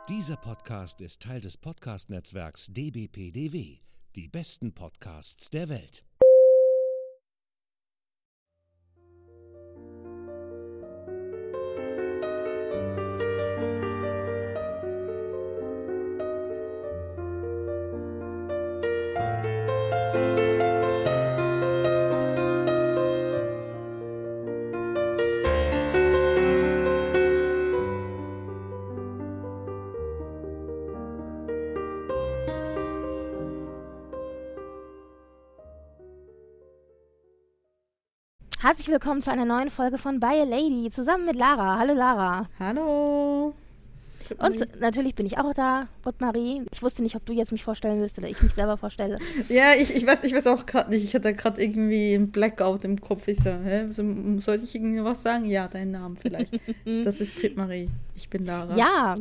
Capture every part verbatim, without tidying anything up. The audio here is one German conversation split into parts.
Dieser Podcast ist Teil des Podcast-Netzwerks D B P D W. Die besten Podcasts der Welt. Herzlich willkommen zu einer neuen Folge von By a Lady, zusammen mit Lara. Hallo Lara. Hallo. Und natürlich bin ich auch da, Britt-Marie. Ich wusste nicht, ob du jetzt mich vorstellen willst oder ich mich selber vorstelle. Ja, ich, ich weiß ich weiß auch gerade nicht. Ich hatte gerade irgendwie einen Blackout im Kopf. Ich so, hä? So, sollte ich irgendwie was sagen? Ja, deinen Namen vielleicht. Das ist Britt-Marie. Ich bin Lara. Ja,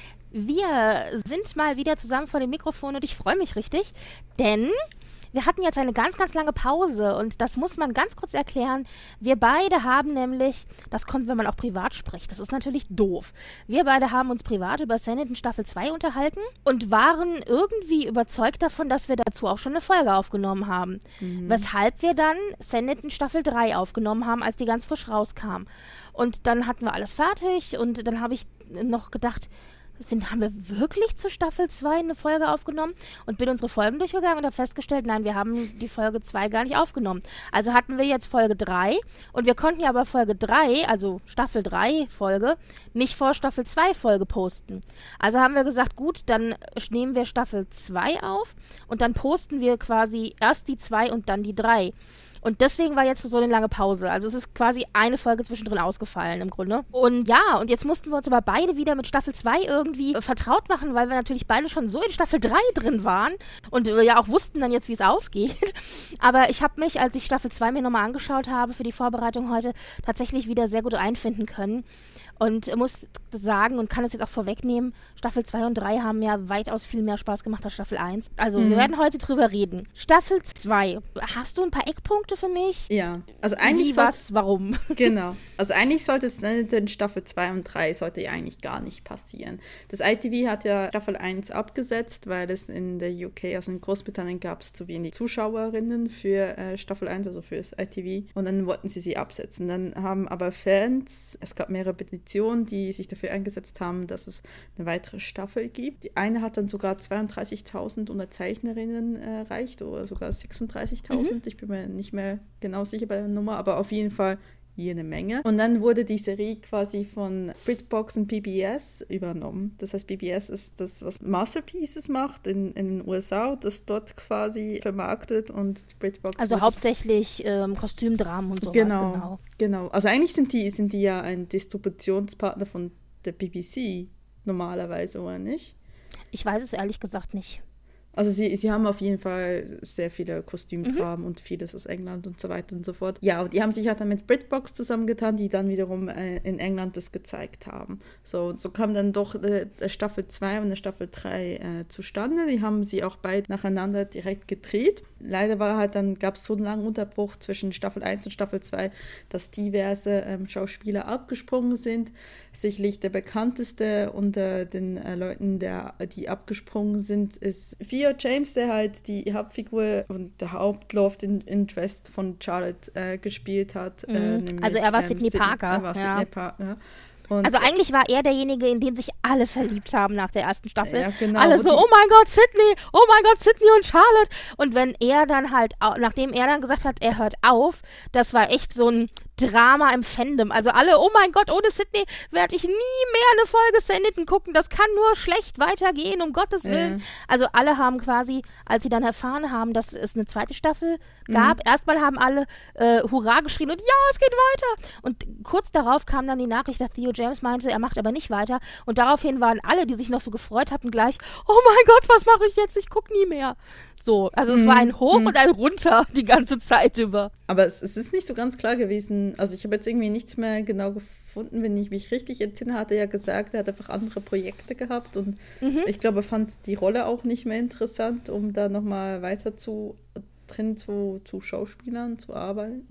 wir sind mal wieder zusammen vor dem Mikrofon und ich freue mich richtig, denn wir hatten jetzt eine ganz, ganz lange Pause und das muss man ganz kurz erklären. Wir beide haben nämlich, das kommt, wenn man auch privat spricht, das ist natürlich doof. Wir beide haben uns privat über Sanditon Staffel zwei unterhalten und waren irgendwie überzeugt davon, dass wir dazu auch schon eine Folge aufgenommen haben. Mhm. Weshalb wir dann Sanditon Staffel drei aufgenommen haben, als die ganz frisch rauskam. Und dann hatten wir alles fertig und dann habe ich noch gedacht, Sind, haben wir wirklich zu Staffel zwei eine Folge aufgenommen und bin unsere Folgen durchgegangen und habe festgestellt, nein, wir haben die Folge zwei gar nicht aufgenommen. Also hatten wir jetzt Folge drei und wir konnten ja aber Folge drei, also Staffel drei Folge, nicht vor Staffel zwei Folge posten. Also haben wir gesagt, gut, dann nehmen wir Staffel zwei auf und dann posten wir quasi erst die zwei und dann die drei. Und deswegen war jetzt so eine lange Pause. Also es ist quasi eine Folge zwischendrin ausgefallen im Grunde. Und ja, und jetzt mussten wir uns aber beide wieder mit Staffel zwei irgendwie äh, vertraut machen, weil wir natürlich beide schon so in Staffel drei drin waren und äh, ja auch wussten dann jetzt, wie es ausgeht. Aber ich habe mich, als ich Staffel zwei mir nochmal angeschaut habe für die Vorbereitung heute, tatsächlich wieder sehr gut einfinden können. Und muss sagen und kann es jetzt auch vorwegnehmen, Staffel zwei und drei haben ja weitaus viel mehr Spaß gemacht als Staffel eins. Also mhm. wir werden heute drüber reden. Staffel zwei, hast du ein paar Eckpunkte für mich? Ja, also eigentlich Wie, was, warum? Genau, also eigentlich sollte es in Staffel zwei und drei sollte ja eigentlich gar nicht passieren. Das I T V hat ja Staffel eins abgesetzt, weil es in der U K, also in Großbritannien, gab es zu wenig Zuschauerinnen für äh, Staffel eins, also für das I T V. Und dann wollten sie sie absetzen. Dann haben aber Fans, es gab mehrere Petitionen, die sich dafür eingesetzt haben, dass es eine weitere Staffel gibt. Die eine hat dann sogar zweiunddreißigtausend Unterzeichnerinnen erreicht oder sogar sechsunddreißigtausend. Mhm. Ich bin mir nicht mehr genau sicher bei der Nummer, aber auf jeden Fall jede Menge. Und dann wurde die Serie quasi von BritBox und P B S übernommen. Das heißt, P B S ist das, was Masterpieces macht in, in den U S A, das dort quasi vermarktet und BritBox. Also hauptsächlich ähm, Kostümdramen und sowas. Genau, genau, genau. Also eigentlich sind die, sind die ja ein Distributionspartner von der B B C normalerweise, oder nicht? Ich weiß es ehrlich gesagt nicht. Also sie, sie haben auf jeden Fall sehr viele Kostümdramen mhm. und vieles aus England und so weiter und so fort. Ja, und die haben sich halt dann mit BritBox zusammengetan, die dann wiederum äh, in England das gezeigt haben. So, und so kam dann doch äh, Staffel zwei und Staffel drei äh, zustande. Die haben sie auch beide nacheinander direkt gedreht. Leider war halt dann, gab es so einen langen Unterbruch zwischen Staffel eins und Staffel zwei, dass diverse ähm, Schauspieler abgesprungen sind. Sicherlich der bekannteste unter den äh, Leuten, der, die abgesprungen sind, ist Theo James, der halt die Hauptfigur und der Hauptlove Interest von Charlotte äh, gespielt hat. Mhm. Äh, nämlich, also er war ähm, Sidney Parker. Er war ja. Sidney Parker. Und also eigentlich war er derjenige, in den sich alle verliebt haben nach der ersten Staffel. Ja, genau. Alle so, oh mein Gott, Sidney, oh mein Gott, Sidney und Charlotte. Und wenn er dann halt, nachdem er dann gesagt hat, er hört auf, das war echt so ein Drama im Fandom. Also alle, oh mein Gott, ohne Sidney werde ich nie mehr eine Folge Sanditon gucken. Das kann nur schlecht weitergehen, um Gottes Willen. Ja. Also alle haben quasi, als sie dann erfahren haben, dass es eine zweite Staffel gab, mhm. erstmal haben alle äh, Hurra geschrien und ja, es geht weiter. Und kurz darauf kam dann die Nachricht, dass Theo James meinte, er macht aber nicht weiter. Und daraufhin waren alle, die sich noch so gefreut hatten, gleich, oh mein Gott, was mache ich jetzt? Ich gucke nie mehr. So, also es mhm. war ein Hoch mhm. und ein Runter die ganze Zeit über. Aber es, es ist nicht so ganz klar gewesen. Also ich habe jetzt irgendwie nichts mehr genau gefunden, wenn ich mich richtig entsinne, hat er ja gesagt, er hat einfach andere Projekte gehabt und mhm. ich glaube, er fand die Rolle auch nicht mehr interessant, um da nochmal weiter zu drin zu, zu Schauspielern zu arbeiten.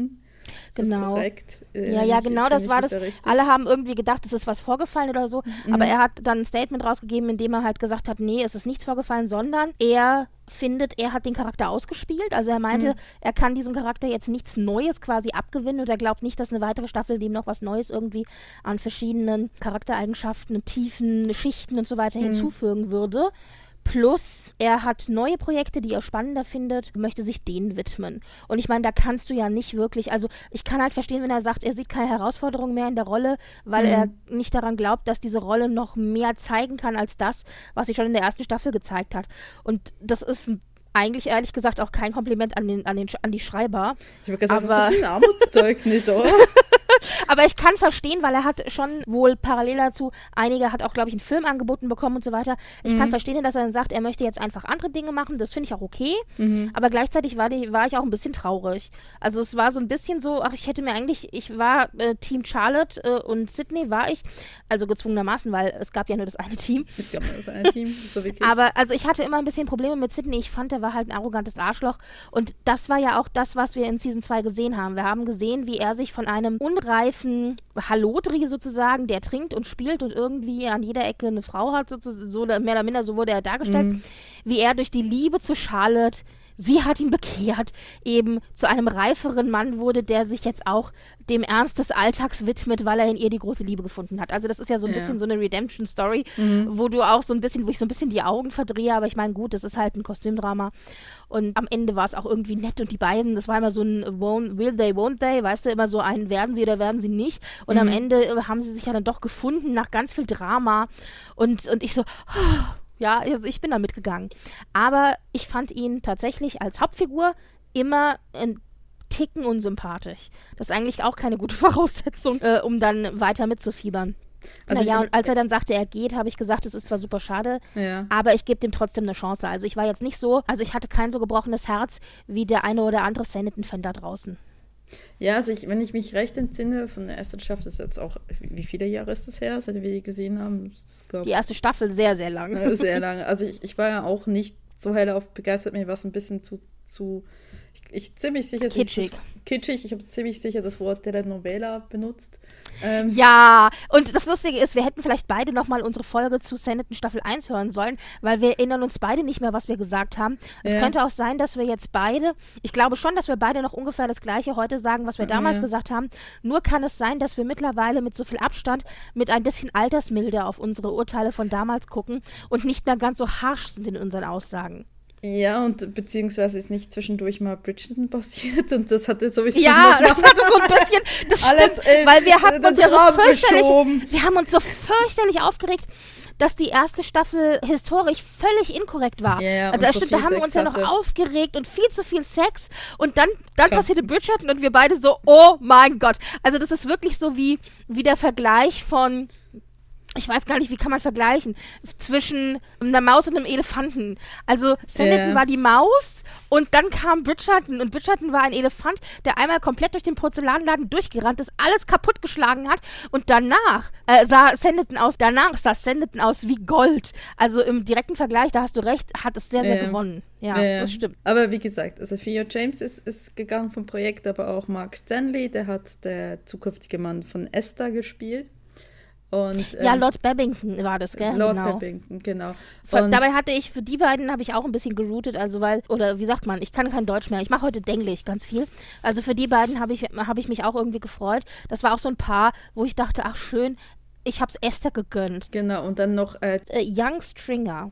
Ist genau. das korrekt? Äh, ja, ja, genau, das war das. Alle haben irgendwie gedacht, es ist was vorgefallen oder so, mhm. aber er hat dann ein Statement rausgegeben, in dem er halt gesagt hat, nee, es ist nichts vorgefallen, sondern er findet, er hat den Charakter ausgespielt, also er meinte, mhm. er kann diesem Charakter jetzt nichts Neues quasi abgewinnen und er glaubt nicht, dass eine weitere Staffel dem noch was Neues irgendwie an verschiedenen Charaktereigenschaften, Tiefen, Schichten und so weiter mhm. hinzufügen würde. Plus, er hat neue Projekte, die er spannender findet, möchte sich denen widmen. Und ich meine, da kannst du ja nicht wirklich, also ich kann halt verstehen, wenn er sagt, er sieht keine Herausforderung mehr in der Rolle, weil mhm. er nicht daran glaubt, dass diese Rolle noch mehr zeigen kann als das, was sie schon in der ersten Staffel gezeigt hat. Und das ist eigentlich ehrlich gesagt auch kein Kompliment an, den, an, den, an die Schreiber. Ich habe gesagt, das ist ein bisschen ein Armutszeugnis, oder? Aber ich kann verstehen, weil er hat schon wohl parallel dazu, einige hat auch, glaube ich, einen Film angeboten bekommen und so weiter. Ich mhm. kann verstehen, dass er dann sagt, er möchte jetzt einfach andere Dinge machen. Das finde ich auch okay. Mhm. Aber gleichzeitig war, die, war ich auch ein bisschen traurig. Also es war so ein bisschen so, ach, ich hätte mir eigentlich, ich war äh, Team Charlotte äh, und Sydney war ich, also gezwungenermaßen, weil es gab ja nur das eine Team. Es gab nur das eine Team, so wirklich. Aber also ich hatte immer ein bisschen Probleme mit Sydney. Ich fand, er war halt ein arrogantes Arschloch. Und das war ja auch das, was wir in Season zwei gesehen haben. Wir haben gesehen, wie er sich von einem unreifen Hallodri sozusagen, der trinkt und spielt und irgendwie an jeder Ecke eine Frau hat, sozusagen, so mehr oder minder, so wurde er dargestellt, mhm. wie er durch die Liebe zu Charlotte, sie hat ihn bekehrt, eben zu einem reiferen Mann wurde, der sich jetzt auch dem Ernst des Alltags widmet, weil er in ihr die große Liebe gefunden hat. Also das ist ja so ein ja. bisschen so eine Redemption-Story, mhm. wo du auch so ein bisschen, wo ich so ein bisschen die Augen verdrehe, aber ich meine, gut, das ist halt ein Kostümdrama. Und am Ende war es auch irgendwie nett und die beiden, das war immer so ein won't, will they, won't they, weißt du, immer so ein werden sie oder werden sie nicht. Und mhm. am Ende haben sie sich ja dann doch gefunden nach ganz viel Drama. Und, und ich so, oh, ja, also ich bin da mitgegangen. Aber ich fand ihn tatsächlich als Hauptfigur immer ein Ticken unsympathisch. Das ist eigentlich auch keine gute Voraussetzung, äh, um dann weiter mitzufiebern. Also naja, und als er dann sagte, er geht, habe ich gesagt, es ist zwar super schade, ja. aber ich gebe dem trotzdem eine Chance. Also ich war jetzt nicht so, also ich hatte kein so gebrochenes Herz wie der eine oder andere Sanditon-Fan da draußen. Ja, also ich, wenn ich mich recht entsinne, von der ersten Staffel ist jetzt auch, wie viele Jahre ist das her, seit wir die gesehen haben? Ist, glaub, die erste Staffel sehr, sehr lang. Äh, sehr lange. Also ich, ich war ja auch nicht so hellauf begeistert, mir war es ein bisschen zu, zu ich, ich ziemlich sicher, kitschig. Das, kitschig, ich habe ziemlich sicher das Wort Telenovela benutzt. Ähm, ja, und das Lustige ist, wir hätten vielleicht beide nochmal unsere Folge zu Sanditon Staffel eins hören sollen, weil wir erinnern uns beide nicht mehr, was wir gesagt haben. Es ja. könnte auch sein, dass wir jetzt beide, ich glaube schon, dass wir beide noch ungefähr das Gleiche heute sagen, was wir damals ja. gesagt haben. Nur kann es sein, dass wir mittlerweile mit so viel Abstand, mit ein bisschen Altersmilde auf unsere Urteile von damals gucken und nicht mehr ganz so harsch sind in unseren Aussagen. Ja, und beziehungsweise ist nicht zwischendurch mal Bridgerton passiert und das hatte sowieso ja, das hatte so ein bisschen, das alles, stimmt, äh, weil wir haben uns ja so fürchterlich, geschoben. wir haben uns so fürchterlich aufgeregt, dass die erste Staffel historisch völlig inkorrekt war. Ja, ja, also das so stimmt, da haben wir uns ja noch aufgeregt und viel zu viel Sex und dann, dann passierte Bridgerton und wir beide so, oh mein Gott. Also das ist wirklich so wie, wie der Vergleich von, ich weiß gar nicht, wie kann man vergleichen, zwischen einer Maus und einem Elefanten. Also Sanditon yeah. war die Maus und dann kam Bridgerton und Bridgerton war ein Elefant, der einmal komplett durch den Porzellanladen durchgerannt ist, alles kaputtgeschlagen hat und danach äh, sah Sanditon aus, danach sah Sanditon aus wie Gold. Also im direkten Vergleich, da hast du recht, hat es sehr, sehr yeah. gewonnen. Ja, yeah. das stimmt. Aber wie gesagt, also Theo James ist, ist gegangen vom Projekt, aber auch Mark Stanley, der hat der zukünftige Mann von Esther gespielt. Und, ähm, ja, Lord Babington war das, gell? Lord genau. Babington, genau. Und dabei hatte ich, für die beiden habe ich auch ein bisschen geroutet, also weil, oder wie sagt man, ich kann kein Deutsch mehr, ich mache heute Denglisch ganz viel. Also für die beiden habe ich, hab ich mich auch irgendwie gefreut. Das war auch so ein Paar, wo ich dachte, ach schön, ich habe es Esther gegönnt. Genau, und dann noch äh, äh, Young Stringer.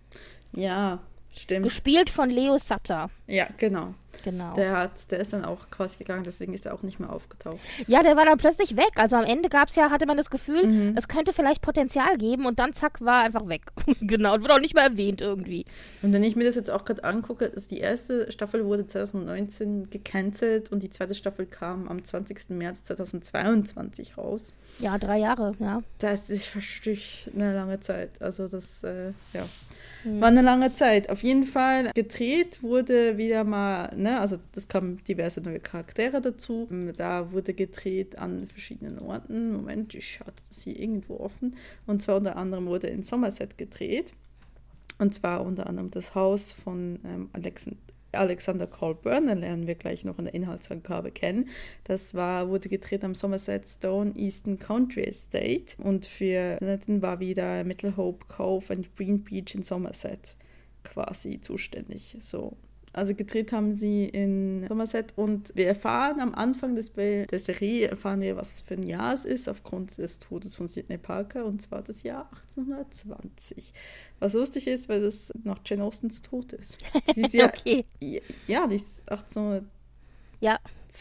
Ja, stimmt. Gespielt von Leo Sutter. Ja, genau. Genau. Der, hat, der ist dann auch quasi gegangen, deswegen ist er auch nicht mehr aufgetaucht. Ja, der war dann plötzlich weg. Also am Ende gab's ja, hatte man das Gefühl, mhm. es könnte vielleicht Potenzial geben und dann zack, war er einfach weg. Genau, und wurde auch nicht mehr erwähnt irgendwie. Und wenn ich mir das jetzt auch gerade angucke, ist die erste Staffel wurde zwanzig neunzehn gecancelt und die zweite Staffel kam am zwanzigsten März zweitausendzweiundzwanzig raus. Ja, drei Jahre, ja. Das ist verstich eine lange Zeit. Also das, äh, ja, mhm. war eine lange Zeit. Auf jeden Fall gedreht wurde wieder mal, ne, also das kamen diverse neue Charaktere dazu. Da wurde gedreht an verschiedenen Orten. Moment, ich hatte das hier irgendwo offen. Und zwar unter anderem wurde in Somerset gedreht. Und zwar unter anderem das Haus von ähm, Alexand- Alexander Colburn, den lernen wir gleich noch in der Inhaltsangabe kennen. Das war, wurde gedreht am Somerset Stone Eastern Country Estate und für den war wieder Middlehope Cove und Green Beach in Somerset quasi zuständig. So. Also gedreht haben sie in Somerset und wir erfahren am Anfang des der Serie, erfahren wir, was für ein Jahr es ist, aufgrund des Todes von Sidney Parker, und zwar das Jahr achtzehnhundertzwanzig. Was lustig ist, weil das noch Jane Austens Tod ist. Die ist ja, okay. Ja, die ist achtzehnhundertzwölf. Ja.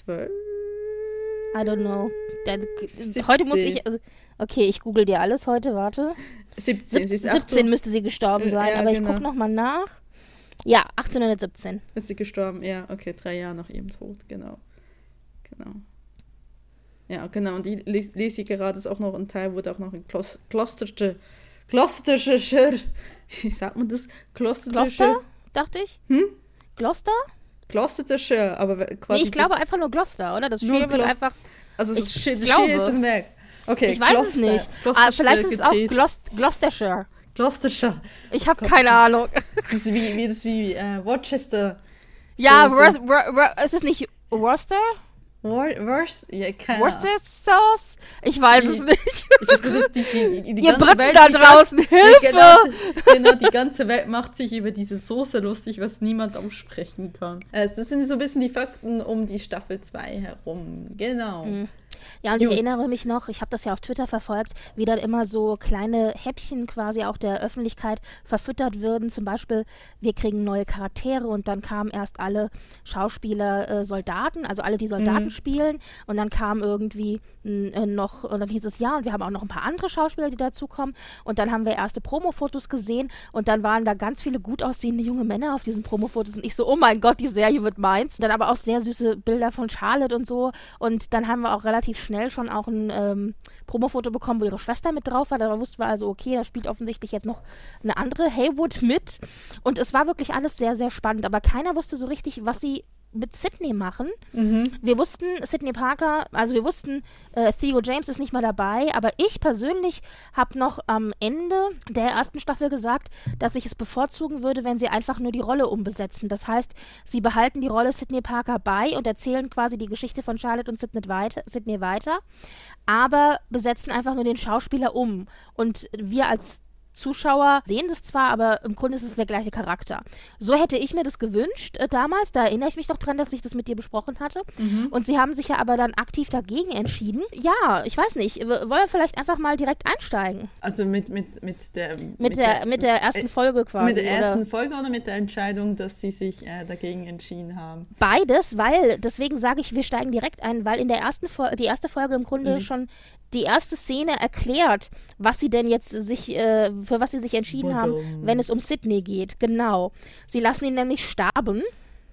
I don't know. Da, heute muss ich, also, okay, ich google dir alles heute, warte. siebzehn, sie ist siebzehn müsste sie gestorben sein, ja, aber genau. Ich gucke nochmal nach. Ja, achtzehnhundertsiebzehn. Ist sie gestorben? Ja, okay, drei Jahre nach ihrem Tod, genau. Genau. Ja, genau, und ich lese, lese ich gerade, ist auch noch ein Teil, wurde auch noch in Klos- Klostersche, Klostersche, wie sagt man das? Klostersche? Gloucester, dachte ich. Hm? Gloucester? Klostersche, aber quasi... Nee, ich glaube einfach nur Gloucester, oder? Das Sch wird Glo- einfach... Also das Sch ist ein Werk. Okay, ich weiß Gloucester. es nicht. Ah, vielleicht ist es auch Glouc- Gloucestershire. Gloucestershire. Ich habe keine das Ahnung. Das ist wie, wie, das ist wie uh, Rochester. Ja, so, Wor- so. Wor- Wor- ist es nicht Worcester? Wor- Wors- ja, keine Worcester Sauce? Ich weiß die, es nicht. Ich weiß nur, dass die, die, die, die Ihr ganze Briten Welt, da die draußen, ganze, Hilfe! Genau, genau, die ganze Welt macht sich über diese Soße lustig, was niemand aussprechen kann. Also das sind so ein bisschen die Fakten um die Staffel zwei herum. Genau. Mhm. Ja, und Gut. ich erinnere mich noch, ich habe das ja auf Twitter verfolgt, wie dann immer so kleine Häppchen quasi auch der Öffentlichkeit verfüttert würden. Zum Beispiel, wir kriegen neue Charaktere und dann kamen erst alle Schauspieler, äh, Soldaten, also alle, die Soldaten mhm. spielen. Und dann kam irgendwie äh, noch, und dann hieß es, ja, und wir haben auch noch ein paar andere Schauspieler, die dazukommen. Und dann haben wir erste Promo-Fotos gesehen und dann waren da ganz viele gut aussehende junge Männer auf diesen Promo-Fotos. Und ich so, oh mein Gott, die Serie wird meins. Und dann aber auch sehr süße Bilder von Charlotte und so. Und dann haben wir auch relativ schnell schon auch ein ähm, Promofoto bekommen, wo ihre Schwester mit drauf war. Da wussten wir also, okay, da spielt offensichtlich jetzt noch eine andere Haywood mit. Und es war wirklich alles sehr, sehr spannend. Aber keiner wusste so richtig, was sie mit Sidney machen. Mhm. Wir wussten, Sidney Parker, also wir wussten, äh, Theo James ist nicht mal dabei, aber ich persönlich habe noch am Ende der ersten Staffel gesagt, dass ich es bevorzugen würde, wenn sie einfach nur die Rolle umbesetzen. Das heißt, sie behalten die Rolle Sidney Parker bei und erzählen quasi die Geschichte von Charlotte und Sidney weiter, Sidney weiter, aber besetzen einfach nur den Schauspieler um. Und wir als Zuschauer sehen das zwar, aber im Grunde ist es der gleiche Charakter. So hätte ich mir das gewünscht äh, damals. Da erinnere ich mich noch dran, dass ich das mit dir besprochen hatte. Mhm. Und sie haben sich ja aber dann aktiv dagegen entschieden. Ja, ich weiß nicht. Wollen wir vielleicht einfach mal direkt einsteigen? Also mit, mit, mit der... Mit, mit, der, der, mit der ersten äh, Folge quasi. Mit der ersten oder? Folge oder mit der Entscheidung, dass sie sich äh, dagegen entschieden haben? Beides, weil, deswegen sage ich, wir steigen direkt ein, weil in der ersten Fo- die erste Folge im Grunde mhm. schon die erste Szene erklärt, was sie denn jetzt sich, äh, für was sie sich entschieden Badum. haben, wenn es um Sidney geht. Genau. Sie lassen ihn nämlich sterben.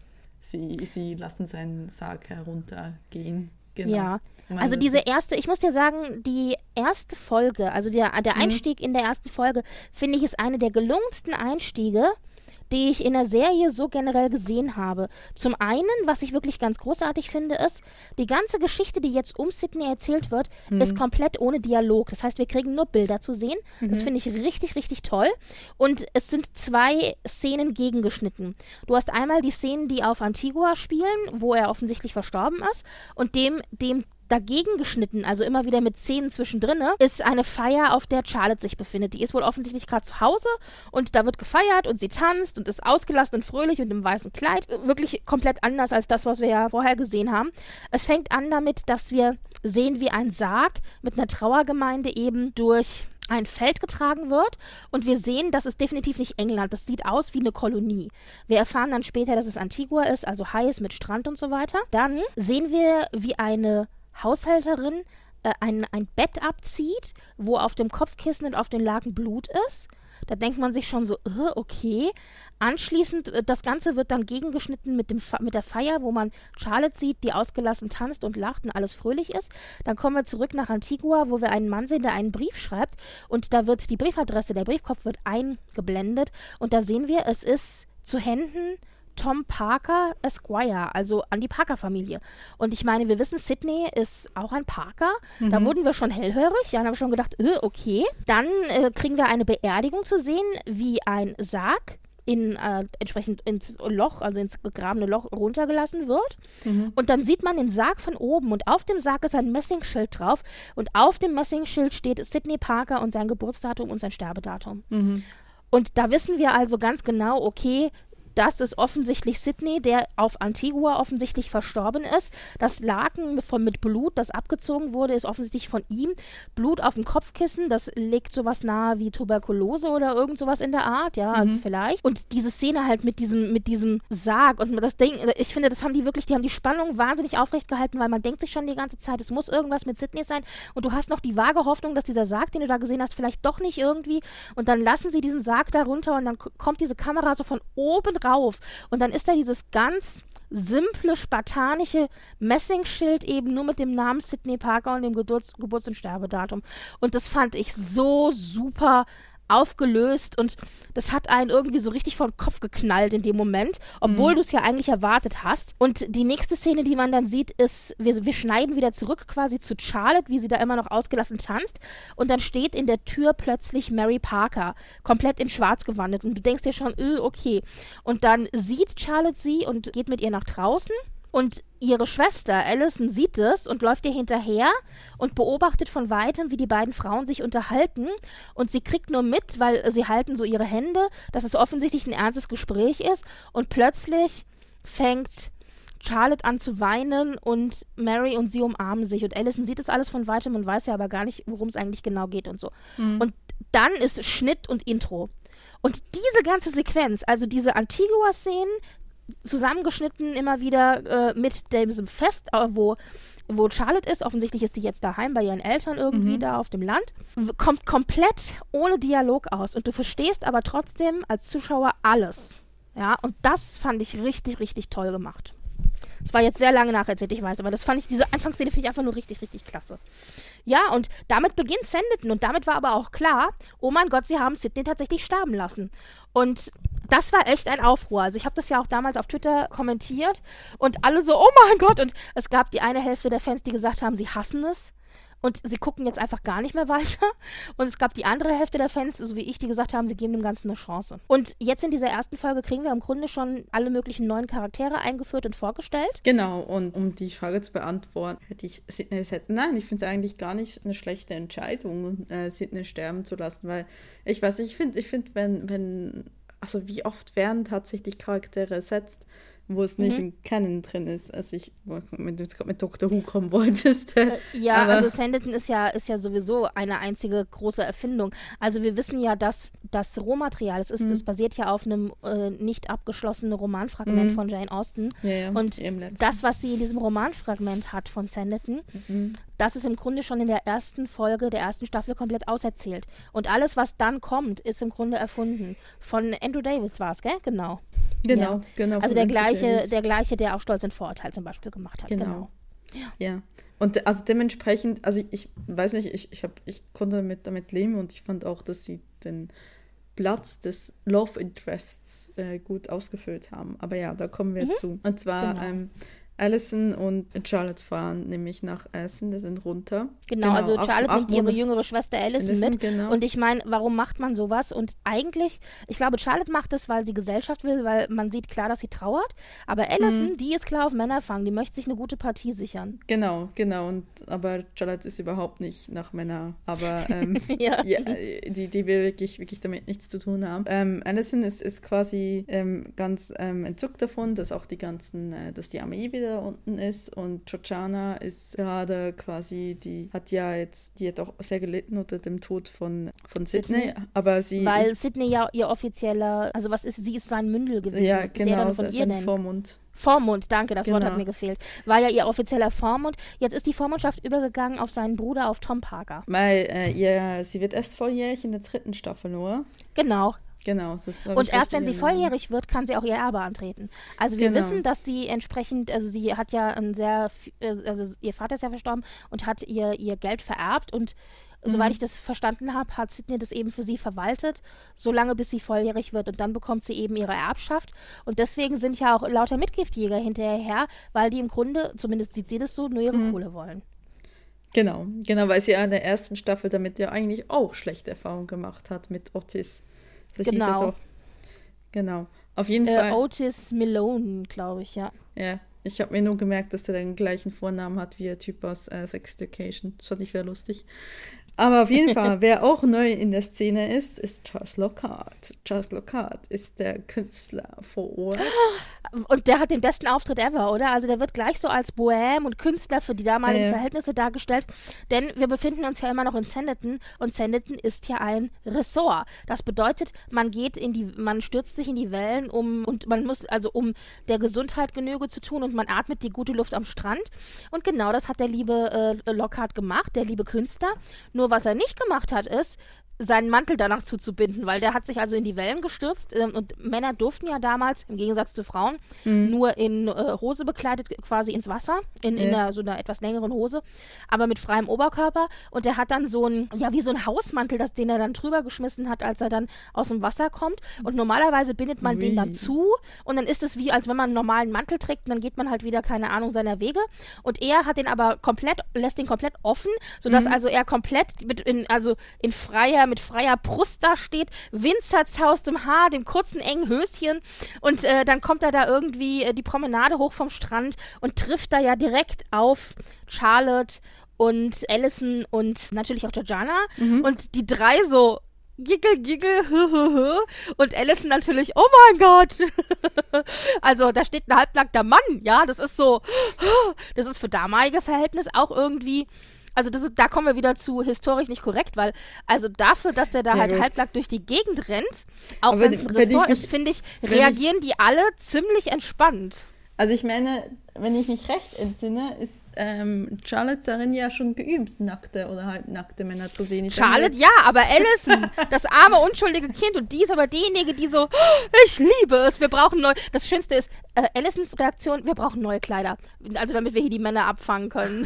Sie, sie lassen seinen Sarg heruntergehen. Genau. Ja. Also diese erste, ich muss dir sagen, die erste Folge, also der, der Einstieg mhm. in der ersten Folge, finde ich, ist eine der gelungensten Einstiege, die ich in der Serie so generell gesehen habe. Zum einen, was ich wirklich ganz großartig finde, ist, die ganze Geschichte, die jetzt um Sidney erzählt wird, mhm. ist komplett ohne Dialog. Das heißt, wir kriegen nur Bilder zu sehen. Mhm. Das finde ich richtig, richtig toll. Und es sind zwei Szenen gegengeschnitten. Du hast einmal die Szenen, die auf Antigua spielen, wo er offensichtlich verstorben ist, und dem, dem dagegen geschnitten, also immer wieder mit Szenen zwischendrin, ist eine Feier, auf der Charlotte sich befindet. Die ist wohl offensichtlich gerade zu Hause und da wird gefeiert und sie tanzt und ist ausgelassen und fröhlich mit einem weißen Kleid. Wirklich komplett anders als das, was wir ja vorher gesehen haben. Es fängt an damit, dass wir sehen, wie ein Sarg mit einer Trauergemeinde eben durch ein Feld getragen wird und wir sehen, das ist definitiv nicht England. Das sieht aus wie eine Kolonie. Wir erfahren dann später, dass es Antigua ist, also heiß mit Strand und so weiter. Dann sehen wir, wie eine Haushälterin äh, ein, ein Bett abzieht, wo auf dem Kopfkissen und auf den Laken Blut ist. Da denkt man sich schon so, äh, okay. Anschließend, äh, das Ganze wird dann gegengeschnitten mit, dem, mit der Feier, wo man Charlotte sieht, die ausgelassen tanzt und lacht und alles fröhlich ist. Dann kommen wir zurück nach Antigua, wo wir einen Mann sehen, der einen Brief schreibt und da wird die Briefadresse, der Briefkopf wird eingeblendet und da sehen wir, es ist zu Händen Tom Parker Esquire, also an die Parker-Familie. Und ich meine, wir wissen, Sidney ist auch ein Parker. Mhm. Da wurden wir schon hellhörig. Ja, dann haben wir schon gedacht, äh, okay. Dann äh, kriegen wir eine Beerdigung zu sehen, wie ein Sarg in äh, entsprechend ins Loch, also ins gegrabene Loch runtergelassen wird. Mhm. Und dann sieht man den Sarg von oben und auf dem Sarg ist ein Messingschild drauf und auf dem Messingschild steht Sidney Parker und sein Geburtsdatum und sein Sterbedatum. Mhm. Und da wissen wir also ganz genau, okay, das ist offensichtlich Sidney, der auf Antigua offensichtlich verstorben ist. Das Laken von, mit Blut, das abgezogen wurde, ist offensichtlich von ihm. Blut auf dem Kopfkissen, das legt sowas nahe wie Tuberkulose oder irgend sowas in der Art, ja, also Mhm. vielleicht. Und diese Szene halt mit diesem, mit diesem Sarg und das Ding, ich finde, das haben die wirklich, die haben die Spannung wahnsinnig aufrecht gehalten, weil man denkt sich schon die ganze Zeit, es muss irgendwas mit Sidney sein und du hast noch die vage Hoffnung, dass dieser Sarg, den du da gesehen hast, vielleicht doch nicht irgendwie und dann lassen sie diesen Sarg da runter und dann k- kommt diese Kamera so von oben rauf und dann ist da dieses ganz simple, spartanische Messingschild eben nur mit dem Namen Sidney Parker und dem Geburts- Geburts- und Sterbedatum. Und das fand ich so super aufgelöst und das hat einen irgendwie so richtig vom Kopf geknallt in dem Moment, obwohl Mhm. du es ja eigentlich erwartet hast. Und die nächste Szene, die man dann sieht, ist, wir, wir schneiden wieder zurück quasi zu Charlotte, wie sie da immer noch ausgelassen tanzt und dann steht in der Tür plötzlich Mary Parker, komplett in schwarz gewandelt und du denkst dir schon, äh, okay. Und dann sieht Charlotte sie und geht mit ihr nach draußen. Und ihre Schwester Allison sieht es und läuft ihr hinterher und beobachtet von Weitem, wie die beiden Frauen sich unterhalten. Und sie kriegt nur mit, weil sie halten so ihre Hände, dass es offensichtlich ein ernstes Gespräch ist. Und plötzlich fängt Charlotte an zu weinen und Mary und sie umarmen sich. Und Allison sieht es alles von Weitem und weiß ja aber gar nicht, worum es eigentlich genau geht und so. Mhm. Und dann ist Schnitt und Intro. Und diese ganze Sequenz, also diese Antigua-Szenen, zusammengeschnitten immer wieder äh, mit diesem Fest, äh, wo, wo Charlotte ist. Offensichtlich ist sie jetzt daheim bei ihren Eltern irgendwie Mhm. da auf dem Land. W- Kommt komplett ohne Dialog aus. Und du verstehst aber trotzdem als Zuschauer alles. Ja, und das fand ich richtig, richtig toll gemacht. Das war jetzt sehr lange nacherzählt, ich weiß, aber das fand ich, diese Anfangsszene finde ich einfach nur richtig, richtig klasse. Ja, und damit beginnt Sanditon und damit war aber auch klar, oh mein Gott, sie haben Sidney tatsächlich sterben lassen. Und das war echt ein Aufruhr. Also ich habe das ja auch damals auf Twitter kommentiert und alle so, oh mein Gott. Und es gab die eine Hälfte der Fans, die gesagt haben, sie hassen es. Und sie gucken jetzt einfach gar nicht mehr weiter. Und es gab die andere Hälfte der Fans, so wie ich, die gesagt haben, sie geben dem Ganzen eine Chance. Und jetzt in dieser ersten Folge kriegen wir im Grunde schon alle möglichen neuen Charaktere eingeführt und vorgestellt. Genau, und um die Frage zu beantworten, hätte ich Sidney setzen. Nein, ich finde es eigentlich gar nicht eine schlechte Entscheidung, äh, Sidney sterben zu lassen, weil ich weiß, ich finde, ich finde, wenn, wenn, also wie oft werden tatsächlich Charaktere ersetzt, wo es nicht Mhm. im Canon drin ist, als ich mit, mit, mit Doctor Who kommen wolltest. Äh, ja, Aber- also Sanditon ist ja, ist ja sowieso eine einzige große Erfindung. Also wir wissen ja, dass das Rohmaterial, es ist, Mhm. das basiert ja auf einem äh, nicht abgeschlossenen Romanfragment Mhm. von Jane Austen. Ja, ja, Und im letzten. das, was sie in diesem Romanfragment hat von Sanditon, Mhm. das ist im Grunde schon in der ersten Folge der ersten Staffel komplett auserzählt. Und alles, was dann kommt, ist im Grunde erfunden. Von Andrew Davis war es, gell? Genau. Genau, Ja. genau. Also von der Andrew gleiche, Davies. der gleiche, der auch Stolz und Vorurteil zum Beispiel gemacht hat. Genau. Genau. Ja, und de- also dementsprechend, also ich, ich weiß nicht, ich, ich, hab, ich konnte damit, damit leben und ich fand auch, dass sie den Platz des Love Interests äh, gut ausgefüllt haben. Aber ja, da kommen wir Mhm. zu. Und zwar Genau. ähm, Allison und Charlotte fahren nämlich nach Essen, die sind runter. Genau, also auf- Charlotte auf nimmt ihre Monat- jüngere Schwester Allison, Allison, mit. genau. Und ich meine, warum macht man sowas? Und eigentlich, ich glaube, Charlotte macht das, weil sie Gesellschaft will, weil man sieht klar, dass sie trauert. Aber Allison, Mhm. die ist klar auf Männerfang, die möchte sich eine gute Partie sichern. Genau, genau. Und, aber Charlotte ist überhaupt nicht nach Männer. Aber ähm, Ja. ja, die, die will wirklich, wirklich damit nichts zu tun haben. Ähm, Allison ist, ist quasi ähm, ganz ähm, entzückt davon, dass auch die ganzen, äh, dass die Armee wieder unten ist. Und Georgiana ist gerade quasi, die hat ja jetzt, die hat auch sehr gelitten unter dem Tod von, von Sidney. Sidney. Aber sie Weil ist, Sidney ja ihr offizieller, also was ist, sie ist sein Mündel gewesen. ja, was ist genau, er dann von es ist ihr ein denn? Vormund. Vormund, danke, das Wort Genau. hat mir gefehlt. War ja ihr offizieller Vormund. Jetzt ist die Vormundschaft übergegangen auf seinen Bruder, auf Tom Parker. Weil äh, ihr, sie wird erst volljährig in der dritten Staffel nur. Genau. Genau. Das ist, glaub Und ich, erst wenn richtig sie in Erinnerung. volljährig wird, kann sie auch ihr Erbe antreten. Also wir Genau. wissen, dass sie entsprechend, also sie hat ja ein sehr, f- äh, also ihr Vater ist ja verstorben und hat ihr, ihr Geld vererbt und soweit Mhm. ich das verstanden habe, hat Sidney das eben für sie verwaltet, solange bis sie volljährig wird und dann bekommt sie eben ihre Erbschaft und deswegen sind ja auch lauter Mitgiftjäger hinterher, weil die im Grunde, zumindest sieht sie das so, nur ihre Mhm. Kohle wollen. Genau, genau, weil sie ja in der ersten Staffel damit ja eigentlich auch schlechte Erfahrungen gemacht hat mit Otis. So hieß er Genau. doch. Genau. Auf jeden äh, Fall. Otis Malone, glaube ich, ja. Ja, ich habe mir nur gemerkt, dass er den gleichen Vornamen hat wie der Typ aus äh, Sex Education. Das fand ich sehr lustig. Aber auf jeden Fall, wer auch neu in der Szene ist, ist Charles Lockhart. Charles Lockhart ist der Künstler vor Ort. Und der hat den besten Auftritt ever, oder? Also der wird gleich so als Bohème und Künstler für die damaligen Ja. Verhältnisse dargestellt. Denn wir befinden uns ja immer noch in Sanditon und Sanditon ist ja ein Ressort. Das bedeutet, man geht in die, man stürzt sich in die Wellen, um und man muss also um der Gesundheit Genüge zu tun und man atmet die gute Luft am Strand. Und genau das hat der liebe äh, Lockhart gemacht, der liebe Künstler. Nur was er nicht gemacht hat, ist, seinen Mantel danach zuzubinden, weil der hat sich also in die Wellen gestürzt ähm, und Männer durften ja damals, im Gegensatz zu Frauen, mhm. nur in äh, Hose bekleidet quasi ins Wasser, in, in ja. einer, so einer etwas längeren Hose, aber mit freiem Oberkörper und der hat dann so ein, ja wie so ein Hausmantel, das, den er dann drüber geschmissen hat, als er dann aus dem Wasser kommt und normalerweise bindet man Ui. den dann zu und dann ist es wie, als wenn man einen normalen Mantel trägt und dann geht man halt wieder, keine Ahnung, seiner Wege und er hat den aber komplett, lässt den komplett offen, sodass mhm. also er komplett mit in, also in freier mit freier Brust da steht, winzerzausstem Haar, dem kurzen, engen Höschen und äh, dann kommt er da irgendwie äh, die Promenade hoch vom Strand und trifft da ja direkt auf Charlotte und Allison und natürlich auch Georgiana mhm. und die drei so Giggle, giggle, hö, hö, hö. Und Allison natürlich, oh mein Gott. Also da steht ein halbnackter Mann, ja, das ist so, das ist für damalige Verhältnisse auch irgendwie, also das ist, da kommen wir wieder zu historisch nicht korrekt, weil also dafür, dass der da ja, halt gut. halbnackt durch die Gegend rennt, auch wenn es ein Ressort ist, finde ich, reagieren ich, die alle ziemlich entspannt. Also ich meine, wenn ich mich recht entsinne, ist ähm, Charlotte darin ja schon geübt, nackte oder halbnackte Männer zu sehen. Ich Charlotte, denke, ja, aber Allison, das arme, unschuldige Kind und die ist aber diejenige, die so, ich liebe es, wir brauchen neu. Das Schönste ist, äh, Allisons Reaktion, wir brauchen neue Kleider. Also damit wir hier die Männer abfangen können.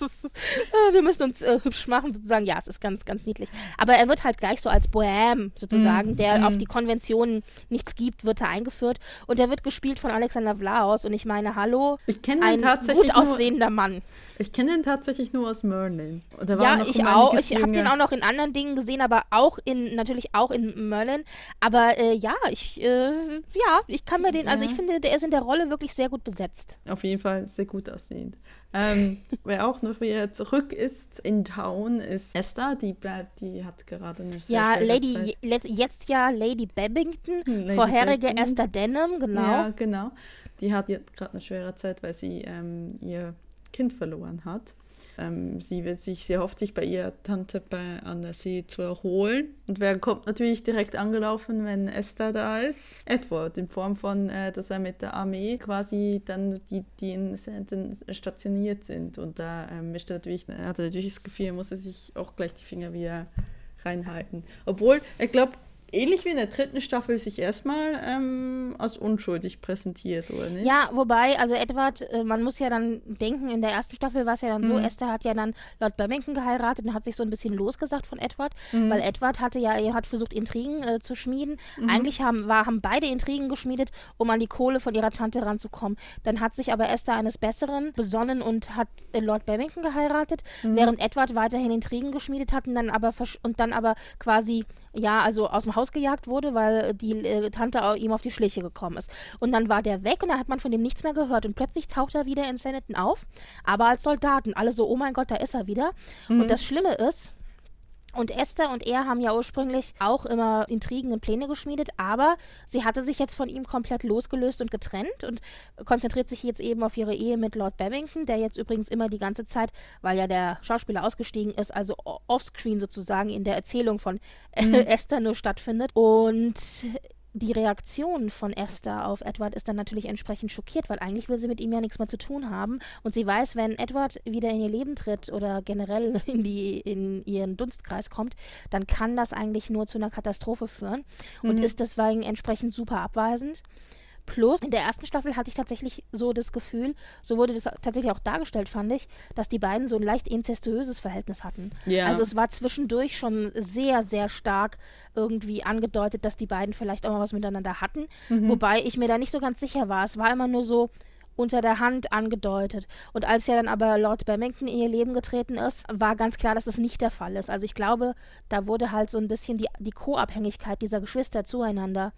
Wir müssen uns äh, hübsch machen, sozusagen. Ja, es ist ganz, ganz niedlich. Aber er wird halt gleich so als Bohème, sozusagen, mm, der mm. auf die Konventionen nichts gibt, wird er eingeführt. Und er wird gespielt von Alexander Vlahos. Und ich meine, hallo, ich kenne ein gut aussehender Mann. Ich kenne den tatsächlich nur aus Merlin. War ja, ich auch. Ich habe den auch noch in anderen Dingen gesehen, aber auch in, natürlich auch in Merlin. Aber äh, ja, ich, äh, ja, ich kann mir den, ja. also ich finde, der ist in der Rolle wirklich sehr gut besetzt. Auf jeden Fall sehr gut aussehend. Ähm, wer auch noch wieder zurück ist in Town, ist Esther. Die bleibt, die hat gerade eine sehr ja, schwere Lady, Zeit. Je, jetzt ja Lady Babington, Lady vorherige Babington. Esther Denham, genau. Ja, genau. Die hat jetzt gerade eine schwere Zeit, weil sie ähm, ihr Kind verloren hat. Ähm, sie will sich, sie hofft sich bei ihrer Tante bei, an der See zu erholen. Und wer kommt natürlich direkt angelaufen, wenn Esther da ist? Edward, in Form von, äh, dass er mit der Armee quasi dann, die, die in Sanditon stationiert sind. Und da ähm, ist er natürlich, er hat natürlich das Gefühl, er muss er sich auch gleich die Finger wieder reinhalten. Obwohl, ich glaube, ähnlich wie in der dritten Staffel sich erstmal ähm, als unschuldig präsentiert, oder nicht? Ja, wobei, also Edward, äh, man muss ja dann denken, in der ersten Staffel war es ja dann mhm. so, Esther hat ja dann Lord Babington geheiratet und hat sich so ein bisschen losgesagt von Edward, mhm. weil Edward hatte ja, er hat versucht, Intrigen äh, zu schmieden. Mhm. Eigentlich haben, war, haben beide Intrigen geschmiedet, um an die Kohle von ihrer Tante ranzukommen. Dann hat sich aber Esther eines Besseren besonnen und hat äh, Lord Babington geheiratet, mhm. während Edward weiterhin Intrigen geschmiedet hat und dann aber, versch- und dann aber quasi, ja, also aus dem Haus gejagt wurde, weil die äh, Tante ihm auf die Schliche gekommen ist. Und dann war der weg und dann hat man von dem nichts mehr gehört. Und plötzlich taucht er wieder in Sanditon auf, aber als Soldaten. Alle so, oh mein Gott, da ist er wieder. Mhm. Und das Schlimme ist, und Esther und er haben ja ursprünglich auch immer Intrigen und Pläne geschmiedet, aber sie hatte sich jetzt von ihm komplett losgelöst und getrennt und konzentriert sich jetzt eben auf ihre Ehe mit Lord Babington, der jetzt übrigens immer die ganze Zeit, weil ja der Schauspieler ausgestiegen ist, also offscreen sozusagen in der Erzählung von mhm. Esther nur stattfindet. Und die Reaktion von Esther auf Edward ist dann natürlich entsprechend schockiert, weil eigentlich will sie mit ihm ja nichts mehr zu tun haben. Und sie weiß, wenn Edward wieder in ihr Leben tritt oder generell in, die, in ihren Dunstkreis kommt, dann kann das eigentlich nur zu einer Katastrophe führen mhm. und ist deswegen entsprechend super abweisend. Plus, in der ersten Staffel hatte ich tatsächlich so das Gefühl, so wurde das tatsächlich auch dargestellt, fand ich, dass die beiden so ein leicht inzestuöses Verhältnis hatten. Ja. Also es war zwischendurch schon sehr, sehr stark irgendwie angedeutet, dass die beiden vielleicht auch mal was miteinander hatten. Mhm. Wobei ich mir da nicht so ganz sicher war. Es war immer nur so unter der Hand angedeutet. Und als ja dann aber Lord Babington in ihr Leben getreten ist, war ganz klar, dass das nicht der Fall ist. Also ich glaube, da wurde halt so ein bisschen die, die Co-Abhängigkeit dieser Geschwister zueinander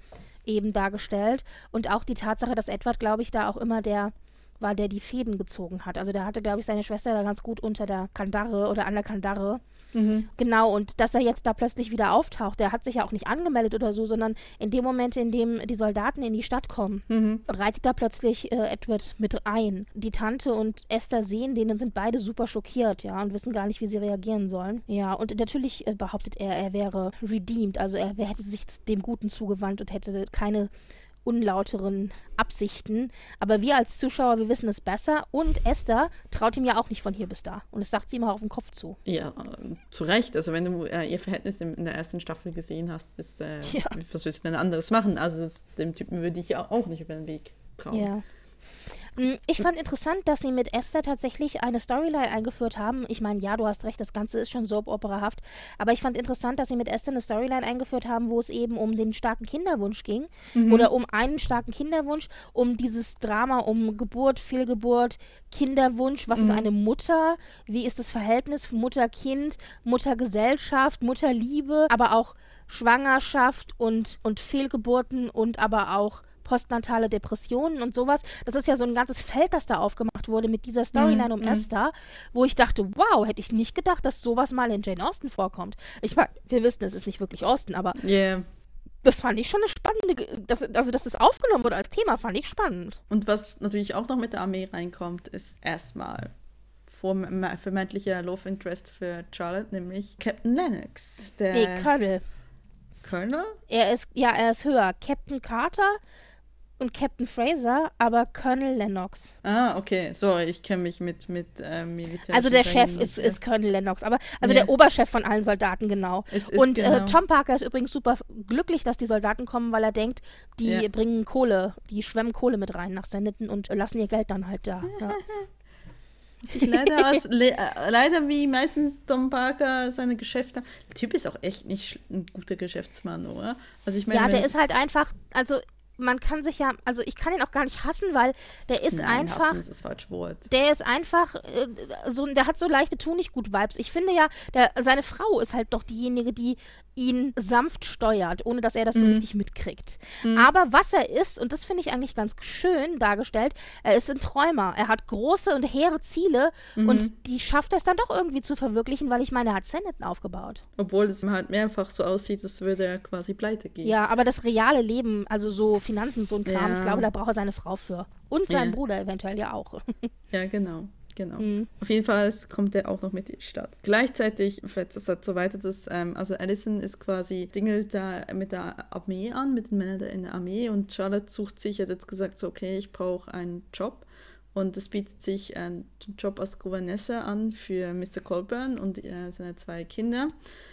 eben dargestellt. Und auch die Tatsache, dass Edward, glaube ich, da auch immer der war, der die Fäden gezogen hat. Also der hatte, glaube ich, seine Schwester da ganz gut unter der Kandare oder an der Kandare. Mhm. Genau, und dass er jetzt da plötzlich wieder auftaucht, der hat sich ja auch nicht angemeldet oder so, sondern in dem Moment, in dem die Soldaten in die Stadt kommen, mhm. reitet da plötzlich äh, Edward mit ein. Die Tante und Esther sehen den und sind beide super schockiert, ja, und wissen gar nicht, wie sie reagieren sollen. Ja, und natürlich äh, behauptet er, er wäre redeemed, also er, er hätte sich dem Guten zugewandt und hätte keine unlauteren Absichten. Aber wir als Zuschauer, wir wissen es besser. Und Esther traut ihm ja auch nicht von hier bis da. Und das sagt sie ihm auch auf den Kopf zu. Ja, äh, zu Recht. Also wenn du äh, ihr Verhältnis in, in der ersten Staffel gesehen hast, ist, äh, ja. was willst du denn anderes machen? Also das, dem Typen würde ich ja auch nicht über den Weg trauen. Ja. Ich fand interessant, dass sie mit Esther tatsächlich eine Storyline eingeführt haben. Ich meine, ja, du hast recht, das Ganze ist schon soap-operahaft. Aber ich fand interessant, dass sie mit Esther eine Storyline eingeführt haben, wo es eben um den starken Kinderwunsch ging. Mhm. Oder um einen starken Kinderwunsch, um dieses Drama um Geburt, Fehlgeburt, Kinderwunsch. Was mhm. ist eine Mutter? Wie ist das Verhältnis Mutter-Kind, Mutter-Gesellschaft, Mutterliebe, aber auch Schwangerschaft und, und Fehlgeburten und aber auch postnatale Depressionen und sowas. Das ist ja so ein ganzes Feld, das da aufgemacht wurde mit dieser Storyline mm, um mm. Esther, wo ich dachte, wow, hätte ich nicht gedacht, dass sowas mal in Jane Austen vorkommt. Ich meine, wir wissen, es ist nicht wirklich Austen, aber yeah. das fand ich schon eine spannende, das, also dass das aufgenommen wurde als Thema, fand ich spannend. Und was natürlich auch noch mit der Armee reinkommt, ist erstmal vermeintlicher Love Interest für Charlotte, nämlich Captain Lennox. Der nee, Colonel. Colonel? Er ist, ja, er ist höher. Captain Carter und Captain Fraser, aber Colonel Lennox. Ah, okay. Sorry, ich kenne mich mit, mit äh, Militär. Also der Chef ist, ist Colonel Lennox, aber also ja. der Oberchef von allen Soldaten, genau. Es ist und genau. äh, Tom Parker ist übrigens super glücklich, dass die Soldaten kommen, weil er denkt, die ja. bringen Kohle, die schwemmen Kohle mit rein nach Sanditon und lassen ihr Geld dann halt da. Ja. Ich leider, als, le- leider wie meistens Tom Parker seine Geschäfte. Der Typ ist auch echt nicht ein guter Geschäftsmann, oder? Also ich meine, ja, der ist halt einfach, also man kann sich ja, also ich kann ihn auch gar nicht hassen, weil der ist Nein, einfach. Hassen ist das falsche Wort. Der ist einfach, äh, so, der hat so leichte Tunichtgut-Vibes. Ich finde ja, der, seine Frau ist halt doch diejenige, die ihn sanft steuert, ohne dass er das mhm. so richtig mitkriegt. Mhm. Aber was er ist, und das finde ich eigentlich ganz schön dargestellt, er ist ein Träumer. Er hat große und hehre Ziele mhm. und die schafft er es dann doch irgendwie zu verwirklichen, weil ich meine, er hat Sanditon aufgebaut. Obwohl es halt mehrfach so aussieht, als würde er quasi pleite gehen. Ja, aber das reale Leben, also so Finanzen, so ein Kram, ja. ich glaube, da braucht er seine Frau für. Und seinen ja. Bruder eventuell ja auch. Ja, genau. Genau. Mhm. Auf jeden Fall kommt er auch noch mit in die Stadt. Gleichzeitig fährt es so weiter, dass, ähm, also Allison ist quasi, dingelt da mit der Armee an, mit den Männern in der Armee und Charlotte sucht sich, hat jetzt gesagt, so, okay, ich brauche einen Job und es bietet sich ein Job als Gouvernesse an für Mister Colburn und äh, seine zwei Kinder,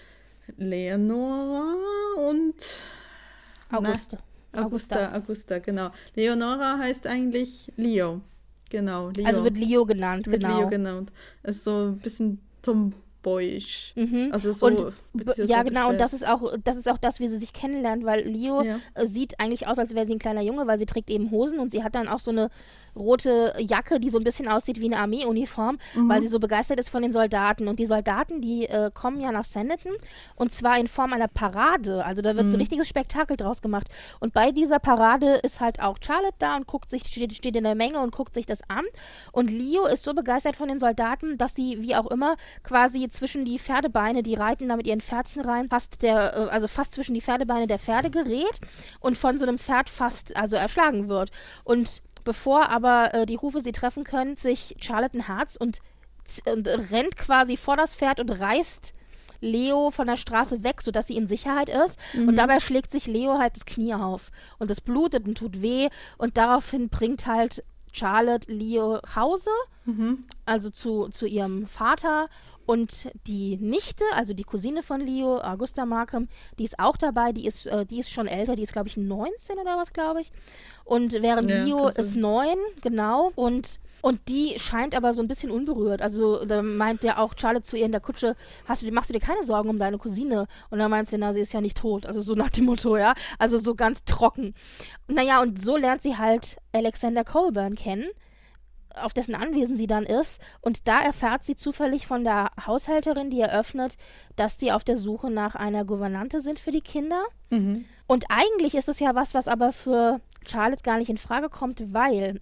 Leonora und Augusta. Na, Augusta, Augusta, genau. Leonora heißt eigentlich Leo. Genau, Leo. Also wird Leo genannt, wird genau. Leo genannt. Ist so ein bisschen tomboyisch. Mhm. Also so und, ja, genau, und das ist auch das ist auch das, wie sie sich kennenlernt, weil Leo ja. äh, sieht eigentlich aus, als wäre sie ein kleiner Junge, weil sie trägt eben Hosen und sie hat dann auch so eine rote Jacke, die so ein bisschen aussieht wie eine Armeeuniform, mhm. weil sie so begeistert ist von den Soldaten. Und die Soldaten, die äh, kommen ja nach Sanditon und zwar in Form einer Parade. Also da wird mhm. ein richtiges Spektakel draus gemacht. Und bei dieser Parade ist halt auch Charlotte da und guckt sich, steht, steht in der Menge und guckt sich das an. Und Leo ist so begeistert von den Soldaten, dass sie, wie auch immer, quasi zwischen die Pferdebeine, die reiten da mit ihren Pferdchen rein, fast der, äh, also fast zwischen die Pferdebeine der Pferde gerät und von so einem Pferd fast, also erschlagen wird. Und bevor aber äh, die Hufe sie treffen können, sich Charlotte ein Herz und, und rennt quasi vor das Pferd und reißt Leo von der Straße weg, sodass sie in Sicherheit ist. Mhm. Und dabei schlägt sich Leo halt das Knie auf. Und das blutet und tut weh. Und daraufhin bringt halt Charlotte Leo nach Hause, mhm. also zu, zu ihrem Vater. Und die Nichte, also die Cousine von Leo, Augusta Markham, die ist auch dabei. Die ist, äh, die ist schon älter, die ist, glaube ich, neunzehn oder was, glaube ich. Und während ja, Leo ist neun, genau. Und, und die scheint aber so ein bisschen unberührt. Also da meint ja auch Charlotte zu ihr in der Kutsche, hast du, machst du dir keine Sorgen um deine Cousine? Und dann meint sie, na, sie ist ja nicht tot. Also so nach dem Motto, ja. Also so ganz trocken. Naja, und so lernt sie halt Alexander Colburn kennen. auf dessen Anwesen sie dann ist. Und da erfährt sie zufällig von der Haushälterin, die eröffnet, dass sie auf der Suche nach einer Gouvernante sind für die Kinder. Mhm. Und eigentlich ist es ja was, was aber für Charlotte gar nicht in Frage kommt, weil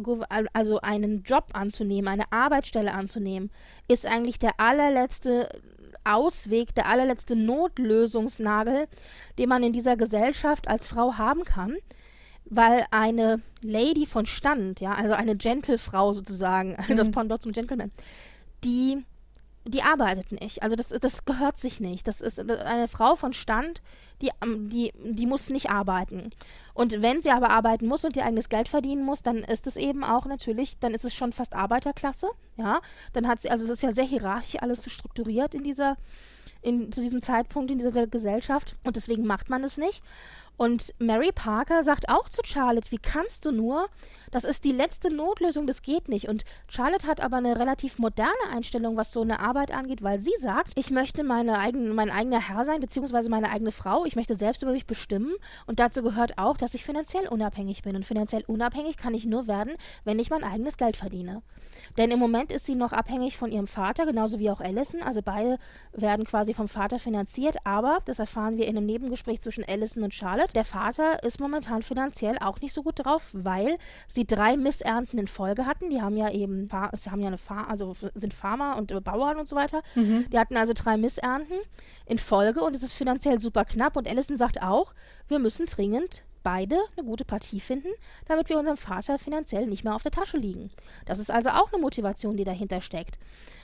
also einen Job anzunehmen, eine Arbeitsstelle anzunehmen, ist eigentlich der allerletzte Ausweg, der allerletzte Notlösungsnagel, den man in dieser Gesellschaft als Frau haben kann. Weil eine Lady von Stand, ja, also eine Gentlefrau sozusagen, mhm. das Pendant zum Gentleman, die, die arbeitet nicht. Also das, das gehört sich nicht. Das ist eine Frau von Stand, die, die, die muss nicht arbeiten. Und wenn sie aber arbeiten muss und ihr eigenes Geld verdienen muss, dann ist es eben auch natürlich, dann ist es schon fast Arbeiterklasse, ja. Dann hat sie, also es ist ja sehr hierarchisch alles so strukturiert in dieser, in, zu diesem Zeitpunkt in dieser Gesellschaft und deswegen macht man es nicht. Und Mary Parker sagt auch zu Charlotte, wie kannst du nur? Das ist die letzte Notlösung, das geht nicht. Und Charlotte hat aber eine relativ moderne Einstellung, was so eine Arbeit angeht, weil sie sagt, ich möchte meine eigen, mein eigener Herr sein, beziehungsweise meine eigene Frau. Ich möchte selbst über mich bestimmen. Und dazu gehört auch, dass ich finanziell unabhängig bin. Und finanziell unabhängig kann ich nur werden, wenn ich mein eigenes Geld verdiene. Denn im Moment ist sie noch abhängig von ihrem Vater, genauso wie auch Allison. Also beide werden quasi vom Vater finanziert. Aber, das erfahren wir in einem Nebengespräch zwischen Allison und Charlotte, der Vater ist momentan finanziell auch nicht so gut drauf, weil sie drei Missernten in Folge hatten. Die haben ja eben, sie haben ja eine Farm, also sind Farmer und äh, Bauern und so weiter. Mhm. Die hatten also drei Missernten in Folge und es ist finanziell super knapp. Und Allison sagt auch, wir müssen dringend beide eine gute Partie finden, damit wir unserem Vater finanziell nicht mehr auf der Tasche liegen. Das ist also auch eine Motivation, die dahinter steckt.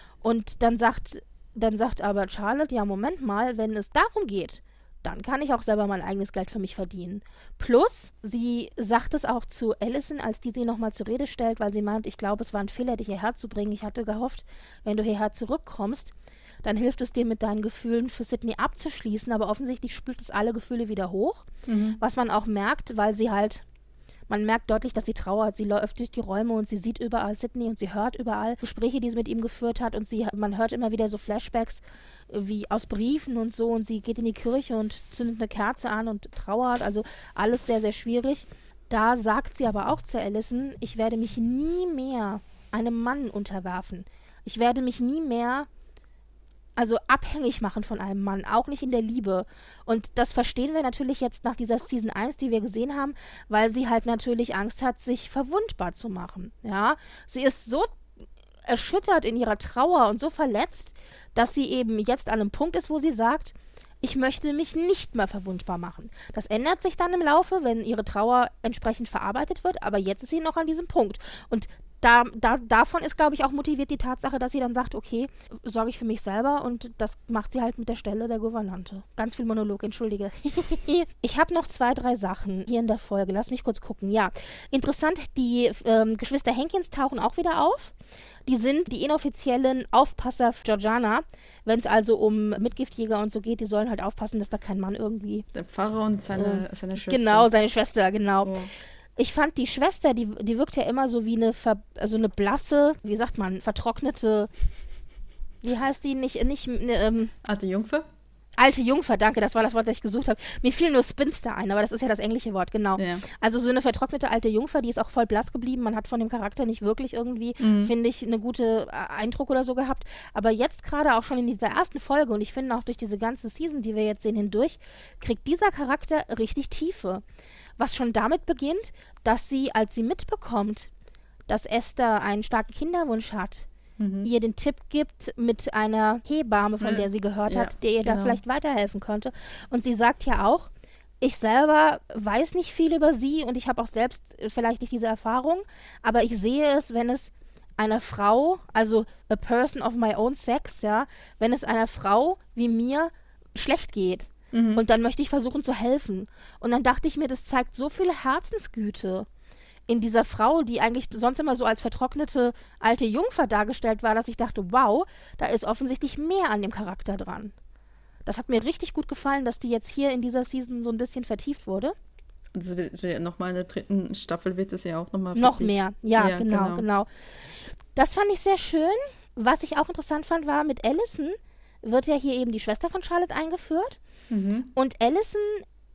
Und dann sagt, dann sagt aber Charlotte, ja Moment mal, wenn es darum geht, dann kann ich auch selber mein eigenes Geld für mich verdienen. Plus, sie sagt es auch zu Allison, als die sie nochmal zur Rede stellt, weil sie meint, ich glaube, es war ein Fehler, dich hierher zu bringen. Ich hatte gehofft, wenn du hierher zurückkommst, dann hilft es dir mit deinen Gefühlen für Sydney abzuschließen, aber offensichtlich spült es alle Gefühle wieder hoch, mhm. was man auch merkt, weil sie halt, man merkt deutlich, dass sie trauert, sie läuft durch die Räume und sie sieht überall Sydney und sie hört überall Gespräche, die sie mit ihm geführt hat und sie, man hört immer wieder so Flashbacks wie aus Briefen und so und sie geht in die Kirche und zündet eine Kerze an und trauert, also alles sehr, sehr schwierig. Da sagt sie aber auch zu Allison, ich werde mich nie mehr einem Mann unterwerfen. Ich werde mich nie mehr also abhängig machen von einem Mann, auch nicht in der Liebe. Und das verstehen wir natürlich jetzt nach dieser Season eins, die wir gesehen haben, weil sie halt natürlich Angst hat, sich verwundbar zu machen. Ja, sie ist so erschüttert in ihrer Trauer und so verletzt, dass sie eben jetzt an einem Punkt ist, wo sie sagt, ich möchte mich nicht mehr verwundbar machen. Das ändert sich dann im Laufe, wenn ihre Trauer entsprechend verarbeitet wird, aber jetzt ist sie noch an diesem Punkt. Und Da, da, davon ist, glaube ich, auch motiviert die Tatsache, dass sie dann sagt, okay, sorge ich für mich selber und das macht sie halt mit der Stelle der Gouvernante. Ganz viel Monolog, entschuldige. Ich habe noch zwei, drei Sachen hier in der Folge. Lass mich kurz gucken. Ja, interessant, die ähm, Geschwister Hankins tauchen auch wieder auf. Die sind die inoffiziellen Aufpasser für Georgiana, wenn es also um Mitgiftjäger und so geht. Die sollen halt aufpassen, dass da kein Mann irgendwie... Der Pfarrer und seine, äh, seine Schwester. Genau, seine Schwester, genau. Oh. Ich fand die Schwester, die, die wirkt ja immer so wie eine, Ver, also eine blasse, wie sagt man, vertrocknete, wie heißt die, nicht, nicht, ne, ähm, Alte Jungfer? Alte Jungfer, danke, das war das Wort, das ich gesucht habe. Mir fiel nur Spinster ein, aber das ist ja das englische Wort, genau. Ja. Also so eine vertrocknete alte Jungfer, die ist auch voll blass geblieben. Man hat von dem Charakter nicht wirklich irgendwie, mhm. finde ich, eine gute Eindruck oder so gehabt. Aber jetzt gerade auch schon in dieser ersten Folge und ich finde auch durch diese ganze Season, die wir jetzt sehen, hindurch, kriegt dieser Charakter richtig Tiefe. Was schon damit beginnt, dass sie, als sie mitbekommt, dass Esther einen starken Kinderwunsch hat, mhm. ihr den Tipp gibt mit einer Hebamme, von ja. der sie gehört ja, hat, der ihr genau. da vielleicht weiterhelfen könnte. Und sie sagt ja auch, ich selber weiß nicht viel über sie und ich habe auch selbst vielleicht nicht diese Erfahrung, aber ich sehe es, wenn es einer Frau, also a person of my own sex, ja, wenn es einer Frau wie mir schlecht geht. Mhm. Und dann möchte ich versuchen zu helfen. Und dann dachte ich mir, das zeigt so viel Herzensgüte in dieser Frau, die eigentlich sonst immer so als vertrocknete alte Jungfer dargestellt war, dass ich dachte, wow, da ist offensichtlich mehr an dem Charakter dran. Das hat mir richtig gut gefallen, dass die jetzt hier in dieser Season so ein bisschen vertieft wurde. Und das wird, wird nochmal in der dritten Staffel wird es ja auch nochmal vertieft. Noch mehr, ja, ja genau, genau, genau. Das fand ich sehr schön. Was ich auch interessant fand, war, mit Allison wird ja hier eben die Schwester von Charlotte eingeführt. Mhm. Und Allison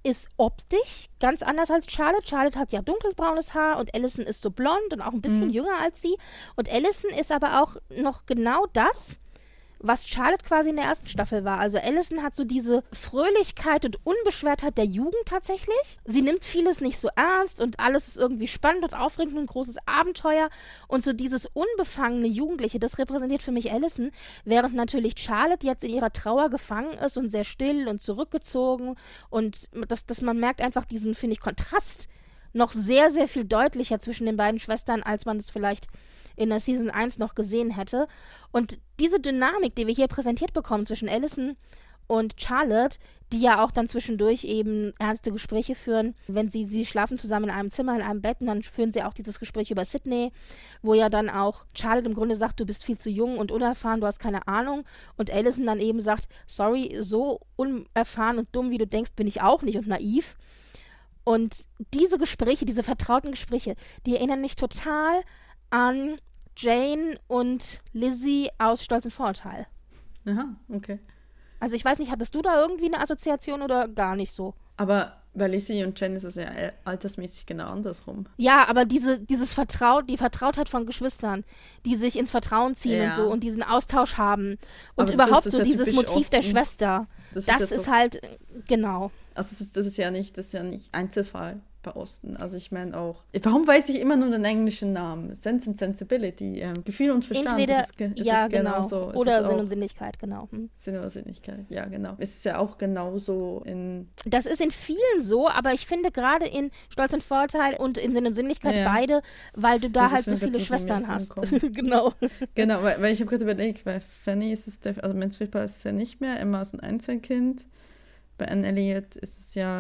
ist optisch ganz anders als Charlotte. Charlotte hat ja dunkelbraunes Haar und Alicent ist so blond und auch ein bisschen mhm. jünger als sie. Und Alicent ist aber auch noch genau das, was Charlotte quasi in der ersten Staffel war. Also Alicent hat so diese Fröhlichkeit und Unbeschwertheit der Jugend tatsächlich. Sie nimmt vieles nicht so ernst und alles ist irgendwie spannend und aufregend und ein großes Abenteuer. Und so dieses unbefangene Jugendliche, das repräsentiert für mich Alicent, während natürlich Charlotte jetzt in ihrer Trauer gefangen ist und sehr still und zurückgezogen. Und das, das man merkt einfach diesen, finde ich, Kontrast noch sehr, sehr viel deutlicher zwischen den beiden Schwestern, als man es vielleicht in der Season eins noch gesehen hätte. Und diese Dynamik, die wir hier präsentiert bekommen zwischen Alicent und Charlotte, die ja auch dann zwischendurch eben ernste Gespräche führen, wenn sie, sie schlafen zusammen in einem Zimmer, in einem Bett und dann führen sie auch dieses Gespräch über Sydney, wo ja dann auch Charlotte im Grunde sagt, du bist viel zu jung und unerfahren, du hast keine Ahnung und Alicent dann eben sagt, sorry, so unerfahren und dumm, wie du denkst, bin ich auch nicht und naiv. Und diese Gespräche, diese vertrauten Gespräche, die erinnern mich total an Jane und Lizzie aus Stolz und Vorurteil. Aha, okay. Also ich weiß nicht, hattest du da irgendwie eine Assoziation oder gar nicht so? Aber bei Lizzie und Jane ist es ja altersmäßig genau andersrum. Ja, aber diese, dieses Vertraut, die Vertrautheit von Geschwistern, die sich ins Vertrauen ziehen ja. und so und diesen Austausch haben und aber überhaupt ist, so ja dieses Motiv Osten. Der Schwester. Das, das ist, ja ist halt, genau. Also das ist, das ist ja nicht, das ist ja nicht Einzelfall. Osten. Also ich meine auch, warum weiß ich immer nur den englischen Namen? Sense and Sensibility, ähm, Gefühl und Verstand. Entweder, das ist, ge- ja, ist genau. genauso. Oder Sinn und Sinnlichkeit, genau. Hm. Sinn oder Sinnlichkeit, ja, genau. Es ist ja auch genauso in... Das ist in vielen so, aber ich finde gerade in Stolz und Vorurteil und in Sinn und Sinnlichkeit ja. beide, weil du da halt so viele Schwestern hast. Genau. Genau, weil, weil ich habe gerade überlegt, bei Fanny ist es, der, also Mance Ripper ist es ja nicht mehr, Emma ist ein Einzelkind. Bei Anne Elliot ist es ja,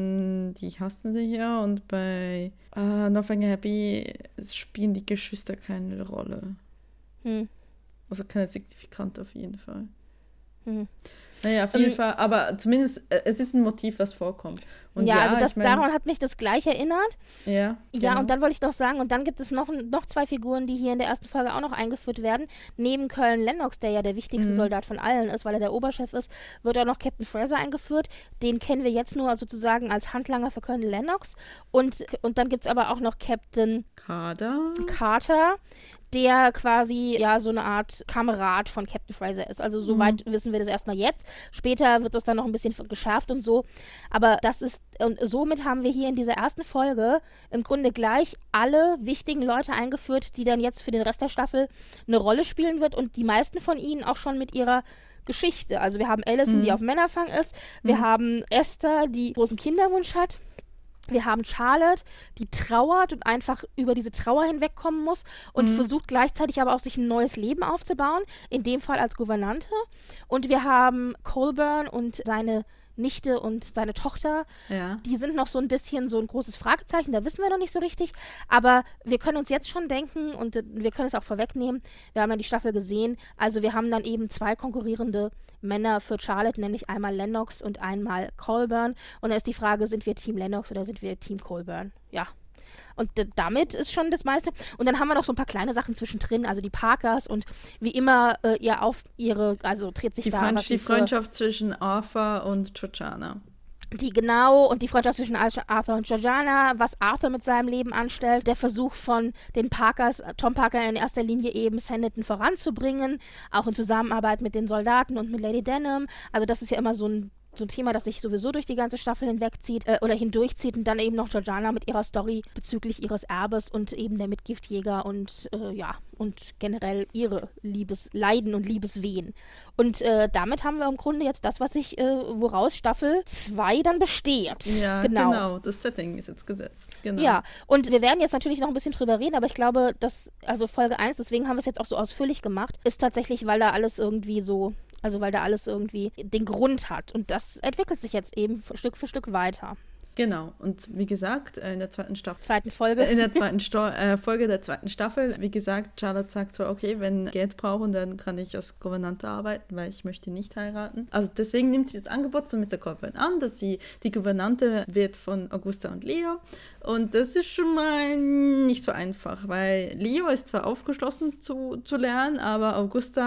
die hassen sich ja und bei uh, Northanger Abbey spielen die Geschwister keine Rolle. Hm. Also keine signifikante auf jeden Fall. Hm. Naja, auf jeden um, Fall, aber zumindest, es ist ein Motiv, was vorkommt. Und ja, ja, also das, ich mein, daran hat mich das gleich erinnert. Ja, Ja, genau. Und dann wollte ich noch sagen, und dann gibt es noch, noch zwei Figuren, die hier in der ersten Folge auch noch eingeführt werden. Neben Colin Lennox, der ja der wichtigste mhm. Soldat von allen ist, weil er der Oberchef ist, wird auch noch Captain Fraser eingeführt. Den kennen wir jetzt nur sozusagen als Handlanger für Colin Lennox. Und, und dann gibt es aber auch noch Captain Carter. Carter, der quasi ja so eine Art Kamerad von Captain Fraser ist. Also soweit mhm. wissen wir das erstmal jetzt. Später wird das dann noch ein bisschen geschärft und so. Aber das ist, und somit haben wir hier in dieser ersten Folge im Grunde gleich alle wichtigen Leute eingeführt, die dann jetzt für den Rest der Staffel eine Rolle spielen wird und die meisten von ihnen auch schon mit ihrer Geschichte. Also wir haben Alicent, mhm. die auf Männerfang ist. Wir mhm. haben Esther, die großen Kinderwunsch hat. Wir haben Charlotte, die trauert und einfach über diese Trauer hinwegkommen muss und mhm. versucht gleichzeitig aber auch sich ein neues Leben aufzubauen, in dem Fall als Gouvernante. Und wir haben Colburn und seine Nichte und seine Tochter, ja. die sind noch so ein bisschen so ein großes Fragezeichen, da wissen wir noch nicht so richtig, aber wir können uns jetzt schon denken und äh, wir können es auch vorwegnehmen, wir haben ja die Staffel gesehen, also wir haben dann eben zwei konkurrierende Männer für Charlotte, nämlich einmal Lennox und einmal Colburn und da ist die Frage, sind wir Team Lennox oder sind wir Team Colburn? Ja. Und d- damit ist schon das meiste. Und dann haben wir noch so ein paar kleine Sachen zwischendrin, also die Parkers und wie immer äh, ihr auf ihre, also dreht sich die da Freund- was Die Freundschaft zwischen Arthur und Georgiana. Die genau, und die Freundschaft zwischen Arthur und Georgiana, was Arthur mit seinem Leben anstellt, der Versuch von den Parkers, Tom Parker in erster Linie eben Sanditon voranzubringen, auch in Zusammenarbeit mit den Soldaten und mit Lady Denham. Also das ist ja immer so ein so ein Thema, das sich sowieso durch die ganze Staffel hinwegzieht äh, oder hindurchzieht und dann eben noch Georgiana mit ihrer Story bezüglich ihres Erbes und eben der Mitgiftjäger und äh, ja, und generell ihre Liebesleiden und Liebeswehen. Und äh, damit haben wir im Grunde jetzt das, was sich, äh, woraus Staffel zwei dann besteht. Ja, genau. genau. Das Setting ist jetzt gesetzt. Genau. Ja, und wir werden jetzt natürlich noch ein bisschen drüber reden, aber ich glaube, dass, also Folge eins, deswegen haben wir es jetzt auch so ausführlich gemacht, ist tatsächlich, weil da alles irgendwie so Also weil da alles irgendwie den Grund hat. Und das entwickelt sich jetzt eben Stück für Stück weiter. Genau. Und wie gesagt, in der zweiten Staffel. Zweiten Folge. In der zweiten Sto- äh, Folge der zweiten Staffel. Wie gesagt, Charlotte sagt so, okay, wenn ich Geld brauche, dann kann ich als Gouvernante arbeiten, weil ich möchte nicht heiraten. Also deswegen nimmt sie das Angebot von Mister Colburn an, dass sie die Gouvernante wird von Augusta und Leo. Und das ist schon mal nicht so einfach, weil Leo ist zwar aufgeschlossen zu, zu lernen, aber Augusta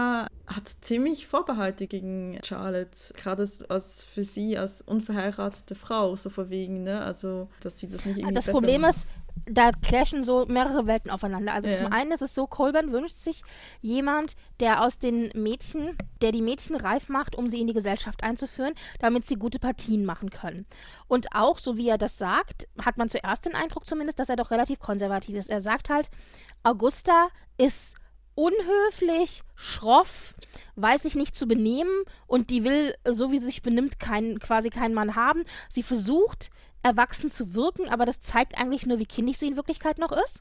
hat ziemlich Vorbehalte gegen Charlotte, gerade als für sie als unverheiratete Frau, so verwegen, ne? Also, dass sie das nicht irgendwie Das besser Problem macht. ist, da clashen so mehrere Welten aufeinander. Also Ja. zum einen ist es so, Colburn wünscht sich jemand, der aus den Mädchen, der die Mädchen reif macht, um sie in die Gesellschaft einzuführen, damit sie gute Partien machen können. Und auch, so wie er das sagt, hat man zuerst den Eindruck zumindest, dass er doch relativ konservativ ist. Er sagt halt, Augusta ist unhöflich, schroff, weiß sich nicht zu benehmen und die will, so wie sie sich benimmt, kein, quasi keinen Mann haben. Sie versucht, erwachsen zu wirken, aber das zeigt eigentlich nur, wie kindisch sie in Wirklichkeit noch ist.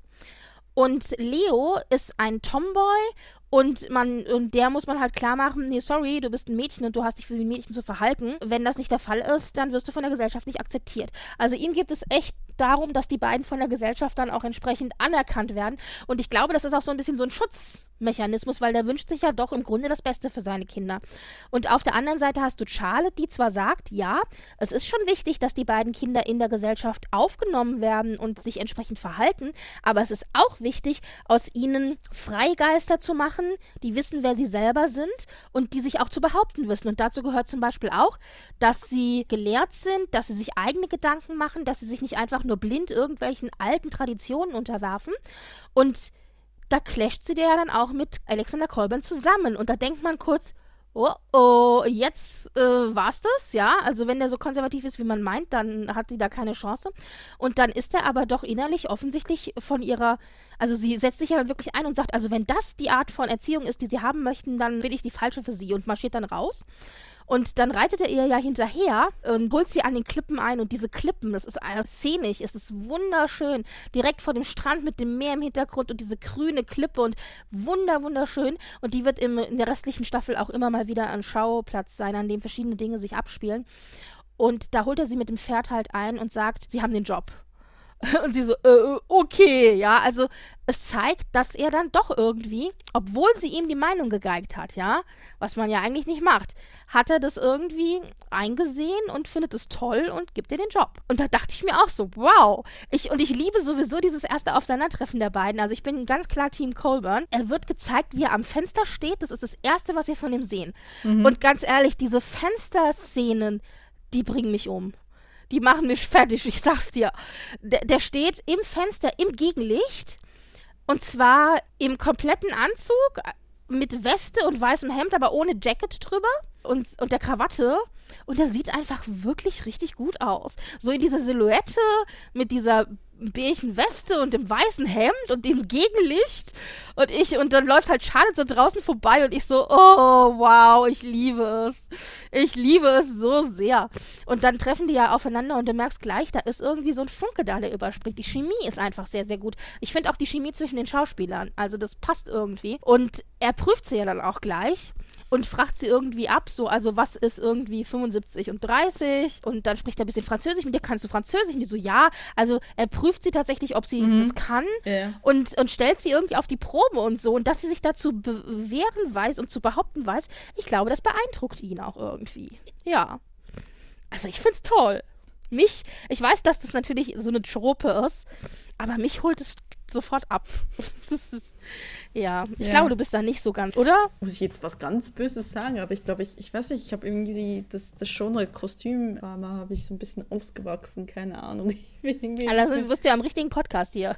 Und Leo ist ein Tomboy und man und der muss man halt klar machen, nee, sorry, du bist ein Mädchen und du hast dich wie ein Mädchen zu verhalten. Wenn das nicht der Fall ist, dann wirst du von der Gesellschaft nicht akzeptiert. Also ihm geht es echt darum, dass die beiden von der Gesellschaft dann auch entsprechend anerkannt werden. Und ich glaube, das ist auch so ein bisschen so ein Schutzmechanismus, weil der wünscht sich ja doch im Grunde das Beste für seine Kinder. Und auf der anderen Seite hast du Charlotte, die zwar sagt, ja, es ist schon wichtig, dass die beiden Kinder in der Gesellschaft aufgenommen werden und sich entsprechend verhalten, aber es ist auch wichtig, aus ihnen Freigeister zu machen, die wissen, wer sie selber sind und die sich auch zu behaupten wissen. Und dazu gehört zum Beispiel auch, dass sie gelehrt sind, dass sie sich eigene Gedanken machen, dass sie sich nicht einfach nur blind irgendwelchen alten Traditionen unterwerfen. Und da clasht sie ja dann auch mit Alexander Colburn zusammen. Und da denkt man kurz, oh, oh, jetzt äh, war's das, ja. Also wenn der so konservativ ist, wie man meint, dann hat sie da keine Chance. Und dann ist er aber doch innerlich offensichtlich von ihrer, also sie setzt sich ja dann wirklich ein und sagt, also wenn das die Art von Erziehung ist, die sie haben möchten, dann bin ich die falsche für sie und marschiert dann raus. Und dann reitet er ihr ja hinterher und holt sie an den Klippen ein. Und diese Klippen, das ist äh, szenisch, es ist wunderschön. Direkt vor dem Strand mit dem Meer im Hintergrund und diese grüne Klippe und wunder, wunderschön. Und die wird im, in der restlichen Staffel auch immer mal wieder ein Schauplatz sein, an dem verschiedene Dinge sich abspielen. Und da holt er sie mit dem Pferd halt ein und sagt, sie haben den Job. Und sie so, äh, okay, ja, also es zeigt, dass er dann doch irgendwie, obwohl sie ihm die Meinung gegeigt hat, ja, was man ja eigentlich nicht macht, hat er das irgendwie eingesehen und findet es toll und gibt ihr den Job. Und da dachte ich mir auch so, wow, ich, und ich liebe sowieso dieses erste Aufeinandertreffen der beiden, also ich bin ganz klar Team Colburn. Er wird gezeigt, wie er am Fenster steht, das ist das Erste, was wir von ihm sehen. Mhm. Und ganz ehrlich, diese Fensterszenen, die bringen mich um. Die machen mich fertig, ich sag's dir. Der, der steht im Fenster, im Gegenlicht. Und zwar im kompletten Anzug, mit Weste und weißem Hemd, aber ohne Jacket drüber. Und, und der Krawatte. Und der sieht einfach wirklich richtig gut aus. So in dieser Silhouette mit dieser beigen Weste und dem weißen Hemd und dem Gegenlicht. Und ich, und dann läuft halt Charlotte so draußen vorbei und ich so, oh, wow, ich liebe es. Ich liebe es so sehr. Und dann treffen die ja aufeinander und du merkst gleich, da ist irgendwie so ein Funke da, der überspringt. Die Chemie ist einfach sehr, sehr gut. Ich finde auch die Chemie zwischen den Schauspielern, also das passt irgendwie. Und er prüft sie ja dann auch gleich. Und fragt sie irgendwie ab, so, also was ist irgendwie fünfundsiebzig und dreißig? Und dann spricht er ein bisschen Französisch, mit dir kannst du Französisch? Und die so, ja. Also er prüft sie tatsächlich, ob sie mhm. das kann yeah. und, und stellt sie irgendwie auf die Probe und so. Und dass sie sich dazu bewähren weiß und zu behaupten weiß, ich glaube, das beeindruckt ihn auch irgendwie. Ja. Also ich find's toll. Mich, ich weiß, dass das natürlich so eine Trope ist, aber mich holt es sofort ab. Ja, ich ja. glaube, du bist da nicht so ganz, oder? Muss ich jetzt was ganz Böses sagen, aber ich glaube, ich, ich weiß nicht, ich habe irgendwie das, das Genre Kostümdrama habe ich so ein bisschen ausgewachsen, keine Ahnung. Also du bist ja am richtigen Podcast hier.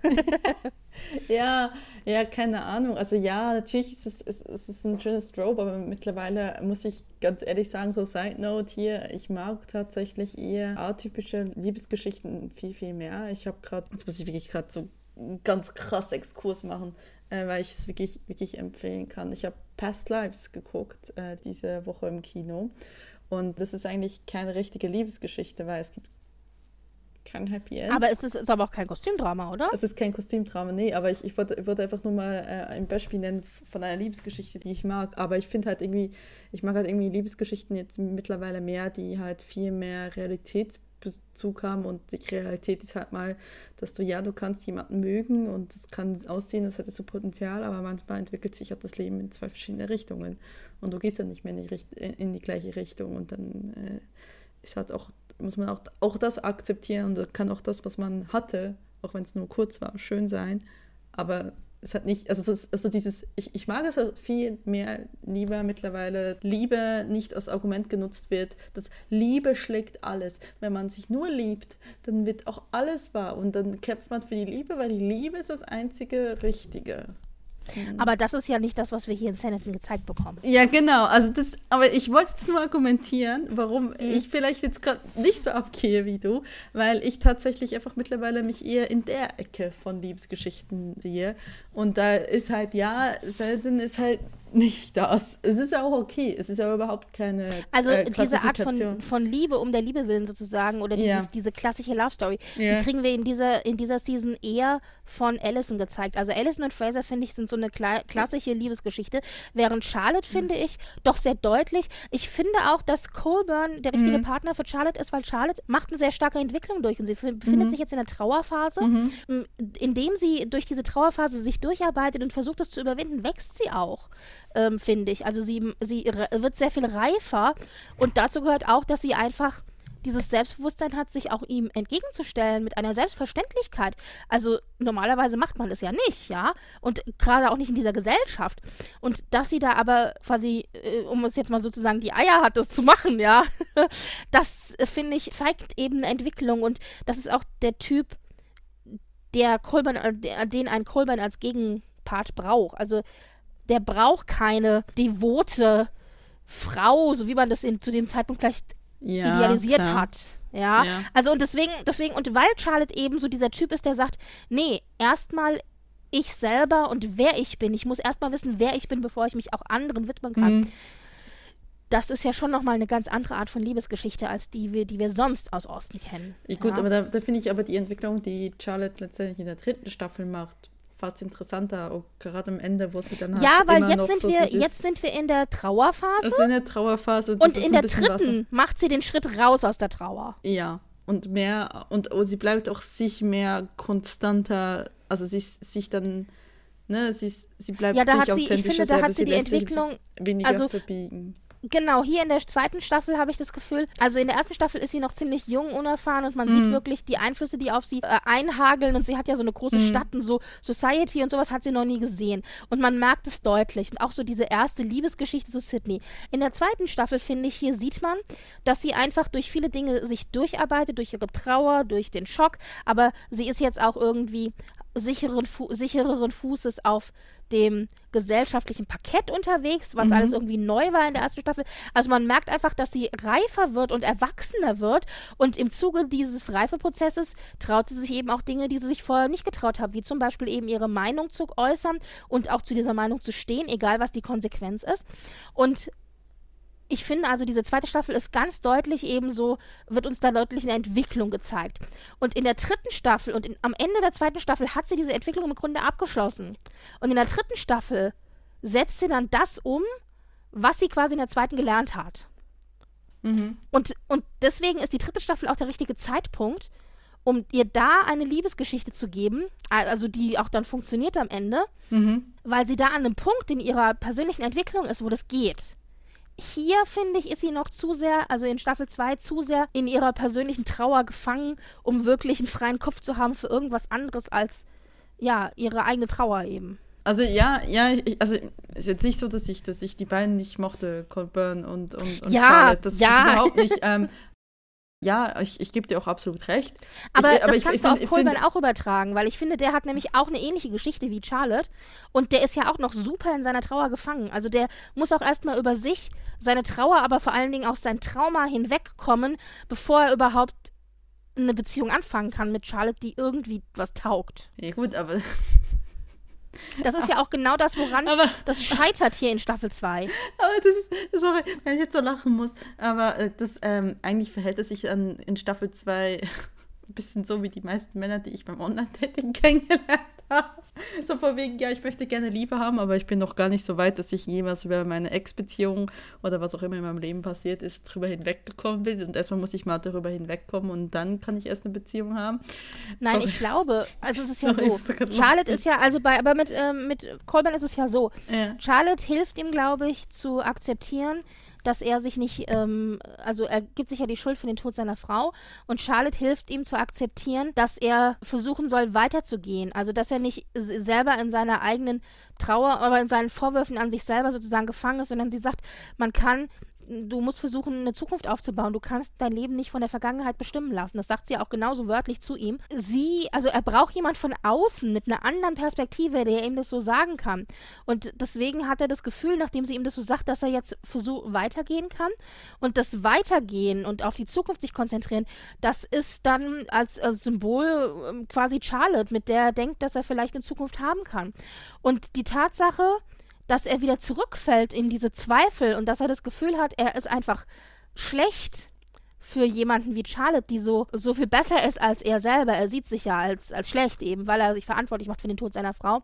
ja, ja, keine Ahnung. Also ja, natürlich ist es, es, es ist ein schönes Trope, aber mittlerweile muss ich ganz ehrlich sagen, so Side Note hier, ich mag tatsächlich eher atypische Liebesgeschichten viel, viel mehr. Ich habe gerade, jetzt muss ich wirklich gerade so ganz krass Exkurs machen, äh, weil ich es wirklich, wirklich empfehlen kann. Ich habe Past Lives geguckt äh, diese Woche im Kino und das ist eigentlich keine richtige Liebesgeschichte, weil es gibt kein Happy End. Aber es ist, ist aber auch kein Kostümdrama, oder? Es ist kein Kostümdrama, nee, aber ich, ich wollte, wollte einfach nur mal äh, ein Beispiel nennen von einer Liebesgeschichte, die ich mag, aber ich finde halt irgendwie, ich mag halt irgendwie Liebesgeschichten jetzt mittlerweile mehr, die halt viel mehr Realitätsbezug haben und die Realität ist halt mal, dass du, ja, du kannst jemanden mögen und es kann aussehen, als hättest du Potenzial, aber manchmal entwickelt sich auch das Leben in zwei verschiedene Richtungen und du gehst dann nicht mehr in die, Richt- in die gleiche Richtung und dann äh, ist halt auch, muss man auch, auch das akzeptieren und kann auch das, was man hatte, auch wenn es nur kurz war, schön sein, aber es hat nicht, also, es, also dieses, ich, ich mag es viel mehr lieber mittlerweile, Liebe nicht als Argument genutzt wird, dass Liebe schlägt alles. Wenn man sich nur liebt, dann wird auch alles wahr und dann kämpft man für die Liebe, weil die Liebe ist das einzige Richtige. Aber das ist ja nicht das, was wir hier in Sanditon gezeigt bekommen. Ja, genau. Also das, aber ich wollte jetzt nur argumentieren, warum mhm. ich vielleicht jetzt gerade nicht so abgehe wie du, weil ich tatsächlich einfach mittlerweile mich eher in der Ecke von Liebesgeschichten sehe. Und da ist halt, ja, Sanditon ist halt nicht das. Es ist auch okay. Es ist aber überhaupt keine Also äh, diese Art von, von Liebe um der Liebe willen sozusagen oder dieses, ja. diese klassische Love Story, ja. die kriegen wir in dieser, in dieser Season eher von Allison gezeigt. Also Allison und Fraser, finde ich, sind so eine kla- klassische Liebesgeschichte, während Charlotte, finde ich, doch sehr deutlich. Ich finde auch, dass Colburn der richtige mhm. Partner für Charlotte ist, weil Charlotte macht eine sehr starke Entwicklung durch und sie f- befindet mhm. sich jetzt in der Trauerphase. Mhm. Indem sie durch diese Trauerphase sich durcharbeitet und versucht, das zu überwinden, wächst sie auch. Ähm, finde ich. Also sie, sie re- wird sehr viel reifer und dazu gehört auch, dass sie einfach dieses Selbstbewusstsein hat, sich auch ihm entgegenzustellen mit einer Selbstverständlichkeit. Also normalerweise macht man das ja nicht, ja, und gerade auch nicht in dieser Gesellschaft. Und dass sie da aber quasi, äh, um es jetzt mal sozusagen die Eier hat, das zu machen, ja, das, äh, finde ich, zeigt eben eine Entwicklung und das ist auch der Typ, der Colburn, äh, der, den ein Colburn als Gegenpart braucht. Also der braucht keine devote Frau, so wie man das in, zu dem Zeitpunkt vielleicht ja, idealisiert klar. hat. Ja? ja, also und deswegen, deswegen, und weil Charlotte eben so dieser Typ ist, der sagt, nee, erstmal ich selber und wer ich bin. Ich muss erstmal wissen, wer ich bin, bevor ich mich auch anderen widmen kann. Mhm. Das ist ja schon nochmal eine ganz andere Art von Liebesgeschichte, als die wir, die wir sonst aus Austen kennen. Ja, gut, ja. aber da, da finde ich aber die Entwicklung, die Charlotte letztendlich in der dritten Staffel macht, fast interessanter, auch gerade am Ende, wo sie dann halt ja, weil immer jetzt noch sind so wir dieses, jetzt sind wir in der Trauerphase. Das ist in der Trauerphase. Und, und in der dritten Wasser. macht sie den Schritt raus aus der Trauer. Ja, und mehr, und oh, sie bleibt auch sich mehr konstanter, also sie sich dann, ne, sie, sie bleibt ja, da sich hat sie, authentischer ich finde, da selber, hat sie die Entwicklung, weniger also, verbiegen. Genau, hier in der zweiten Staffel habe ich das Gefühl, also in der ersten Staffel ist sie noch ziemlich jung, unerfahren und man mm. sieht wirklich die Einflüsse, die auf sie äh, einhageln und sie hat ja so eine große mm. Stadt und so Society und sowas hat sie noch nie gesehen und man merkt es deutlich und auch so diese erste Liebesgeschichte zu Sydney. In der zweiten Staffel, finde ich, hier sieht man, dass sie einfach durch viele Dinge sich durcharbeitet, durch ihre Trauer, durch den Schock, aber sie ist jetzt auch irgendwie sicheren, Fu- sichereren Fußes auf dem gesellschaftlichen Parkett unterwegs, was mhm. alles irgendwie neu war in der ersten Staffel. Also man merkt einfach, dass sie reifer wird und erwachsener wird und im Zuge dieses Reifeprozesses traut sie sich eben auch Dinge, die sie sich vorher nicht getraut hat, wie zum Beispiel eben ihre Meinung zu äußern und auch zu dieser Meinung zu stehen, egal was die Konsequenz ist. Und ich finde also, diese zweite Staffel ist ganz deutlich eben so, wird uns da deutlich eine Entwicklung gezeigt. Und in der dritten Staffel und in, am Ende der zweiten Staffel hat sie diese Entwicklung im Grunde abgeschlossen. Und in der dritten Staffel setzt sie dann das um, was sie quasi in der zweiten gelernt hat. Mhm. Und, und deswegen ist die dritte Staffel auch der richtige Zeitpunkt, um ihr da eine Liebesgeschichte zu geben, also die auch dann funktioniert am Ende, mhm. weil sie da an einem Punkt in ihrer persönlichen Entwicklung ist, wo das geht. Hier, finde ich, ist sie noch zu sehr, also in Staffel zwei, zu sehr in ihrer persönlichen Trauer gefangen, um wirklich einen freien Kopf zu haben für irgendwas anderes als, ja, ihre eigene Trauer eben. Also ja, ja, ich, also ist jetzt nicht so, dass ich, dass ich die beiden nicht mochte, Colburn und, und, und ja, Charlotte, das, ja. das überhaupt nicht. Ähm, ja, ich, ich gebe dir auch absolut recht. Aber ich, das aber ich, kannst ich, du auf ich, Colburn find, auch übertragen, weil ich finde, der hat nämlich auch eine ähnliche Geschichte wie Charlotte und der ist ja auch noch super in seiner Trauer gefangen. Also der muss auch erstmal über sich, seine Trauer, aber vor allen Dingen auch sein Trauma hinwegkommen, bevor er überhaupt eine Beziehung anfangen kann mit Charlotte, die irgendwie was taugt. Ja gut, aber... Das ist ja auch genau das, woran aber, das scheitert hier in Staffel zwei. Aber das ist, sorry, wenn ich jetzt so lachen muss, aber das, ähm, eigentlich verhält es sich an, in Staffel zwei ein bisschen so wie die meisten Männer, die ich beim Online-Dating kennengelernt habe. So von wegen, ja, ich möchte gerne Liebe haben, aber ich bin noch gar nicht so weit, dass ich jemals über meine Ex-Beziehung oder was auch immer in meinem Leben passiert ist, drüber hinweggekommen bin. Und erstmal muss ich mal darüber hinwegkommen und dann kann ich erst eine Beziehung haben. Nein, Sorry. ich glaube, also es ist ja Sorry, so, Charlotte ist ja, also bei, aber mit, ähm, mit Colburn ist es ja so, ja. Charlotte hilft ihm, glaube ich, zu akzeptieren, dass er sich nicht, ähm, also er gibt sich ja die Schuld für den Tod seiner Frau und Charlotte hilft ihm zu akzeptieren, dass er versuchen soll, weiterzugehen. Also dass er nicht s- selber in seiner eigenen Trauer oder in seinen Vorwürfen an sich selber sozusagen gefangen ist, sondern sie sagt, man kann du musst versuchen, eine Zukunft aufzubauen. Du kannst dein Leben nicht von der Vergangenheit bestimmen lassen. Das sagt sie auch genauso wörtlich zu ihm. Sie, also er braucht jemand von außen mit einer anderen Perspektive, der ihm das so sagen kann. Und deswegen hat er das Gefühl, nachdem sie ihm das so sagt, dass er jetzt versucht, weitergehen kann. Und das Weitergehen und auf die Zukunft sich konzentrieren, das ist dann als, als Symbol ähm, quasi Charlotte, mit der er denkt, dass er vielleicht eine Zukunft haben kann. Und die Tatsache, dass er wieder zurückfällt in diese Zweifel und dass er das Gefühl hat, er ist einfach schlecht für jemanden wie Charlotte, die so, so viel besser ist als er selber. Er sieht sich ja als, als schlecht eben, weil er sich verantwortlich macht für den Tod seiner Frau.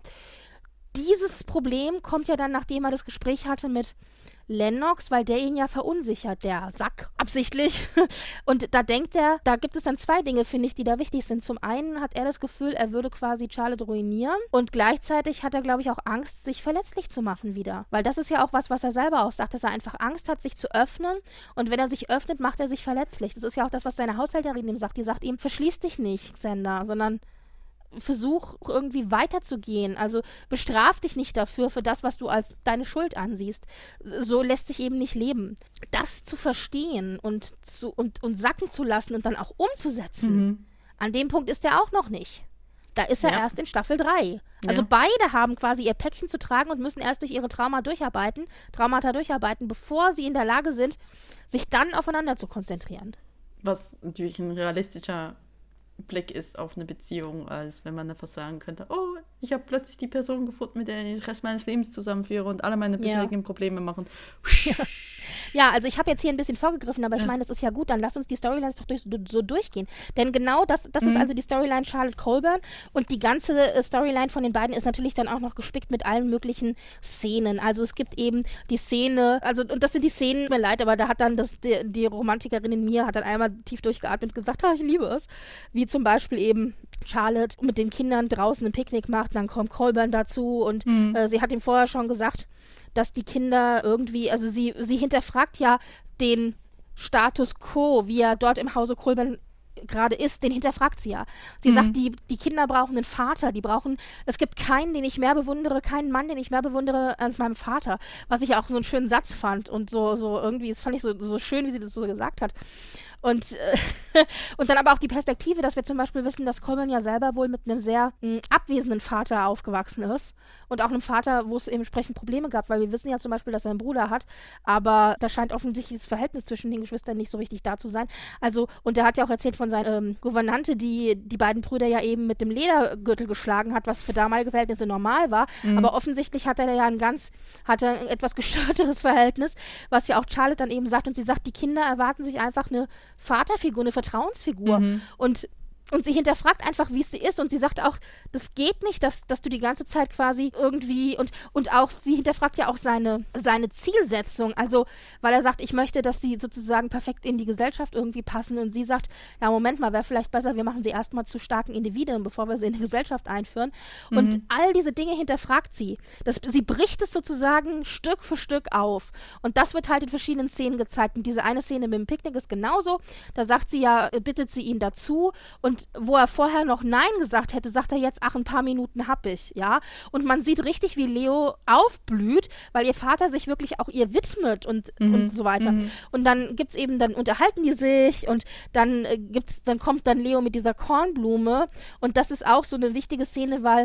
Dieses Problem kommt ja dann, nachdem er das Gespräch hatte mit Lennox, weil der ihn ja verunsichert, der Sack, absichtlich. Und da denkt er, da gibt es dann zwei Dinge, finde ich, die da wichtig sind. Zum einen hat er das Gefühl, er würde quasi Charlotte ruinieren und gleichzeitig hat er, glaube ich, auch Angst, sich verletzlich zu machen wieder. Weil das ist ja auch was, was er selber auch sagt, dass er einfach Angst hat, sich zu öffnen und wenn er sich öffnet, macht er sich verletzlich. Das ist ja auch das, was seine Haushälterin ihm sagt. Die sagt ihm, verschließ dich nicht, Xander, sondern versuch irgendwie weiterzugehen. Also bestraf dich nicht dafür, für das, was du als deine Schuld ansiehst. So lässt sich eben nicht leben. Das zu verstehen und, zu, und, und sacken zu lassen und dann auch umzusetzen, mhm. an dem Punkt ist er auch noch nicht. Da ist er ja. erst in Staffel drei. Also ja. beide haben quasi ihr Päckchen zu tragen und müssen erst durch ihre Trauma durcharbeiten, Traumata durcharbeiten, bevor sie in der Lage sind, sich dann aufeinander zu konzentrieren. Was natürlich ein realistischer Blick ist auf eine Beziehung, als wenn man einfach sagen könnte, oh, ich habe plötzlich die Person gefunden, mit der ich den Rest meines Lebens zusammenführe und alle meine bisherigen ja. Probleme machen. Ja. Ja, also ich habe jetzt hier ein bisschen vorgegriffen, aber ich ja. meine, das ist ja gut, dann lass uns die Storylines doch durch, so durchgehen. Denn genau das, das mhm. ist also die Storyline Charlotte Colburn und die ganze äh, Storyline von den beiden ist natürlich dann auch noch gespickt mit allen möglichen Szenen. Also es gibt eben die Szene, also und das sind die Szenen, mir leid, aber da hat dann das, die, die Romantikerin in mir hat dann einmal tief durchgeatmet und gesagt, ah, ich liebe es. Wie zum Beispiel eben Charlotte mit den Kindern draußen ein Picknick macht, dann kommt Colburn dazu und mhm. äh, sie hat ihm vorher schon gesagt, dass die Kinder irgendwie, also sie, sie hinterfragt ja den Status quo, wie er dort im Hause Colburn gerade ist, den hinterfragt sie ja. Sie mhm. sagt, die, die Kinder brauchen einen Vater, die brauchen, es gibt keinen, den ich mehr bewundere, keinen Mann, den ich mehr bewundere als meinen Vater, was ich auch so einen schönen Satz fand und so, so irgendwie, das fand ich so, so schön, wie sie das so gesagt hat. Und, äh, und dann aber auch die Perspektive, dass wir zum Beispiel wissen, dass Colburn ja selber wohl mit einem sehr mh, abwesenden Vater aufgewachsen ist und auch einem Vater, wo es eben entsprechend Probleme gab, weil wir wissen ja zum Beispiel, dass er einen Bruder hat, aber da scheint offensichtlich das Verhältnis zwischen den Geschwistern nicht so richtig da zu sein. Also, und er hat ja auch erzählt von seiner ähm, Gouvernante, die die beiden Brüder ja eben mit dem Ledergürtel geschlagen hat, was für damalige Verhältnisse normal war, mhm. aber offensichtlich hat er ja ein ganz, hat er ein etwas gestörteres Verhältnis, was ja auch Charlotte dann eben sagt und sie sagt, die Kinder erwarten sich einfach eine Vaterfigur, eine Vertrauensfigur. Mhm. Und, und sie hinterfragt einfach, wie es sie ist. Und sie sagt auch, das geht nicht, dass, dass du die ganze Zeit quasi irgendwie und, und auch, sie hinterfragt ja auch seine, seine Zielsetzung. Also, weil er sagt, ich möchte, dass sie sozusagen perfekt in die Gesellschaft irgendwie passen. Und sie sagt, ja, Moment mal, wäre vielleicht besser, wir machen sie erstmal zu starken Individuen, bevor wir sie in die Gesellschaft einführen. Mhm. Und all diese Dinge hinterfragt sie. Das, sie bricht es sozusagen Stück für Stück auf. Und das wird halt in verschiedenen Szenen gezeigt. Und diese eine Szene mit dem Picknick ist genauso. Da sagt sie ja, bittet sie ihn dazu. Und wo er vorher noch Nein gesagt hätte, sagt er jetzt, ach, ein paar Minuten hab ich, ja. Und man sieht richtig, wie Leo aufblüht, weil ihr Vater sich wirklich auch ihr widmet und, mhm. und so weiter. Mhm. Und dann gibt's eben, dann unterhalten die sich und dann äh, gibt's, dann kommt dann Leo mit dieser Kornblume und das ist auch so eine wichtige Szene, weil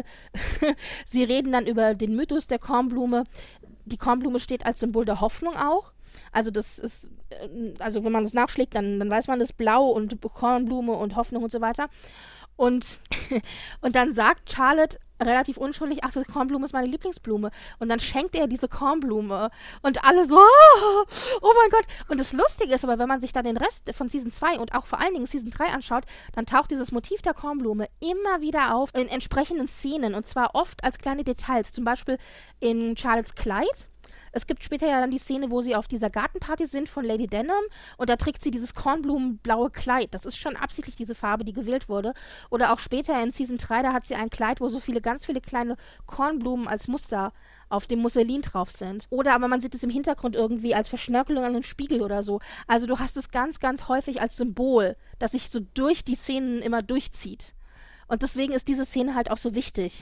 sie reden dann über den Mythos der Kornblume. Die Kornblume steht als Symbol der Hoffnung auch. Also das ist, also wenn man das nachschlägt, dann, dann weiß man das Blau und Kornblume und Hoffnung und so weiter. Und, und dann sagt Charlotte relativ unschuldig, ach, diese Kornblume ist meine Lieblingsblume. Und dann schenkt er diese Kornblume. Und alle so, oh, oh mein Gott. Und das Lustige ist aber, wenn man sich dann den Rest von Season zwei und auch vor allen Dingen Season drei anschaut, dann taucht dieses Motiv der Kornblume immer wieder auf in entsprechenden Szenen. Und zwar oft als kleine Details. Zum Beispiel in Charlottes Kleid. Es gibt später ja dann die Szene, wo sie auf dieser Gartenparty sind von Lady Denham und da trägt sie dieses kornblumenblaue Kleid. Das ist schon absichtlich diese Farbe, die gewählt wurde. Oder auch später in Season drei, da hat sie ein Kleid, wo so viele, ganz viele kleine Kornblumen als Muster auf dem Musselin drauf sind. Oder aber man sieht es im Hintergrund irgendwie als Verschnörkelung an einem Spiegel oder so. Also du hast es ganz, ganz häufig als Symbol, das sich so durch die Szenen immer durchzieht. Und deswegen ist diese Szene halt auch so wichtig.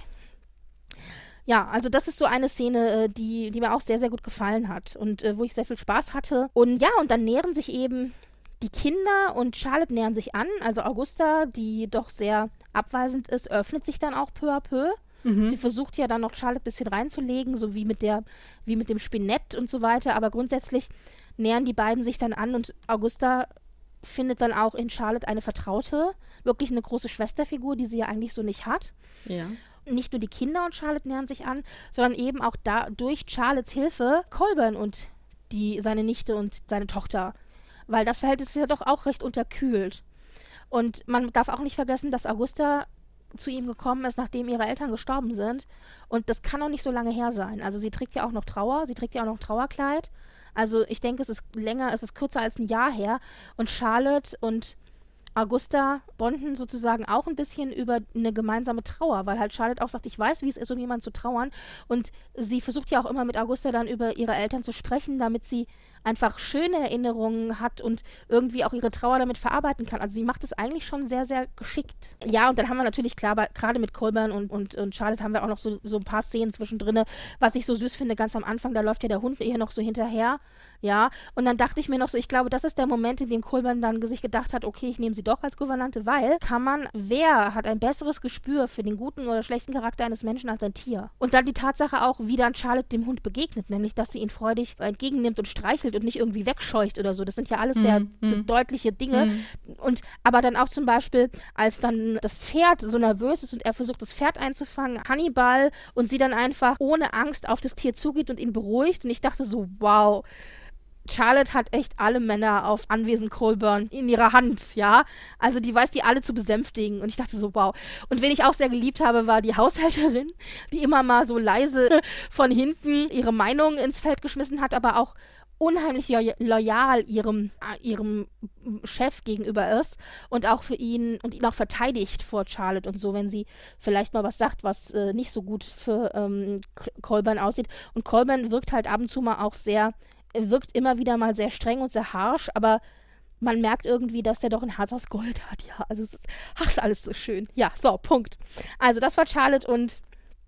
Ja, also das ist so eine Szene, die, die mir auch sehr, sehr gut gefallen hat und äh, wo ich sehr viel Spaß hatte. Und ja, und dann nähern sich eben die Kinder und Charlotte nähern sich an. Also Augusta, die doch sehr abweisend ist, öffnet sich dann auch peu à peu. Mhm. Sie versucht ja dann noch Charlotte ein bisschen reinzulegen, so wie mit der, wie mit dem Spinett und so weiter. Aber grundsätzlich nähern die beiden sich dann an und Augusta findet dann auch in Charlotte eine Vertraute, wirklich eine große Schwesterfigur, die sie ja eigentlich so nicht hat. Ja. Nicht nur die Kinder und Charlotte nähern sich an, sondern eben auch da durch Charlottes Hilfe Colburn und die, seine Nichte und seine Tochter. Weil das Verhältnis ist ja doch auch recht unterkühlt. Und man darf auch nicht vergessen, dass Augusta zu ihm gekommen ist, nachdem ihre Eltern gestorben sind. Und das kann auch nicht so lange her sein. Also sie trägt ja auch noch Trauer, sie trägt ja auch noch Trauerkleid. Also ich denke, es ist länger, es ist kürzer als ein Jahr her. Und Charlotte und Augusta bonden sozusagen auch ein bisschen über eine gemeinsame Trauer, weil halt Charlotte auch sagt, ich weiß, wie es ist, um jemanden zu trauern. Und sie versucht ja auch immer mit Augusta dann über ihre Eltern zu sprechen, damit sie einfach schöne Erinnerungen hat und irgendwie auch ihre Trauer damit verarbeiten kann. Also sie macht es eigentlich schon sehr, sehr geschickt. Ja, und dann haben wir natürlich, klar, gerade mit Colburn und, und, und Charlotte haben wir auch noch so, so ein paar Szenen zwischendrin, was ich so süß finde, ganz am Anfang, da läuft ja der Hund ihr noch so hinterher. Ja, und dann dachte ich mir noch so, ich glaube, das ist der Moment, in dem Colburn dann sich gedacht hat, okay, ich nehme sie doch als Gouvernante, weil kann man, wer hat ein besseres Gespür für den guten oder schlechten Charakter eines Menschen als ein Tier? Und dann die Tatsache auch, wie dann Charlotte dem Hund begegnet, nämlich, dass sie ihn freudig entgegennimmt und streichelt und nicht irgendwie wegscheucht oder so. Das sind ja alles sehr mm. deutliche Dinge. Mm. Und aber dann auch zum Beispiel, als dann das Pferd so nervös ist und er versucht, das Pferd einzufangen, Hannibal, und sie dann einfach ohne Angst auf das Tier zugeht und ihn beruhigt. Und ich dachte so, wow, Charlotte hat echt alle Männer auf Anwesen Colburn in ihrer Hand, ja. Also die weiß die alle zu besänftigen. Und ich dachte so, wow. Und wen ich auch sehr geliebt habe, war die Haushälterin, die immer mal so leise von hinten ihre Meinung ins Feld geschmissen hat, aber auch unheimlich loyal ihrem, ihrem Chef gegenüber ist und auch für ihn und ihn auch verteidigt vor Charlotte und so, wenn sie vielleicht mal was sagt, was äh, nicht so gut für ähm, Colburn aussieht. Und Colburn wirkt halt ab und zu mal auch sehr, wirkt immer wieder mal sehr streng und sehr harsh, aber man merkt irgendwie, dass der doch ein Herz aus Gold hat. Ja, also es ist, ach, ist alles so schön. Ja, so, Punkt. Also das war Charlotte und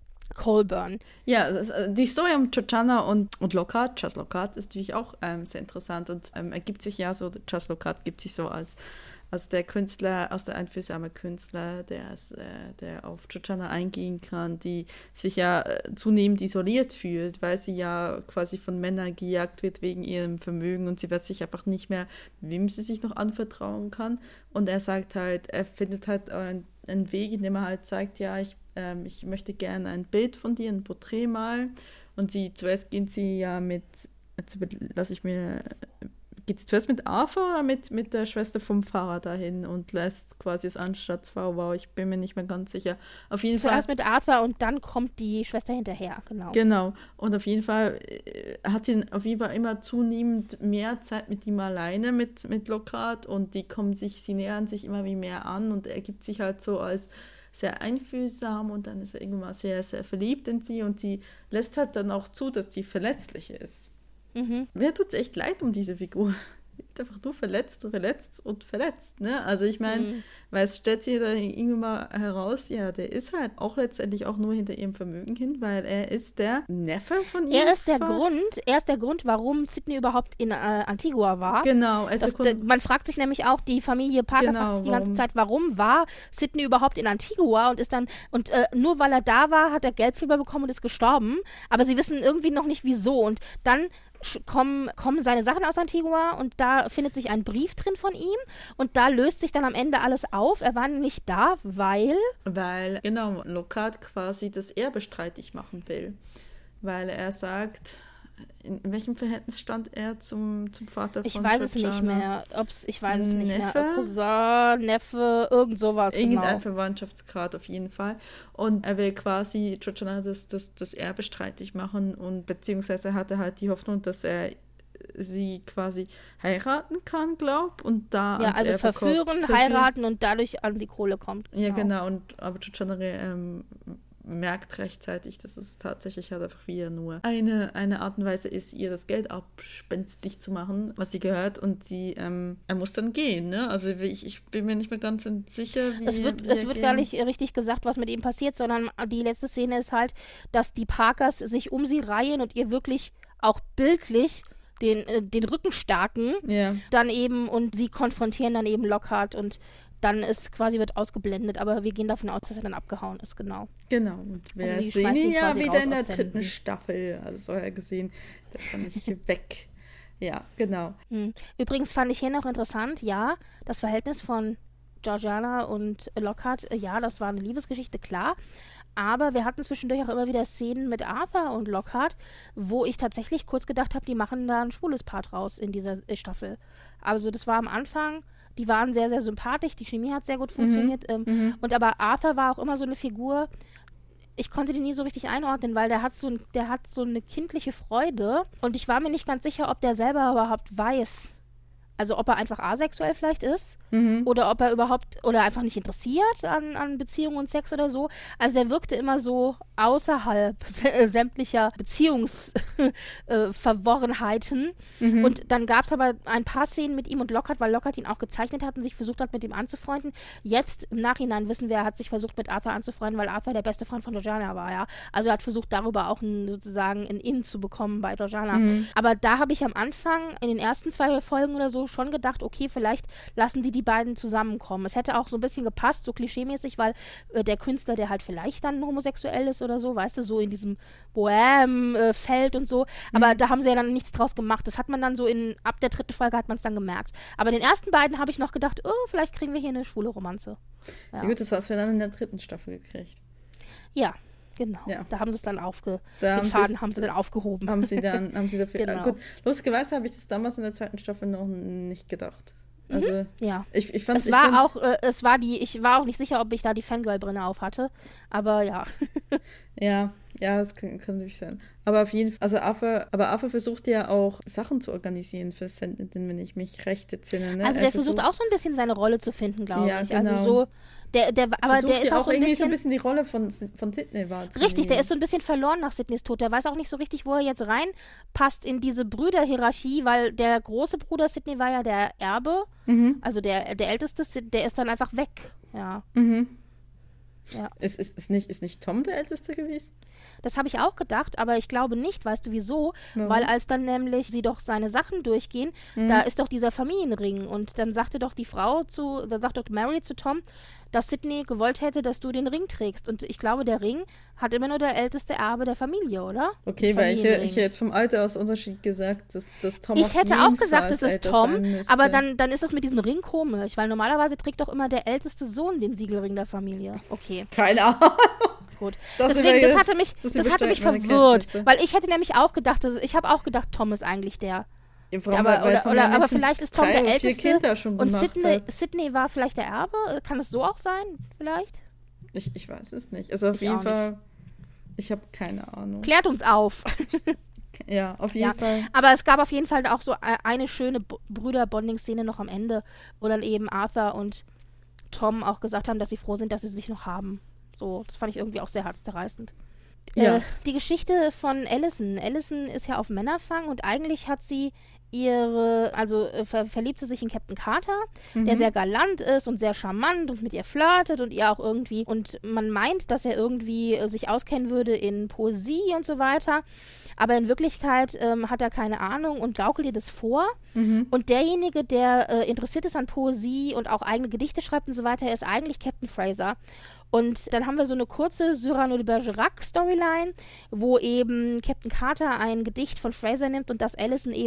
Colburn. Ja, die Story um Georgiana und, und Lockhart, Charles Lockhart, ist natürlich auch ähm, sehr interessant und ähm, ergibt sich ja so, Charles Lockhart gibt sich so als, als der Künstler, als der einfühlsame Künstler, der, äh, der auf Georgiana eingehen kann, die sich ja äh, zunehmend isoliert fühlt, weil sie ja quasi von Männern gejagt wird wegen ihrem Vermögen und sie weiß sich einfach nicht mehr, wem sie sich noch anvertrauen kann. Und er sagt halt, er findet halt einen, einen Weg, in dem er halt sagt, ja, ich ich möchte gerne ein Bild von dir, ein Porträt malen. Und sie, zuerst gehen sie ja mit, jetzt lasse ich mir, geht sie zuerst mit Arthur oder mit, mit der Schwester vom Pfarrer dahin und lässt quasi das Anstaatsfrau, wow, ich bin mir nicht mehr ganz sicher. Auf jeden Fall. Zuerst mit Arthur und dann kommt die Schwester hinterher, genau. Genau. Und auf jeden Fall hat sie auf jeden Fall immer zunehmend mehr Zeit mit ihm alleine, mit, mit Lockhart, und die kommen sich, sie nähern sich immer wie mehr an und er gibt sich halt so als sehr einfühlsam und dann ist er irgendwann sehr, sehr verliebt in sie und sie lässt halt dann auch zu, dass sie verletzlich ist. Mhm. Mir tut es echt leid um diese Figur. Sie wird einfach nur verletzt und verletzt und verletzt, ne? Also ich meine, mhm. weil es stellt sich dann irgendwann mal heraus, ja, der ist halt auch letztendlich auch nur hinter ihrem Vermögen hin, weil er ist der Neffe von ihr. Er ist der Grund, er ist der Grund, warum Sidney überhaupt in äh, Antigua war. Genau. Also das, d- man fragt sich nämlich auch, die Familie Parker genau, fragt sich die warum? ganze Zeit, warum war Sidney überhaupt in Antigua und ist dann, und äh, nur weil er da war, hat er Gelbfieber bekommen und ist gestorben, aber sie wissen irgendwie noch nicht wieso und dann Kommen, kommen seine Sachen aus Antigua und da findet sich ein Brief drin von ihm und da löst sich dann am Ende alles auf. Er war nicht da, weil... Weil, genau, Lockhart quasi das Erbe streitig machen will. Weil er sagt, in welchem Verhältnis stand er zum, zum Vater ich von weiß Georgiana? es nicht mehr. Ob's, ich weiß es nicht Neffe? mehr. Cousin, Neffe, irgend sowas. Irgendein genau. Verwandtschaftsgrad auf jeden Fall. Und er will quasi Georgiana das, das, das Erbe streitig machen und beziehungsweise hat er halt die Hoffnung, dass er sie quasi heiraten kann, glaub, und da Ja, ans also Erbe verführen, kommt. heiraten und dadurch an die Kohle kommt. Ja, genau. Und aber Georgiana ähm, merkt rechtzeitig, dass es tatsächlich halt einfach wieder nur eine, eine Art und Weise ist, ihr das Geld abspenstig zu machen, was sie gehört, und sie, ähm, er muss dann gehen, ne? Also ich, ich bin mir nicht mehr ganz sicher, wie Es wird, wie es er wird gehen. gar nicht richtig gesagt, was mit ihm passiert, sondern die letzte Szene ist halt, dass die Parkers sich um sie reihen und ihr wirklich auch bildlich den, äh, den Rücken starken, Ja. dann eben, und sie konfrontieren dann eben Lockhart und dann ist quasi, wird ausgeblendet, aber wir gehen davon aus, dass er dann abgehauen ist, genau. Genau, und wir Also sie sehen schmeißen ihn ihn ja quasi wieder raus in der aus dritten Senden. Staffel, also so ja gesehen, der ist dann nicht weg. Ja, genau. Hm. Übrigens fand ich hier noch interessant, ja, das Verhältnis von Georgiana und Lockhart, äh, ja, das war eine Liebesgeschichte, klar. Aber wir hatten zwischendurch auch immer wieder Szenen mit Arthur und Lockhart, wo ich tatsächlich kurz gedacht habe, die machen da ein schwules Part raus in dieser äh, Staffel. Also das war am Anfang, die waren sehr, sehr sympathisch, die Chemie hat sehr gut funktioniert. Ähm, Mhm. Und aber Arthur war auch immer so eine Figur, ich konnte den nie so richtig einordnen, weil der hat so, ein, der hat so eine kindliche Freude und ich war mir nicht ganz sicher, ob der selber überhaupt weiß, also ob er einfach asexuell vielleicht ist Mhm. oder ob er überhaupt, oder einfach nicht interessiert an, an Beziehungen und Sex oder so. Also der wirkte immer so außerhalb sämtlicher Beziehungsverworrenheiten. Mhm. Und dann gab es aber ein paar Szenen mit ihm und Lockhart, weil Lockhart ihn auch gezeichnet hat und sich versucht hat, mit ihm anzufreunden. Jetzt im Nachhinein wissen wir, er hat sich versucht, mit Arthur anzufreunden, weil Arthur der beste Freund von Georgiana war, ja. Also er hat versucht, darüber auch ein, sozusagen ein In zu bekommen bei Georgiana. Mhm. Aber da habe ich am Anfang, in den ersten zwei Folgen oder so, schon gedacht, okay, vielleicht lassen die die beiden zusammenkommen. Es hätte auch so ein bisschen gepasst, so klischeemäßig, weil äh, der Künstler, der halt vielleicht dann homosexuell ist oder so, weißt du, so in diesem Bohem-Feld und so. Aber Mhm. da haben sie ja dann nichts draus gemacht. Das hat man dann so in, ab der dritten Folge hat man es dann gemerkt. Aber in den ersten beiden habe ich noch gedacht, oh, vielleicht kriegen wir hier eine schwule Romanze. Ja, Ja, gut, das hast du dann in der dritten Staffel gekriegt. ja genau. Ja. Da haben sie es dann aufge... Da den haben Faden sie's- haben sie dann aufgehoben. Haben sie dann, haben sie dafür. Genau. Ah, gut, lustigerweise habe ich das damals in der zweiten Staffel noch nicht gedacht. Also, Ja. ich, ich fand Es ich war fand, auch, äh, es war die, ich war auch nicht sicher, ob ich da die Fangirl-Brille auf hatte, aber ja. Ja, ja, das kann, kann natürlich sein. Aber auf jeden Fall, also Arthur, aber Arthur versucht ja auch Sachen zu organisieren für Sendenden, wenn ich mich recht entsinne. Ne? Also Er der versucht auch so ein bisschen seine Rolle zu finden, glaube Ja, ich. genau. Also so, der, der, aber versucht der ist ja auch so ein irgendwie bisschen, so ein bisschen die Rolle von, von Sydney wahrzunehmen. richtig, der ist so ein bisschen verloren nach Sydneys Tod. Der weiß auch nicht so richtig, wo er jetzt reinpasst in diese Brüderhierarchie, weil der große Bruder Sydney war ja der Erbe, Mhm. also der, der älteste, Sid- der ist dann einfach weg. Ja, Mhm. ja. Ist, ist, ist, nicht, ist nicht Tom der Älteste gewesen? Das habe ich auch gedacht, aber ich glaube nicht, weißt du wieso? Warum? Weil als dann nämlich sie doch seine Sachen durchgehen, Mhm. da ist doch dieser Familienring und dann sagte doch die Frau zu, dann sagt doch Mary zu Tom, dass Sydney gewollt hätte, dass du den Ring trägst. Und ich glaube, der Ring hat immer nur der älteste Erbe der Familie, oder? Okay, Den weil ich, Familienring. ich hätte jetzt vom Alter aus Unterschied gesagt, dass, dass Tom Ich auf hätte jeden auch gesagt, Fall es ist älter Tom, sein müsste. aber dann, dann ist es mit diesem Ring komisch, weil normalerweise trägt doch immer der älteste Sohn den Siegelring der Familie. Okay, Keine Ahnung. gut. Das Deswegen, das über- hatte mich, das das hatte mich übersteigt meine verwirrt, Kenntnisse. weil ich hätte nämlich auch gedacht, dass, ich habe auch gedacht, Tom ist eigentlich der. Ja, vor allem, Aber, weil- weil oder, Tom oder, ja aber mindestens vielleicht ist Tom drei der oder vier Älteste Kinder schon und gemacht Sydney, hat. Sydney war vielleicht der Erbe. Kann es so auch sein? Vielleicht? Ich, ich weiß es nicht. Also auf Ich jeden auch Fall, ich habe keine Ahnung. Klärt uns auf. Ja, auf jeden Ja. Fall. Aber es gab auf jeden Fall auch so e- eine schöne B- Brüder-Bonding-Szene noch am Ende, wo dann eben Arthur und Tom auch gesagt haben, dass sie froh sind, dass sie sich noch haben. So, das fand ich irgendwie auch sehr herzzerreißend. Ja. Äh, die Geschichte von Allison. Allison ist ja auf Männerfang und eigentlich hat sie ihre, also äh, ver verliebt sie sich in Captain Carter, der Mhm. sehr galant ist und sehr charmant und mit ihr flirtet und ihr auch irgendwie, und man meint, dass er irgendwie äh, sich auskennen würde in Poesie und so weiter, aber in Wirklichkeit ähm, hat er keine Ahnung und gaukelt ihr das vor. Mhm. Und derjenige, der äh, interessiert ist an Poesie und auch eigene Gedichte schreibt und so weiter, ist eigentlich Captain Fraser. Und dann haben wir so eine kurze Cyrano de Bergerac-Storyline, wo eben Captain Carter ein Gedicht von Fraser nimmt und das Allison eben zuschickt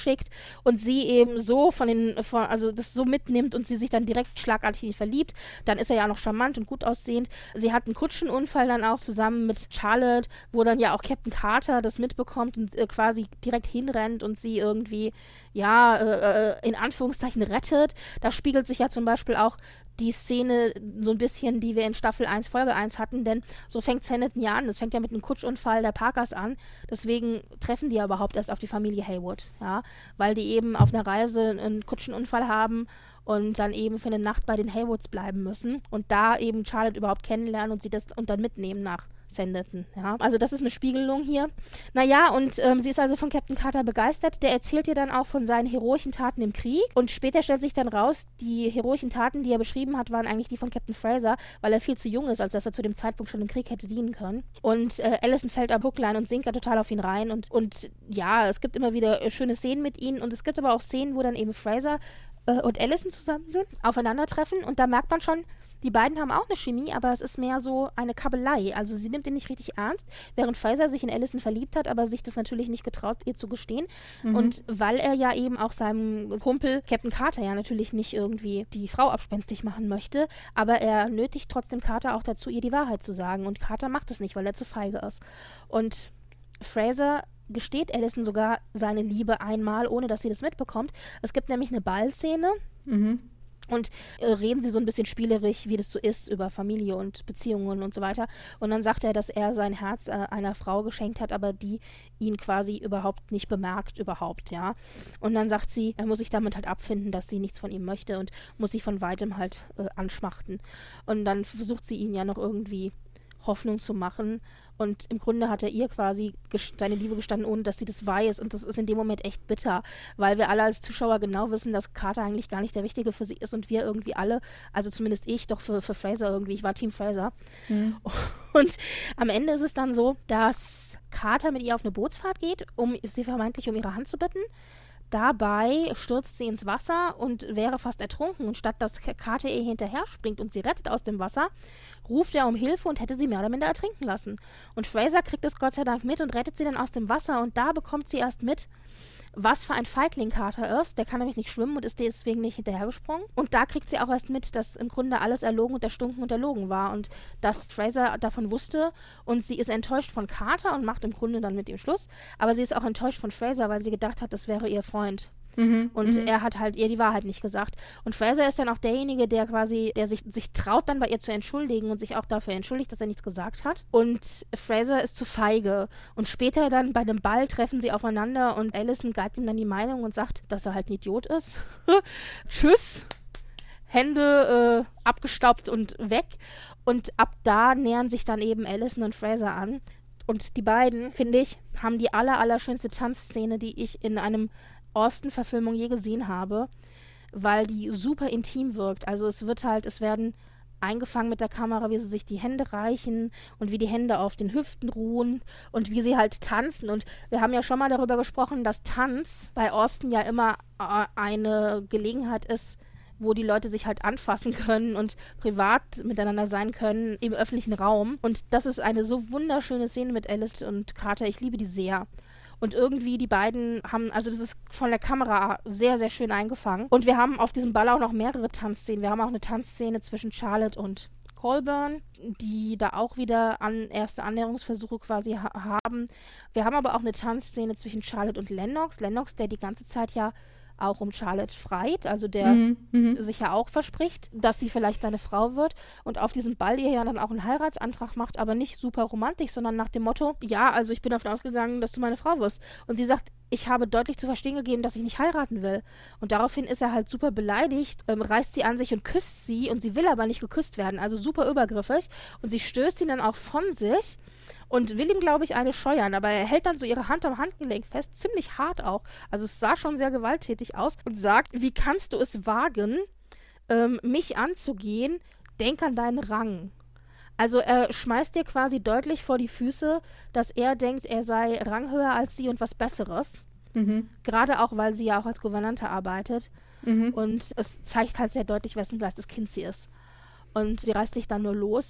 schickt und sie eben so von den, von, also das so mitnimmt und sie sich dann direkt schlagartig verliebt. Dann ist er ja auch noch charmant und gut aussehend. Sie hat einen Kutschenunfall dann auch zusammen mit Charlotte, wo dann ja auch Captain Carter das mitbekommt und äh, quasi direkt hinrennt und sie irgendwie, ja, äh, in Anführungszeichen rettet. Da spiegelt sich ja zum Beispiel auch die Szene so ein bisschen, die wir in Staffel eins, Folge eins hatten, denn so fängt Sanditon ja an. Das fängt ja mit einem Kutschunfall der Parkers an. Deswegen treffen die ja überhaupt erst auf die Familie Haywood, ja, weil die eben auf einer Reise einen Kutschenunfall haben und dann eben für eine Nacht bei den Haywoods bleiben müssen und da eben Charlotte überhaupt kennenlernen und sie das und dann mitnehmen nach Sanditon, ja. Also das ist eine Spiegelung hier. Naja, und ähm, sie ist also von Captain Carter begeistert. Der erzählt ihr dann auch von seinen heroischen Taten im Krieg und später stellt sich dann raus, die heroischen Taten, die er beschrieben hat, waren eigentlich die von Captain Fraser, weil er viel zu jung ist, als dass er zu dem Zeitpunkt schon im Krieg hätte dienen können. Und äh, Allison fällt am Hookline und sinkt total auf ihn rein und, und ja, es gibt immer wieder äh, schöne Szenen mit ihnen und es gibt aber auch Szenen, wo dann eben Fraser äh, und Allison zusammen sind, aufeinandertreffen und da merkt man schon, die beiden haben auch eine Chemie, aber es ist mehr so eine Kabelei. Also sie nimmt ihn nicht richtig ernst, während Fraser sich in Allison verliebt hat, aber sich das natürlich nicht getraut, ihr zu gestehen. Mhm. Und weil er ja eben auch seinem Kumpel Captain Carter ja natürlich nicht irgendwie die Frau abspenstig machen möchte, aber er nötigt trotzdem Carter auch dazu, ihr die Wahrheit zu sagen. Und Carter macht es nicht, weil er zu feige ist. Und Fraser gesteht Allison sogar seine Liebe einmal, ohne dass sie das mitbekommt. Es gibt nämlich eine Ballszene, mhm. Und äh, reden sie so ein bisschen spielerisch, wie das so ist, über Familie und Beziehungen und so weiter. Und dann sagt er, dass er sein Herz äh, einer Frau geschenkt hat, aber die ihn quasi überhaupt nicht bemerkt, überhaupt, ja. Und dann sagt sie, er muss sich damit halt abfinden, dass sie nichts von ihm möchte und muss sich von weitem halt äh, anschmachten. Und dann versucht sie ihn ja noch irgendwie Hoffnung zu machen. Und im Grunde hat er ihr quasi seine Liebe gestanden, ohne dass sie das weiß. Und das ist in dem Moment echt bitter, weil wir alle als Zuschauer genau wissen, dass Carter eigentlich gar nicht der Richtige für sie ist und wir irgendwie alle, also zumindest ich, doch für, für Fraser irgendwie, ich war Team Fraser. Mhm. Und am Ende ist es dann so, dass Carter mit ihr auf eine Bootsfahrt geht, um sie vermeintlich um ihre Hand zu bitten. Dabei stürzt sie ins Wasser und wäre fast ertrunken. Und statt dass Carter ihr hinterher springt und sie rettet aus dem Wasser, ruft er um Hilfe und hätte sie mehr oder minder ertrinken lassen. Und Fraser kriegt es Gott sei Dank mit und rettet sie dann aus dem Wasser. Und da bekommt sie erst mit, was für ein Feigling Carter ist. Der kann nämlich nicht schwimmen und ist deswegen nicht hinterhergesprungen. Und da kriegt sie auch erst mit, dass im Grunde alles erlogen und erstunken und erlogen war. Und dass Fraser davon wusste. Und sie ist enttäuscht von Carter und macht im Grunde dann mit ihm Schluss. Aber sie ist auch enttäuscht von Fraser, weil sie gedacht hat, das wäre ihr Freund. Mhm, und mhm. er hat halt ihr die Wahrheit nicht gesagt. Und Fraser ist dann auch derjenige, der quasi, der sich, sich traut, dann bei ihr zu entschuldigen und sich auch dafür entschuldigt, dass er nichts gesagt hat. Und Fraser ist zu feige. Und später dann bei einem Ball treffen sie aufeinander und Allison geigt ihm dann die Meinung und sagt, dass er halt ein Idiot ist. Tschüss. Hände äh, abgestaubt und weg. Und ab da nähern sich dann eben Allison und Fraser an. Und die beiden, finde ich, haben die aller, aller schönste Tanzszene, die ich in einem Austen-Verfilmung je gesehen habe, weil die super intim wirkt. Also es wird halt, es werden eingefangen mit der Kamera, wie sie sich die Hände reichen und wie die Hände auf den Hüften ruhen und wie sie halt tanzen. Und wir haben ja schon mal darüber gesprochen, dass Tanz bei Austen ja immer äh, eine Gelegenheit ist, wo die Leute sich halt anfassen können und privat miteinander sein können im öffentlichen Raum. Und das ist eine so wunderschöne Szene mit Alice und Carter. Ich liebe die sehr. Und irgendwie die beiden haben, also das ist von der Kamera sehr, sehr schön eingefangen. Und wir haben auf diesem Ball auch noch mehrere Tanzszenen. Wir haben auch eine Tanzszene zwischen Charlotte und Colburn, die da auch wieder an erste Annäherungsversuche quasi ha- haben. Wir haben aber auch eine Tanzszene zwischen Charlotte und Lennox. Lennox, der die ganze Zeit ja auch um Charlotte freit, also der mhm, mhm. sich ja auch verspricht, dass sie vielleicht seine Frau wird und auf diesem Ball ihr ja dann auch einen Heiratsantrag macht, aber nicht super romantisch, sondern nach dem Motto, ja, also ich bin davon ausgegangen, dass du meine Frau wirst. Und sie sagt, ich habe deutlich zu verstehen gegeben, dass ich nicht heiraten will. Und daraufhin ist er halt super beleidigt, ähm, reißt sie an sich und küsst sie und sie will aber nicht geküsst werden, also super übergriffig. Und sie stößt ihn dann auch von sich und will ihm, glaube ich, eine scheuern, aber er hält dann so ihre Hand am Handgelenk fest, ziemlich hart auch, also es sah schon sehr gewalttätig aus und sagt, wie kannst du es wagen, ähm, mich anzugehen, denk an deinen Rang. Also er schmeißt dir quasi deutlich vor die Füße, dass er denkt, er sei ranghöher als sie und was Besseres. Mhm. Gerade auch, weil sie ja auch als Gouvernante arbeitet. Mhm. Und es zeigt halt sehr deutlich, wessen Geistes Kind sie ist. Und sie reißt sich dann nur los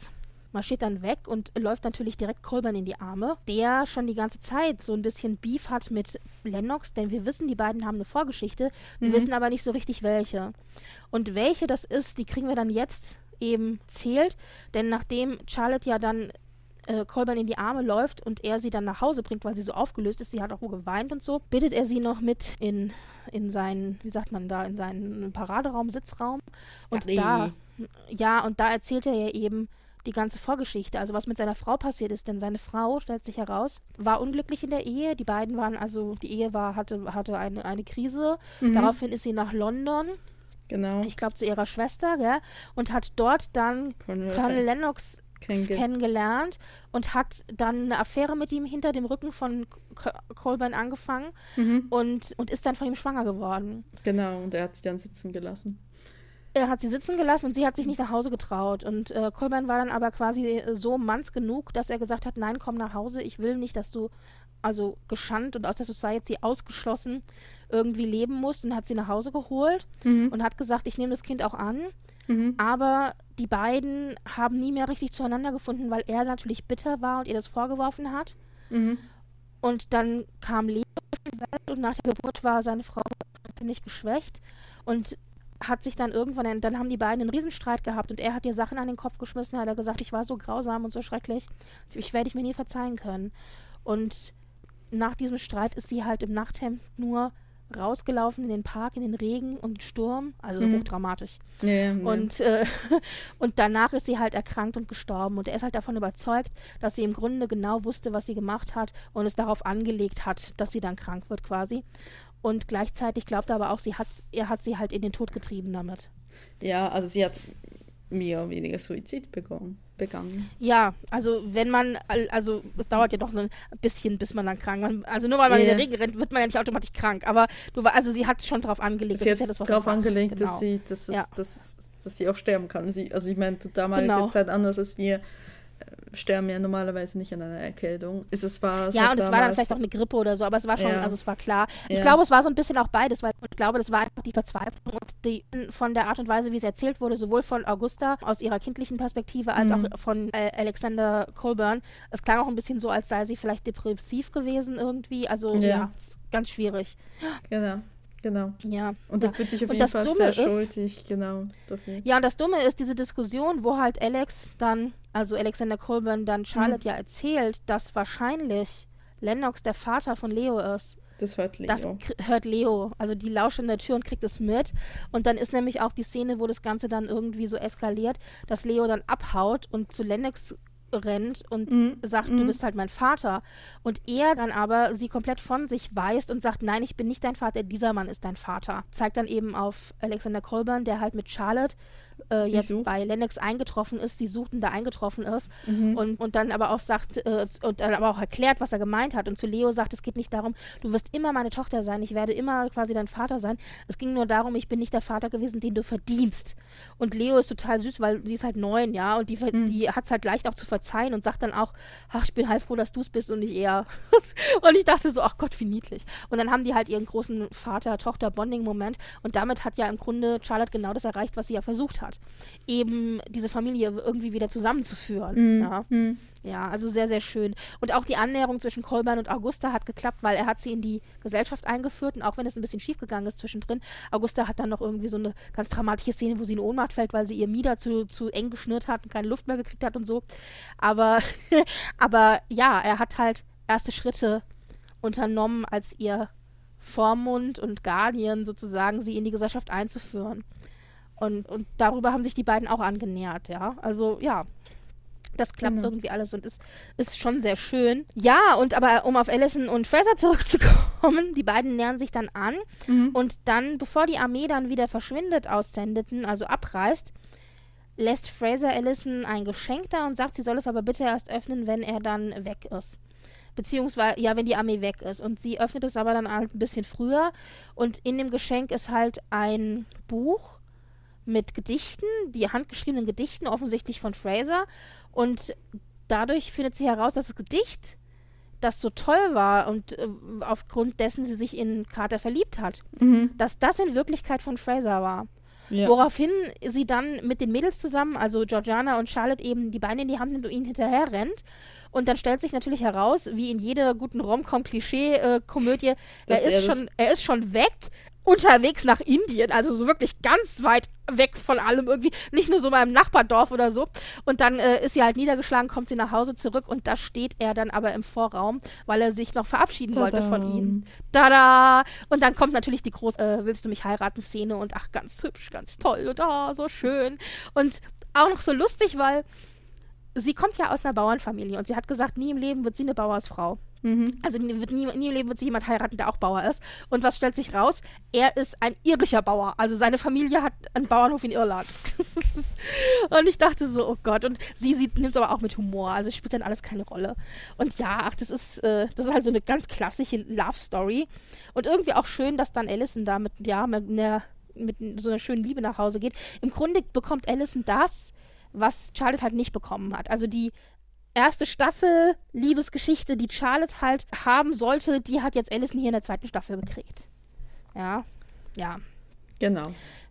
marschiert dann weg und läuft natürlich direkt Colburn in die Arme, der schon die ganze Zeit so ein bisschen Beef hat mit Lennox, denn wir wissen, die beiden haben eine Vorgeschichte, wir mhm. wissen aber nicht so richtig welche. Und welche das ist, die kriegen wir dann jetzt eben zählt, denn nachdem Charlotte ja dann äh, Colburn in die Arme läuft und er sie dann nach Hause bringt, weil sie so aufgelöst ist, sie hat auch wohl geweint und so, bittet er sie noch mit in, in seinen, wie sagt man da, in seinen Paraderaum, Sitzraum. Study. Und da, ja, und da erzählt er ja eben die ganze Vorgeschichte, also was mit seiner Frau passiert ist, denn seine Frau, stellt sich heraus, war unglücklich in der Ehe, die beiden waren, also die Ehe war, hatte, hatte eine, eine Krise, mhm. daraufhin ist sie nach London, genau. ich glaube zu ihrer Schwester, gell, und hat dort dann Colonel Lennox Kennenge- kennengelernt und hat dann eine Affäre mit ihm hinter dem Rücken von C- Colburn angefangen mhm. und, und ist dann von ihm schwanger geworden. Genau, und er hat sie dann sitzen gelassen. Er hat sie sitzen gelassen und sie hat sich nicht nach Hause getraut. Und äh, Colburn war dann aber quasi so manns genug, dass er gesagt hat, nein, komm nach Hause, ich will nicht, dass du also geschandt und aus der Society ausgeschlossen irgendwie leben musst. Und hat sie nach Hause geholt mhm. und hat gesagt, ich nehme das Kind auch an. Mhm. Aber die beiden haben nie mehr richtig zueinander gefunden, weil er natürlich bitter war und ihr das vorgeworfen hat. Mhm. Und dann kam Leo auf die Welt und nach der Geburt war seine Frau ziemlich geschwächt und hat sich dann irgendwann, dann haben die beiden einen Riesenstreit gehabt und er hat ihr Sachen an den Kopf geschmissen, hat er gesagt, ich war so grausam und so schrecklich, ich werde ich mir nie verzeihen können. Und nach diesem Streit ist sie halt im Nachthemd nur rausgelaufen in den Park, in den Regen und Sturm, also mhm. hochdramatisch. Ja, ja. Und, äh, und danach ist sie halt erkrankt und gestorben und er ist halt davon überzeugt, dass sie im Grunde genau wusste, was sie gemacht hat und es darauf angelegt hat, dass sie dann krank wird quasi. Und gleichzeitig glaubt er aber auch, sie hat, er hat sie halt in den Tod getrieben damit. Ja, also sie hat mehr oder weniger Suizid begangen. begangen. Ja, also wenn man, also es dauert ja doch ein bisschen, bis man dann krank wird. Also nur weil man yeah. in der Regen rennt, wird man ja nicht automatisch krank. Aber du, also sie hat schon darauf angelegt. Sie das hat ist ja das, was darauf angelegt, genau. dass sie, dass, es, ja. dass, dass sie auch sterben kann. Sie, also ich meine, zur damaligen genau. Zeit anders als wir sterben ja normalerweise nicht an einer Erkältung. Ist es war ja, und es war dann vielleicht auch eine Grippe oder so, aber es war schon, ja. also es war klar. Ich ja. glaube, es war so ein bisschen auch beides, weil ich glaube, das war einfach die Verzweiflung und die von der Art und Weise, wie es erzählt wurde, sowohl von Augusta aus ihrer kindlichen Perspektive, als mhm. auch von äh, Alexander Colburn. Es klang auch ein bisschen so, als sei sie vielleicht depressiv gewesen irgendwie. Also ja, ja ganz schwierig. Genau. Genau. Ja. Und er fühlt sich auf jeden Fall sehr schuldig, genau. Dafür. Ja, und das Dumme ist diese Diskussion, wo halt Alex dann, also Alexander Colburn dann Charlotte mhm. ja erzählt, dass wahrscheinlich Lennox der Vater von Leo ist. Das hört Leo. Das k- hört Leo. Also die lauscht an der Tür und kriegt es mit. Und dann ist nämlich auch die Szene, wo das Ganze dann irgendwie so eskaliert, dass Leo dann abhaut und zu Lennox rennt und mm, sagt, mm. du bist halt mein Vater. Und er dann aber sie komplett von sich weist und sagt, nein, ich bin nicht dein Vater, dieser Mann ist dein Vater. Zeigt dann eben auf Alexander Colburn, der halt mit Charlotte äh, jetzt sucht. bei Lennox eingetroffen ist, sie suchten da eingetroffen ist mhm. und, und dann aber auch sagt, äh, und dann aber auch erklärt, was er gemeint hat und zu Leo sagt, es geht nicht darum, du wirst immer meine Tochter sein, ich werde immer quasi dein Vater sein. Es ging nur darum, ich bin nicht der Vater gewesen, den du verdienst. Und Leo ist total süß, weil die ist halt neun, ja, und die, mhm. die hat es halt leicht auch zu verzeihen und sagt dann auch, ach, ich bin heilfroh, dass du es bist und nicht er. Und ich dachte so, ach Gott, wie niedlich. Und dann haben die halt ihren großen Vater-Tochter-Bonding-Moment und damit hat ja im Grunde Charlotte genau das erreicht, was sie ja versucht hat. Eben diese Familie irgendwie wieder zusammenzuführen. Mhm. Ja. Mhm. ja, also sehr, sehr schön. Und auch die Annäherung zwischen Colburn und Augusta hat geklappt, weil er hat sie in die Gesellschaft eingeführt und auch wenn es ein bisschen schief gegangen ist zwischendrin, Augusta hat dann noch irgendwie so eine ganz dramatische Szene, wo sie in Ohnmacht fällt, weil sie ihr Mieder zu, zu eng geschnürt hat und keine Luft mehr gekriegt hat und so. Aber, aber ja, er hat halt erste Schritte unternommen, als ihr Vormund und Guardian sozusagen, sie in die Gesellschaft einzuführen. Und, und darüber haben sich die beiden auch angenähert, ja. Also, ja, das klappt genau. irgendwie alles und ist, ist schon sehr schön. Ja, und aber um auf Allison und Fraser zurückzukommen, die beiden nähern sich dann an mhm. und dann, bevor die Armee dann wieder verschwindet aus Sanditon, also abreist, lässt Fraser Allison ein Geschenk da und sagt, sie soll es aber bitte erst öffnen, wenn er dann weg ist. Beziehungsweise, ja, wenn die Armee weg ist. Und sie öffnet es aber dann halt ein bisschen früher und in dem Geschenk ist halt ein Buch mit Gedichten, die handgeschriebenen Gedichten, offensichtlich von Fraser. Und dadurch findet sie heraus, dass das Gedicht, das so toll war und äh, aufgrund dessen sie sich in Carter verliebt hat, mhm. dass das in Wirklichkeit von Fraser war. Ja. Woraufhin sie dann mit den Mädels zusammen, also Georgiana und Charlotte, eben die Beine in die Hand nimmt und ihnen hinterher rennt. Und dann stellt sich natürlich heraus, wie in jeder guten Rom-Com-Klischee-Komödie, er ist schon, er ist schon weg, unterwegs nach Indien, also so wirklich ganz weit weg von allem irgendwie, nicht nur so mal im Nachbardorf oder so. Und dann äh, ist sie halt niedergeschlagen, kommt sie nach Hause zurück und da steht er dann aber im Vorraum, weil er sich noch verabschieden Tada. wollte von ihnen. Tada! Und dann kommt natürlich die große äh, Willst du mich heiraten Szene und ach, ganz hübsch, ganz toll und ah, so schön. Und auch noch so lustig, weil sie kommt ja aus einer Bauernfamilie und sie hat gesagt, nie im Leben wird sie eine Bauersfrau. Mhm. Also nie, wird nie, nie im Leben wird sie jemand heiraten, der auch Bauer ist. Und was stellt sich raus? Er ist ein irischer Bauer. Also seine Familie hat einen Bauernhof in Irland. Und ich dachte so, oh Gott. Und sie, sie nimmt es aber auch mit Humor. Also spielt dann alles keine Rolle. Und ja, ach, das ist, äh, das ist halt so eine ganz klassische Love-Story. Und irgendwie auch schön, dass dann Allison da mit, ja, mit, einer, mit so einer schönen Liebe nach Hause geht. Im Grunde bekommt Allison das, was Charlotte halt nicht bekommen hat. Also die erste Staffel Liebesgeschichte, die Charlotte halt haben sollte, die hat jetzt Allison hier in der zweiten Staffel gekriegt. Ja, ja. Genau.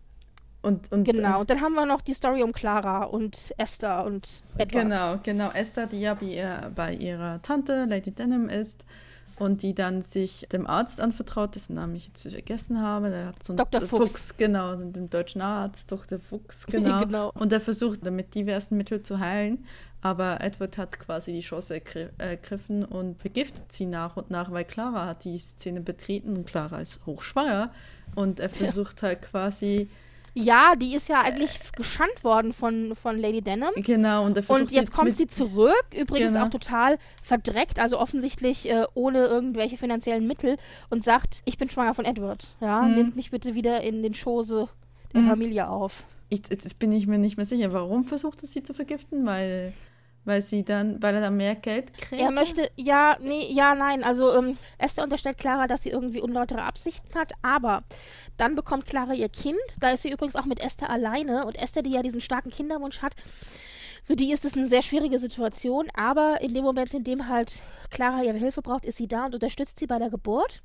Und, und, genau, äh, und dann haben wir noch die Story um Clara und Esther und Edward. Genau, genau. Esther, die ja bei, ihr, bei ihrer Tante, Lady Denham, ist und die dann sich dem Arzt anvertraut, dessen Namen ich jetzt vergessen habe. Der hat so einen Doktor Fuchs. Fuchs, genau, dem deutschen Arzt, Doktor Fuchs, genau. Genau. Und er versucht, mit diversen Mitteln zu heilen. Aber Edward hat quasi die Chance ergri- ergriffen und vergiftet sie nach und nach, weil Clara hat die Szene betreten und Clara ist hochschwanger. Und er versucht ja. halt quasi... Ja, die ist ja eigentlich geschandt worden von, von Lady Denham. Genau, und er versucht Und jetzt kommt mit, sie zurück, übrigens genau. auch total verdreckt, also offensichtlich äh, ohne irgendwelche finanziellen Mittel und sagt, ich bin schwanger von Edward. Ja, Mhm. nehmt mich bitte wieder in den Schoße der Mhm. Familie auf. Ich, jetzt bin ich mir nicht mehr sicher, warum versucht er sie zu vergiften? Weil, weil sie dann, weil er dann mehr Geld kriegt? Er möchte, ja, nee, ja, nein, also ähm, Esther unterstellt Clara, dass sie irgendwie unlautere Absichten hat, aber dann bekommt Clara ihr Kind, da ist sie übrigens auch mit Esther alleine und Esther, die ja diesen starken Kinderwunsch hat, für die ist es eine sehr schwierige Situation, aber in dem Moment, in dem halt Clara ihre Hilfe braucht, ist sie da und unterstützt sie bei der Geburt.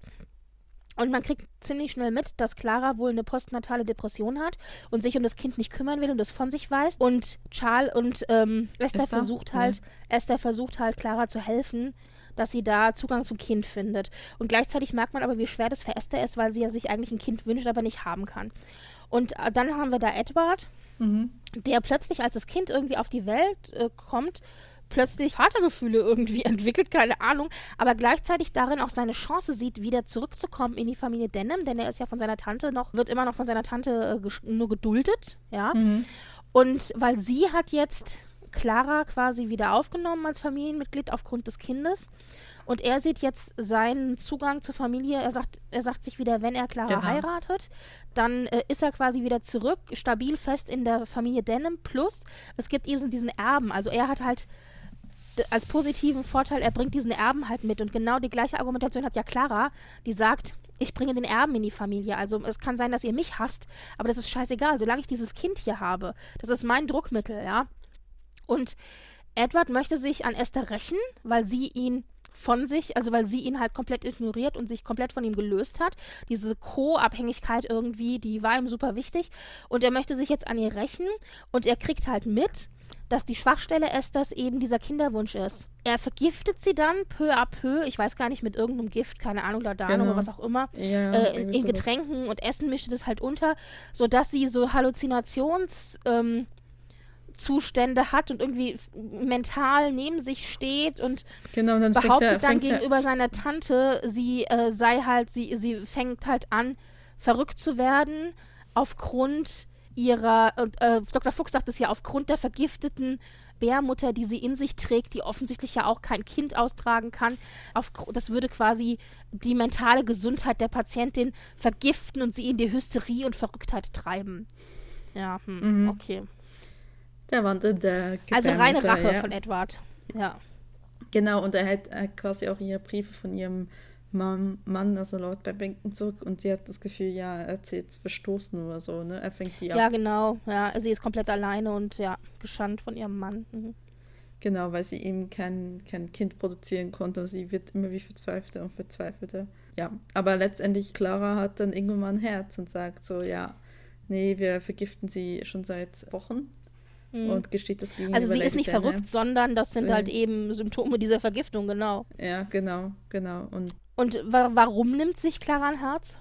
Und man kriegt ziemlich schnell mit, dass Clara wohl eine postnatale Depression hat und sich um das Kind nicht kümmern will und das von sich weiß. Und Charles und ähm, Esther, Esther? versucht halt, ja. Esther versucht halt, Clara zu helfen, dass sie da Zugang zum Kind findet. Und gleichzeitig merkt man aber, wie schwer das für Esther ist, weil sie ja sich eigentlich ein Kind wünscht, aber nicht haben kann. Und äh, dann haben wir da Edward, Mhm. der plötzlich, als das Kind irgendwie auf die Welt äh, kommt, plötzlich Vatergefühle irgendwie entwickelt, keine Ahnung, aber gleichzeitig darin auch seine Chance sieht, wieder zurückzukommen in die Familie Denham, denn er ist ja von seiner Tante noch, wird immer noch von seiner Tante äh, gesch- nur geduldet, ja. Mhm. Und weil sie hat jetzt Clara quasi wieder aufgenommen als Familienmitglied aufgrund des Kindes und er sieht jetzt seinen Zugang zur Familie, er sagt, er sagt sich wieder, wenn er Clara Genau. heiratet, dann äh, ist er quasi wieder zurück, stabil fest in der Familie Denham, plus es gibt eben diesen Erben, also er hat halt als positiven Vorteil, er bringt diesen Erben halt mit. Und genau die gleiche Argumentation hat ja Clara, die sagt, ich bringe den Erben in die Familie. Also es kann sein, dass ihr mich hasst, aber das ist scheißegal, solange ich dieses Kind hier habe. Das ist mein Druckmittel, ja. Und Edward möchte sich an Esther rächen, weil sie ihn von sich, also weil sie ihn halt komplett ignoriert und sich komplett von ihm gelöst hat. Diese Co-Abhängigkeit irgendwie, die war ihm super wichtig. Und er möchte sich jetzt an ihr rächen und er kriegt halt mit, dass die Schwachstelle Esthers eben dieser Kinderwunsch ist. Er vergiftet sie dann peu à peu, ich weiß gar nicht, mit irgendeinem Gift, keine Ahnung, Laudanum Genau. oder was auch immer, Ja, äh, in, irgendwie in sowas. Getränken und Essen mischt das halt unter, sodass sie so Halluzinations- ähm, Zustände hat und irgendwie f- mental neben sich steht und Genau, und dann fängt behauptet er, dann fängt er, gegenüber seiner Tante, sie äh, sei halt, sie, sie fängt halt an, verrückt zu werden aufgrund ihrer, und, äh, Doktor Fuchs sagt es ja, aufgrund der vergifteten Bärmutter, die sie in sich trägt, die offensichtlich ja auch kein Kind austragen kann. Auf, das würde quasi die mentale Gesundheit der Patientin vergiften und sie in die Hysterie und Verrücktheit treiben. Ja, hm, Mhm. okay. der Wandel der Also reine Gebärmutter, Rache ja. von Edward. Ja. Genau, und er hat äh, quasi auch ihre Briefe von ihrem Mann, Mann, also Lord Babington, zurück und sie hat das Gefühl, ja, er hat sie jetzt verstoßen oder so, ne? Er fängt die Ja, ab. genau. Ja, sie ist komplett alleine und ja, geschandt von ihrem Mann. Mhm. Genau, weil sie eben kein, kein Kind produzieren konnte. Und sie wird immer wie verzweifelter und verzweifelter. Ja, aber letztendlich, Clara hat dann irgendwann mal ein Herz und sagt so, ja, nee, wir vergiften sie schon seit Wochen. Mhm. Und gesteht das gegenüber Also sie Lady ist nicht Diana. verrückt, sondern das sind äh. halt eben Symptome dieser Vergiftung, genau. Ja, genau, genau. Und, Und wa- warum nimmt sich Clara ein Herz?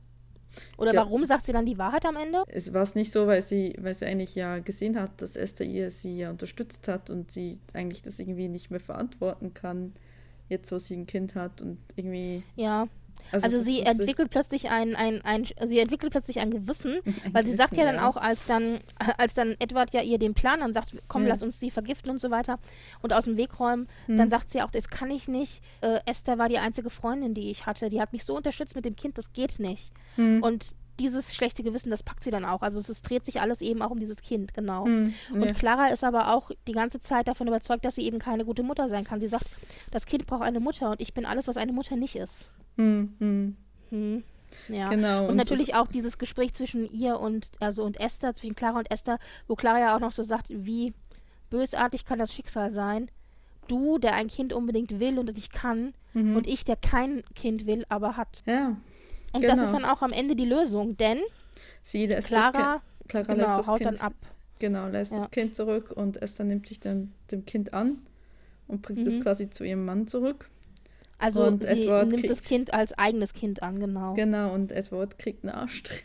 Oder Ja. warum sagt sie dann die Wahrheit am Ende? es war es nicht so, weil sie, weil sie eigentlich ja gesehen hat, dass Esther ihr sie ja unterstützt hat und sie eigentlich das irgendwie nicht mehr verantworten kann, jetzt wo sie ein Kind hat und irgendwie... Ja. Also, es sie ist- es ist- entwickelt plötzlich ein, ein, ein, sie entwickelt plötzlich ein Gewissen, Ein weil sie sagt ja Gewissen, dann ja. auch, als dann, als dann Edward ja ihr den Plan dann sagt, komm, Ja. lass uns sie vergiften und so weiter und aus dem Weg räumen, Hm. dann sagt sie auch, das kann ich nicht. Äh, Esther war die einzige Freundin, die ich hatte, die hat mich so unterstützt mit dem Kind, das geht nicht. Hm. Und dieses schlechte Gewissen, das packt sie dann auch. Also es, es dreht sich alles eben auch um dieses Kind, genau. Hm, Und ja. Clara ist aber auch die ganze Zeit davon überzeugt, dass sie eben keine gute Mutter sein kann. Sie sagt, das Kind braucht eine Mutter und ich bin alles, was eine Mutter nicht ist. Hm, hm. Hm. Ja. Genau. Und, und natürlich es- auch dieses Gespräch zwischen ihr und, also und Esther, zwischen Clara und Esther, wo Clara ja auch noch so sagt, wie bösartig kann das Schicksal sein. Du, der ein Kind unbedingt will und nicht kann, Mhm. und ich, der kein Kind will, aber hat. Ja, Und genau. das ist dann auch am Ende die Lösung, denn sie lässt Clara, das Kind, Clara genau, lässt das haut kind, dann ab. Genau, lässt Ja. das Kind zurück und Esther nimmt sich dann dem Kind an und bringt es Mhm. quasi zu ihrem Mann zurück. Also Und sie Edward nimmt kriegt- das Kind als eigenes Kind an, genau. Genau, und Edward kriegt einen Arschtritt.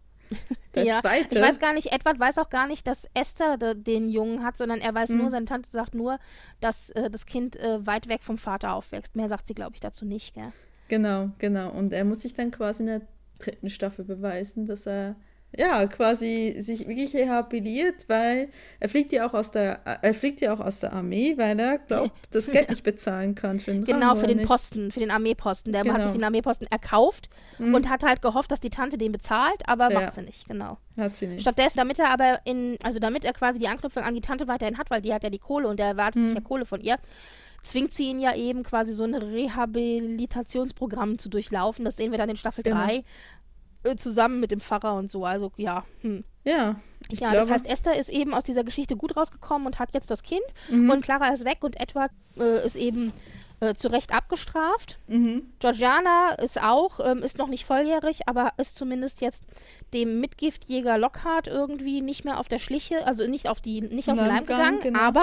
Der Ja, zweite. ich weiß gar nicht, Edward weiß auch gar nicht, dass Esther de, den Jungen hat, sondern er weiß Mhm. nur, seine Tante sagt nur, dass äh, das Kind äh, weit weg vom Vater aufwächst. Mehr sagt sie, glaube ich, dazu nicht, gell? Genau, genau. Und er muss sich dann quasi in der dritten Staffel beweisen, dass er ja quasi sich wirklich rehabilitiert, weil er fliegt ja auch aus der er fliegt ja auch aus der Armee, weil er glaubt, das Geld nicht bezahlen kann für den Genau, Rang, für oder den nicht? Posten, für den Armeeposten. Der hat Genau. sich den Armeeposten erkauft Mhm. und hat halt gehofft, dass die Tante den bezahlt, aber Ja. macht sie nicht, genau. Hat sie nicht. Stattdessen, damit er aber in, also damit er quasi die Anknüpfung an die Tante weiterhin hat, weil die hat ja die Kohle und er erwartet Mhm. sich ja Kohle von ihr, zwingt sie ihn ja eben quasi so ein Rehabilitationsprogramm zu durchlaufen. Das sehen wir dann in Staffel Genau. drei äh, zusammen mit dem Pfarrer und so. Also ja, hm. Ja, ich ja, glaube, das heißt, Esther ist eben aus dieser Geschichte gut rausgekommen und hat jetzt das Kind Mhm. und Clara ist weg und Edward äh, ist eben äh, zu Recht abgestraft. mhm. Georgiana ist auch, ähm, ist noch nicht volljährig, aber ist zumindest jetzt dem Mitgiftjäger Lockhart irgendwie nicht mehr auf der Schliche, also nicht auf die, nicht auf den Leim Leim gegangen, gegangen, genau. aber,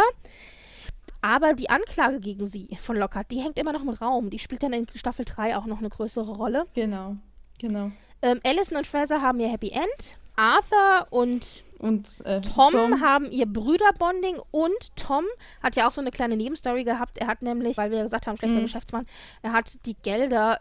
aber die Anklage gegen sie von Lockhart, die hängt immer noch im Raum. Die spielt dann in Staffel drei auch noch eine größere Rolle. Genau, genau. Ähm, Allison und Fraser haben ihr Happy End. Arthur und Und äh, Tom, haben ihr Brüderbonding und Tom hat ja auch so eine kleine Nebenstory gehabt. Er hat nämlich, weil wir gesagt haben, schlechter Mhm. Geschäftsmann, er hat die Gelder,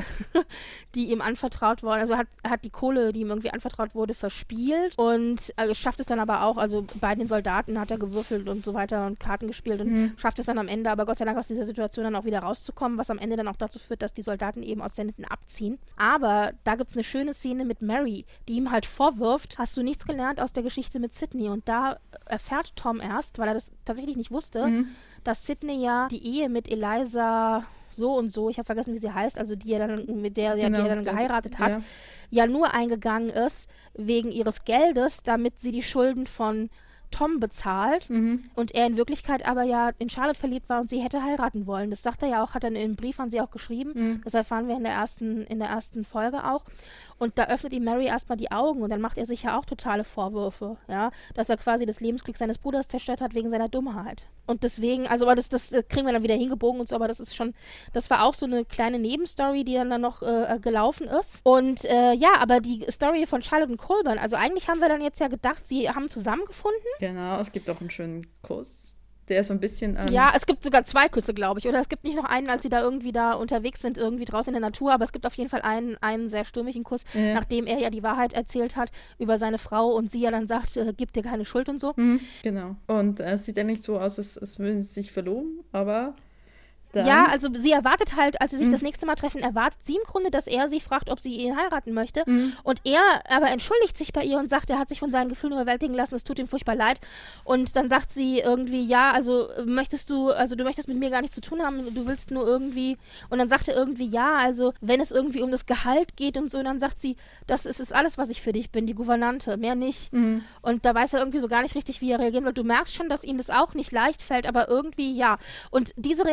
die ihm anvertraut wurden, also hat, hat die Kohle, die ihm irgendwie anvertraut wurde, verspielt und äh, schafft es dann aber auch, also bei den Soldaten hat er gewürfelt und so weiter und Karten gespielt und Mhm. schafft es dann am Ende, aber Gott sei Dank aus dieser Situation dann auch wieder rauszukommen, was am Ende dann auch dazu führt, dass die Soldaten eben aus Sandton abziehen. Aber da gibt es eine schöne Szene mit Mary, die ihm halt vorwirft, hast du nichts gelernt aus der Geschichte mit Sydney? Und da erfährt Tom erst, weil er das tatsächlich nicht wusste, Mhm. dass Sydney ja die Ehe mit Eliza so und so, ich habe vergessen, wie sie heißt, also die er dann, mit der, Genau, die er dann der- geheiratet hat, ja. ja nur eingegangen ist wegen ihres Geldes, damit sie die Schulden von Tom bezahlt Mhm. und er in Wirklichkeit aber ja in Charlotte verliebt war und sie hätte heiraten wollen. Das sagt er ja auch, hat er in einem Brief an sie auch geschrieben. Mhm. Das erfahren wir in der ersten, in der ersten Folge auch. Und da öffnet ihm Mary erstmal die Augen und dann macht er sich ja auch totale Vorwürfe, ja, dass er quasi das Lebensglück seines Bruders zerstört hat wegen seiner Dummheit. Und deswegen, also aber das, das kriegen wir dann wieder hingebogen und so, aber das ist schon, das war auch so eine kleine Nebenstory, die dann, dann noch äh, gelaufen ist. Und äh, ja, aber die Story von Charlotte und Colburn, also eigentlich haben wir dann jetzt ja gedacht, sie haben zusammengefunden. Genau, es gibt auch einen schönen Kuss. Der ist so ein bisschen an. Ja, es gibt sogar zwei Küsse, glaube ich. Oder es gibt nicht noch einen, als sie da irgendwie da unterwegs sind, irgendwie draußen in der Natur, aber es gibt auf jeden Fall einen, einen sehr stürmischen Kuss, Ja. nachdem er ja die Wahrheit erzählt hat über seine Frau und sie ja dann sagt, äh, gib dir keine Schuld und so. Mhm, genau. Und äh, es sieht eigentlich so aus, als, als würden sie sich verloben, aber dann. Ja, also sie erwartet halt, als sie sich Mhm. das nächste Mal treffen, erwartet sie im Grunde, dass er sie fragt, ob sie ihn heiraten möchte. Mhm. Und er aber entschuldigt sich bei ihr und sagt, er hat sich von seinen Gefühlen überwältigen lassen, es tut ihm furchtbar leid. Und dann sagt sie irgendwie, ja, also äh, möchtest du, also du möchtest mit mir gar nichts zu tun haben, du willst nur irgendwie. Und dann sagt er irgendwie, ja, also wenn es irgendwie um das Gehalt geht und so, dann sagt sie, das ist, ist alles, was ich für dich bin, die Gouvernante, mehr nicht. Mhm. Und da weiß er irgendwie so gar nicht richtig, wie er reagieren soll. Du merkst schon, dass ihm das auch nicht leicht fällt, aber irgendwie ja. Und diese Reaktion,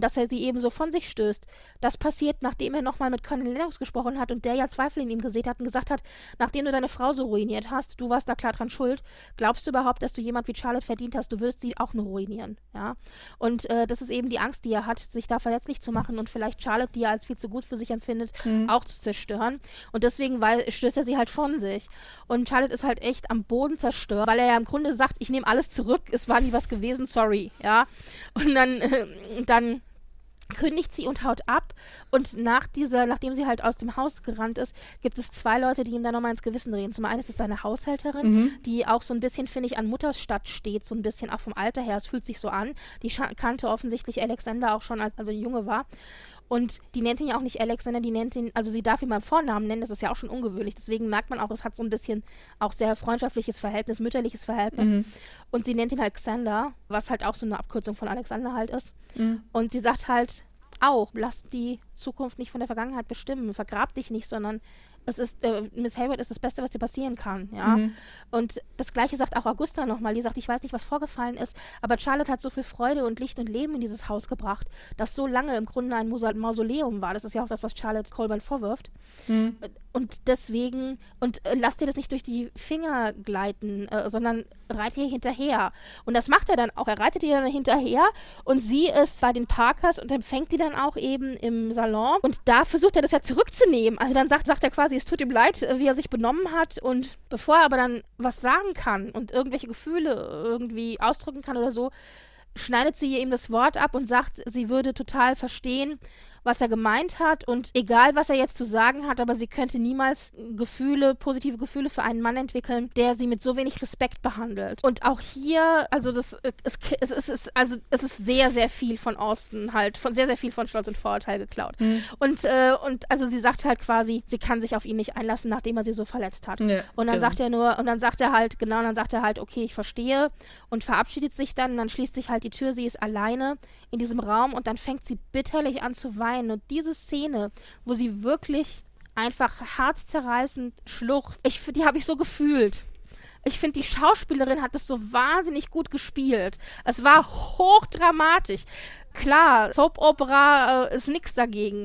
und dass er sie eben so von sich stößt, das passiert, nachdem er nochmal mit Colonel Lennox gesprochen hat und der ja Zweifel in ihm gesehen hat und gesagt hat, nachdem du deine Frau so ruiniert hast, du warst da klar dran schuld, glaubst du überhaupt, dass du jemand wie Charlotte verdient hast, du wirst sie auch nur ruinieren, ja. Und äh, das ist eben die Angst, die er hat, sich da verletzlich zu machen und vielleicht Charlotte, die er als viel zu gut für sich empfindet, mhm. auch zu zerstören. Und deswegen weil, stößt er sie halt von sich. Und Charlotte ist halt echt am Boden zerstört, weil er ja im Grunde sagt, ich nehme alles zurück, es war nie was gewesen, sorry, ja. Und dann, äh, dann kündigt sie und haut ab und nach dieser, nachdem sie halt aus dem Haus gerannt ist, gibt es zwei Leute, die ihm dann nochmal ins Gewissen reden. Zum einen ist es seine Haushälterin, mhm. die auch so ein bisschen, finde ich, an Mutterstadt steht, so ein bisschen auch vom Alter her, es fühlt sich so an. Die scha- kannte offensichtlich Alexander auch schon, als er also ein Junge war. Und die nennt ihn ja auch nicht Alexander, die nennt ihn, also sie darf ihn beim Vornamen nennen, das ist ja auch schon ungewöhnlich. Deswegen merkt man auch, es hat so ein bisschen auch sehr freundschaftliches Verhältnis, mütterliches Verhältnis. Mhm. Und sie nennt ihn Alexander, was halt auch so eine Abkürzung von Alexander halt ist. Mhm. Und sie sagt halt auch, lass die Zukunft nicht von der Vergangenheit bestimmen, vergrab dich nicht, sondern es ist, äh, Miss Hayward ist das Beste, was dir passieren kann, ja. Mhm. Und das Gleiche sagt auch Augusta nochmal, die sagt, ich weiß nicht, was vorgefallen ist, aber Charlotte hat so viel Freude und Licht und Leben in dieses Haus gebracht, das so lange im Grunde ein Musa- Mausoleum war. Das ist ja auch das, was Charlotte Colburn vorwirft. Mhm. Und deswegen, und äh, lass dir das nicht durch die Finger gleiten, äh, sondern reit ihr hinterher. Und das macht er dann auch. Er reitet ihr dann hinterher und sie ist bei den Parkers und empfängt die dann auch eben im Salon. Und da versucht er das ja zurückzunehmen. Also dann sagt, sagt er quasi, es tut ihm leid, wie er sich benommen hat. Und bevor er aber dann was sagen kann und irgendwelche Gefühle irgendwie ausdrücken kann oder so, schneidet sie ihm das Wort ab und sagt, sie würde total verstehen, was er gemeint hat und egal, was er jetzt zu sagen hat, aber sie könnte niemals Gefühle, positive Gefühle für einen Mann entwickeln, der sie mit so wenig Respekt behandelt. Und auch hier, also das es, es, es ist also es ist sehr, sehr viel von Austen halt, von sehr, sehr viel von Stolz und Vorurteil geklaut. Mhm. Und, äh, und also sie sagt halt quasi, sie kann sich auf ihn nicht einlassen, nachdem er sie so verletzt hat. Ja, und dann genau. sagt er nur, und dann sagt er halt, genau, und dann sagt er halt, okay, ich verstehe und verabschiedet sich dann und dann schließt sich halt die Tür, sie ist alleine in diesem Raum und dann fängt sie bitterlich an zu weinen. Und diese Szene, wo sie wirklich einfach herzzerreißend schluchzt, ich, die habe ich so gefühlt. Ich finde, die Schauspielerin hat das so wahnsinnig gut gespielt. Es war hochdramatisch. Klar, Soap-Opera äh, ist nichts dagegen.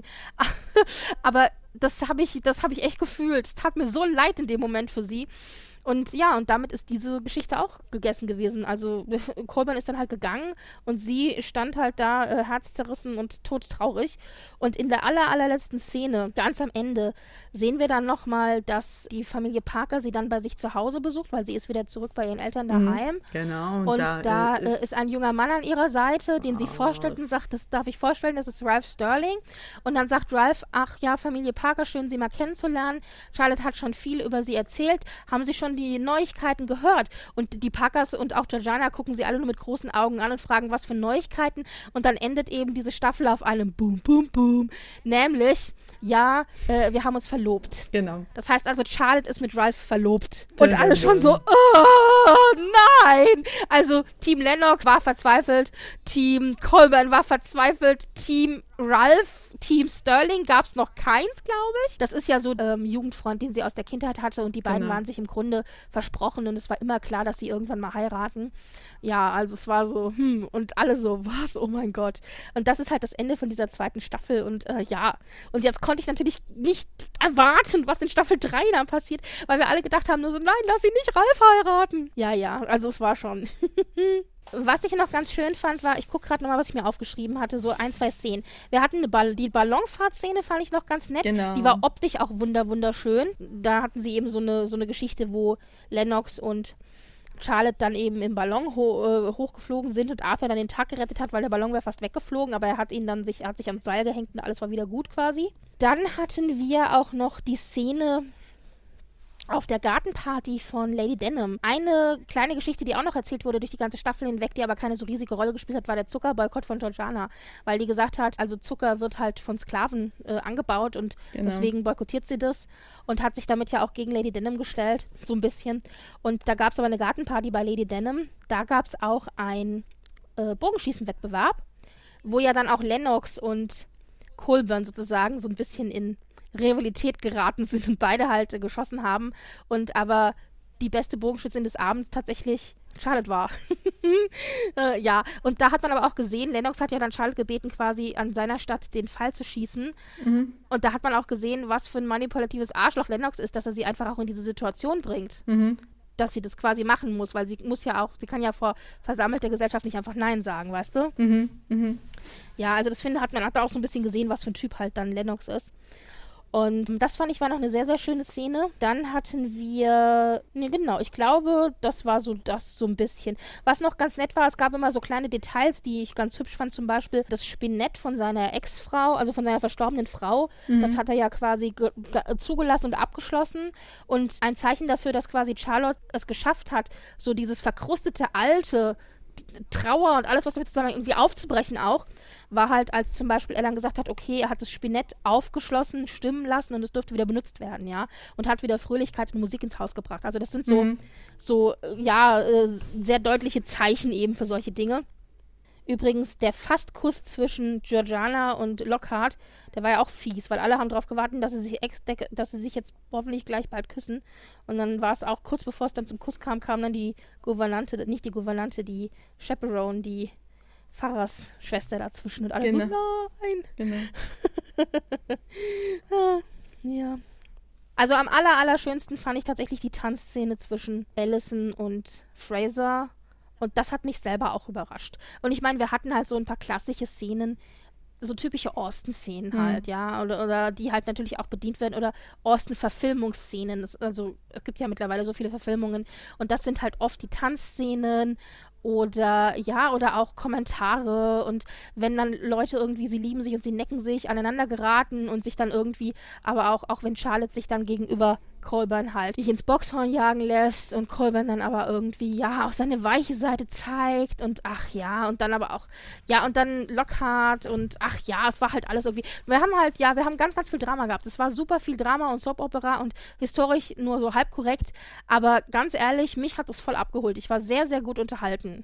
Aber das habe ich, das habe ich echt gefühlt. Es tat mir so leid in dem Moment für sie. Und ja, und damit ist diese Geschichte auch gegessen gewesen. Also Colburn ist dann halt gegangen und sie stand halt da äh, herzzerrissen und todtraurig. Und in der aller, allerletzten Szene, ganz am Ende, sehen wir dann nochmal, dass die Familie Parker sie dann bei sich zu Hause besucht, weil sie ist wieder zurück bei ihren Eltern daheim. Mhm, genau. Und, und da, da äh, ist, ist ein junger Mann an ihrer Seite, den oh. sie vorstellt und sagt, das darf ich vorstellen, das ist Ralph Sterling. Und dann sagt Ralph, ach ja, Familie Parker, schön, sie mal kennenzulernen. Charlotte hat schon viel über sie erzählt. Haben sie schon die Neuigkeiten gehört? Und die Parkers und auch Georgiana gucken sie alle nur mit großen Augen an und fragen, was für Neuigkeiten? Und dann endet eben diese Staffel auf einem Boom, Boom, Boom. Nämlich, ja, äh, wir haben uns verlobt. Genau. Das heißt also, Charlotte ist mit Ralph verlobt. Und alle schon so, oh, nein! Also, Team Lennox war verzweifelt, Team Colburn war verzweifelt, Team Ralph, Team Sterling gab es noch keins, glaube ich. Das ist ja so ähm, Jugendfreund, den sie aus der Kindheit hatte und die beiden genau. waren sich im Grunde versprochen und es war immer klar, dass sie irgendwann mal heiraten. Ja, also es war so, hm, und alle so, was, oh mein Gott. Und das ist halt das Ende von dieser zweiten Staffel und äh, ja, und jetzt konnte ich natürlich nicht erwarten, was in Staffel drei dann passiert, weil wir alle gedacht haben, nur so, nein, lass sie nicht Ralph heiraten. Ja, ja, also es war schon... Was ich noch ganz schön fand, war, ich gucke gerade nochmal, was ich mir aufgeschrieben hatte, so ein, zwei Szenen. Wir hatten eine Ball- die Ballonfahrtszene, fand ich noch ganz nett. Genau. Die war optisch auch wunder wunderschön. Da hatten sie eben so eine, so eine Geschichte, wo Lennox und Charlotte dann eben im Ballon ho- äh, hochgeflogen sind und Arthur dann den Tag gerettet hat, weil der Ballon wäre fast weggeflogen, aber er hat ihn dann sich, er hat sich ans Seil gehängt und alles war wieder gut quasi. Dann hatten wir auch noch die Szene auf der Gartenparty von Lady Denham. Eine kleine Geschichte, die auch noch erzählt wurde durch die ganze Staffel hinweg, die aber keine so riesige Rolle gespielt hat, war der Zuckerboykott von Georgiana, weil die gesagt hat, also Zucker wird halt von Sklaven äh, angebaut und genau. deswegen boykottiert sie das und hat sich damit ja auch gegen Lady Denham gestellt, so ein bisschen. Und da gab es aber eine Gartenparty bei Lady Denham, da gab es auch ein äh, Bogenschießenwettbewerb, wo ja dann auch Lennox und Colburn sozusagen so ein bisschen in Rivalität geraten sind und beide halt äh, geschossen haben und aber die beste Bogenschützin des Abends tatsächlich Charlotte war. äh, ja, und da hat man aber auch gesehen, Lennox hat ja dann Charlotte gebeten, quasi an seiner Stadt den Fall zu schießen. Mhm. Und da hat man auch gesehen, was für ein manipulatives Arschloch Lennox ist, dass er sie einfach auch in diese Situation bringt. Mhm. Dass sie das quasi machen muss, weil sie muss ja auch, sie kann ja vor versammelter Gesellschaft nicht einfach Nein sagen, weißt du? Mhm. Mhm. Ja, also das finde, hat man hat da auch so ein bisschen gesehen, was für ein Typ halt dann Lennox ist. Und das fand ich war noch eine sehr, sehr schöne Szene. Dann hatten wir, ne genau, ich glaube, das war so das so ein bisschen. Was noch ganz nett war, es gab immer so kleine Details, die ich ganz hübsch fand. Zum Beispiel das Spinett von seiner Ex-Frau, also von seiner verstorbenen Frau. Mhm. Das hat er ja quasi ge- ge- zugelassen und abgeschlossen. Und ein Zeichen dafür, dass quasi Charlotte es geschafft hat, so dieses verkrustete alte Trauer und alles, was damit zusammen irgendwie aufzubrechen auch, war halt, als zum Beispiel er dann gesagt hat, okay, er hat das Spinett aufgeschlossen, stimmen lassen und es durfte wieder benutzt werden, ja, und hat wieder Fröhlichkeit und Musik ins Haus gebracht. Also das sind so, mhm. so ja, äh, sehr deutliche Zeichen eben für solche Dinge. Übrigens, der Fastkuss zwischen Georgiana und Lockhart, der war ja auch fies, weil alle haben darauf gewartet, dass sie sich ex- dass sie sich jetzt hoffentlich gleich bald küssen. Und dann war es auch kurz bevor es dann zum Kuss kam, kam dann die Gouvernante, nicht die Gouvernante, die Chaperone, die Pfarrersschwester dazwischen und alle genau. so, nein. Genau. Ja. Also am aller, allerschönsten fand ich tatsächlich die Tanzszene zwischen Allison und Fraser. Und das hat mich selber auch überrascht. Und ich meine, wir hatten halt so ein paar klassische Szenen, so typische Austen-Szenen mhm. halt, ja, oder, oder die halt natürlich auch bedient werden, oder Austen-Verfilmungsszenen. Das, also es gibt ja mittlerweile so viele Verfilmungen und das sind halt oft die Tanzszenen oder, ja, oder auch Kommentare und wenn dann Leute irgendwie, sie lieben sich und sie necken sich, aneinander geraten und sich dann irgendwie, aber auch, auch wenn Charlotte sich dann gegenüber Colburn halt nicht ins Boxhorn jagen lässt und Colburn dann aber irgendwie, ja, auch seine weiche Seite zeigt und ach ja, und dann aber auch, ja, und dann Lockhart und ach ja, es war halt alles irgendwie, wir haben halt, ja, wir haben ganz, ganz viel Drama gehabt. Es war super viel Drama und Soap-Opera und historisch nur so halb korrekt, aber ganz ehrlich, mich hat das voll abgeholt. Ich war sehr, sehr gut unterhalten.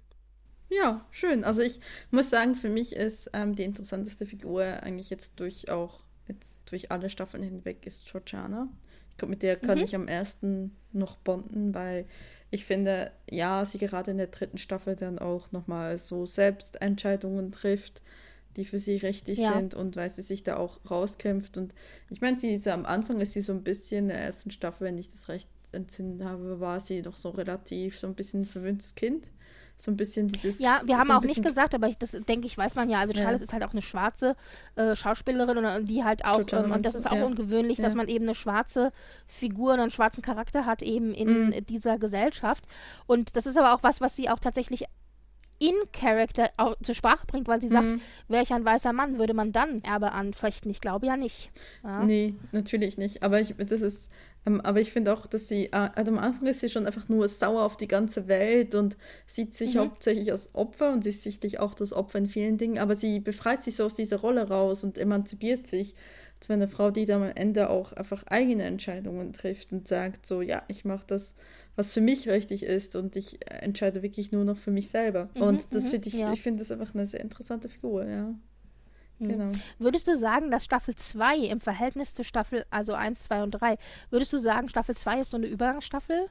Ja, schön. Also ich muss sagen, für mich ist ähm, die interessanteste Figur eigentlich jetzt durch auch, jetzt durch alle Staffeln hinweg ist Georgiana. Ich glaube, mit der kann mhm. ich am ersten noch bonden, weil ich finde, ja, sie gerade in der dritten Staffel dann auch nochmal so Selbstentscheidungen trifft, die für sie richtig ja. sind und weil sie sich da auch rauskämpft. Und ich meine, sie ist ja am Anfang, ist sie so ein bisschen in der ersten Staffel, wenn ich das recht entsinnen habe, war sie doch so relativ so ein bisschen ein verwöhntes Kind. So ein bisschen dieses... Ja, wir haben so auch nicht gesagt, aber ich, das denke ich, weiß man ja. Also Charlotte ja. ist halt auch eine schwarze äh, Schauspielerin und die halt auch, ähm, und das ist auch ja. ungewöhnlich, ja. dass man eben eine schwarze Figur und einen schwarzen Charakter hat eben in mhm. dieser Gesellschaft. Und das ist aber auch was, was sie auch tatsächlich in Character auch zur Sprache bringt, weil sie sagt, mhm. wäre ich ein weißer Mann, würde man dann Erbe anfechten? Ich glaube ja nicht. Ja. Nee, natürlich nicht. Aber ich, das ist, ähm, aber ich finde auch, dass sie, äh, am Anfang ist sie schon einfach nur sauer auf die ganze Welt und sieht sich mhm. hauptsächlich als Opfer und sie ist sicherlich auch das Opfer in vielen Dingen, aber sie befreit sich so aus dieser Rolle raus und emanzipiert sich. Als eine Frau, die dann am Ende auch einfach eigene Entscheidungen trifft und sagt so, ja, ich mache das, was für mich richtig ist und ich entscheide wirklich nur noch für mich selber. Mhm, und das finde ich, ja. ich finde das einfach eine sehr interessante Figur, ja. Mhm. Genau. Würdest du sagen, dass Staffel zwei im Verhältnis zu Staffel, also eins, zwei und drei, würdest du sagen, Staffel zwei ist so eine Übergangsstaffel?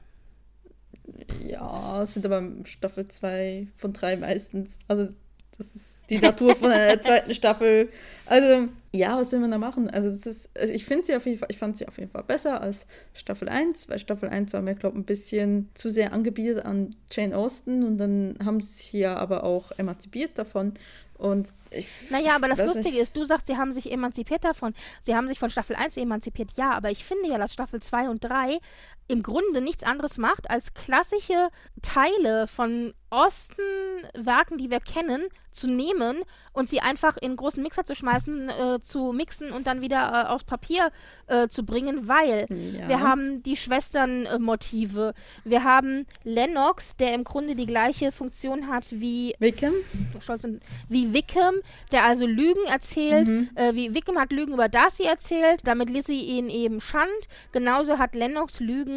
Ja, es sind aber Staffel zwei von drei meistens. Also das ist die Natur von einer zweiten Staffel. Also, ja, was will man da machen? Also, das ist, also ich finde sie auf jeden Fall, ich fand sie auf jeden Fall besser als Staffel eins, weil Staffel eins war mir, glaube ich, ein bisschen zu sehr angebietet an Jane Austen und dann haben sie sich ja aber auch emanzipiert davon. Und ich, naja, aber das Lustige nicht. ist, du sagst, sie haben sich emanzipiert davon. Sie haben sich von Staffel eins emanzipiert, ja, aber ich finde ja, dass Staffel zwei und drei im Grunde nichts anderes macht, als klassische Teile von Austen-Werken, die wir kennen, zu nehmen und sie einfach in einen großen Mixer zu schmeißen, äh, zu mixen und dann wieder äh, aufs Papier äh, zu bringen, weil ja. wir haben die Schwesternmotive, wir haben Lennox, der im Grunde die gleiche Funktion hat wie Wickham, wie Wickham, der also Lügen erzählt, mhm. äh, wie Wickham hat Lügen über Darcy erzählt, damit Lizzie ihn eben schand, genauso hat Lennox Lügen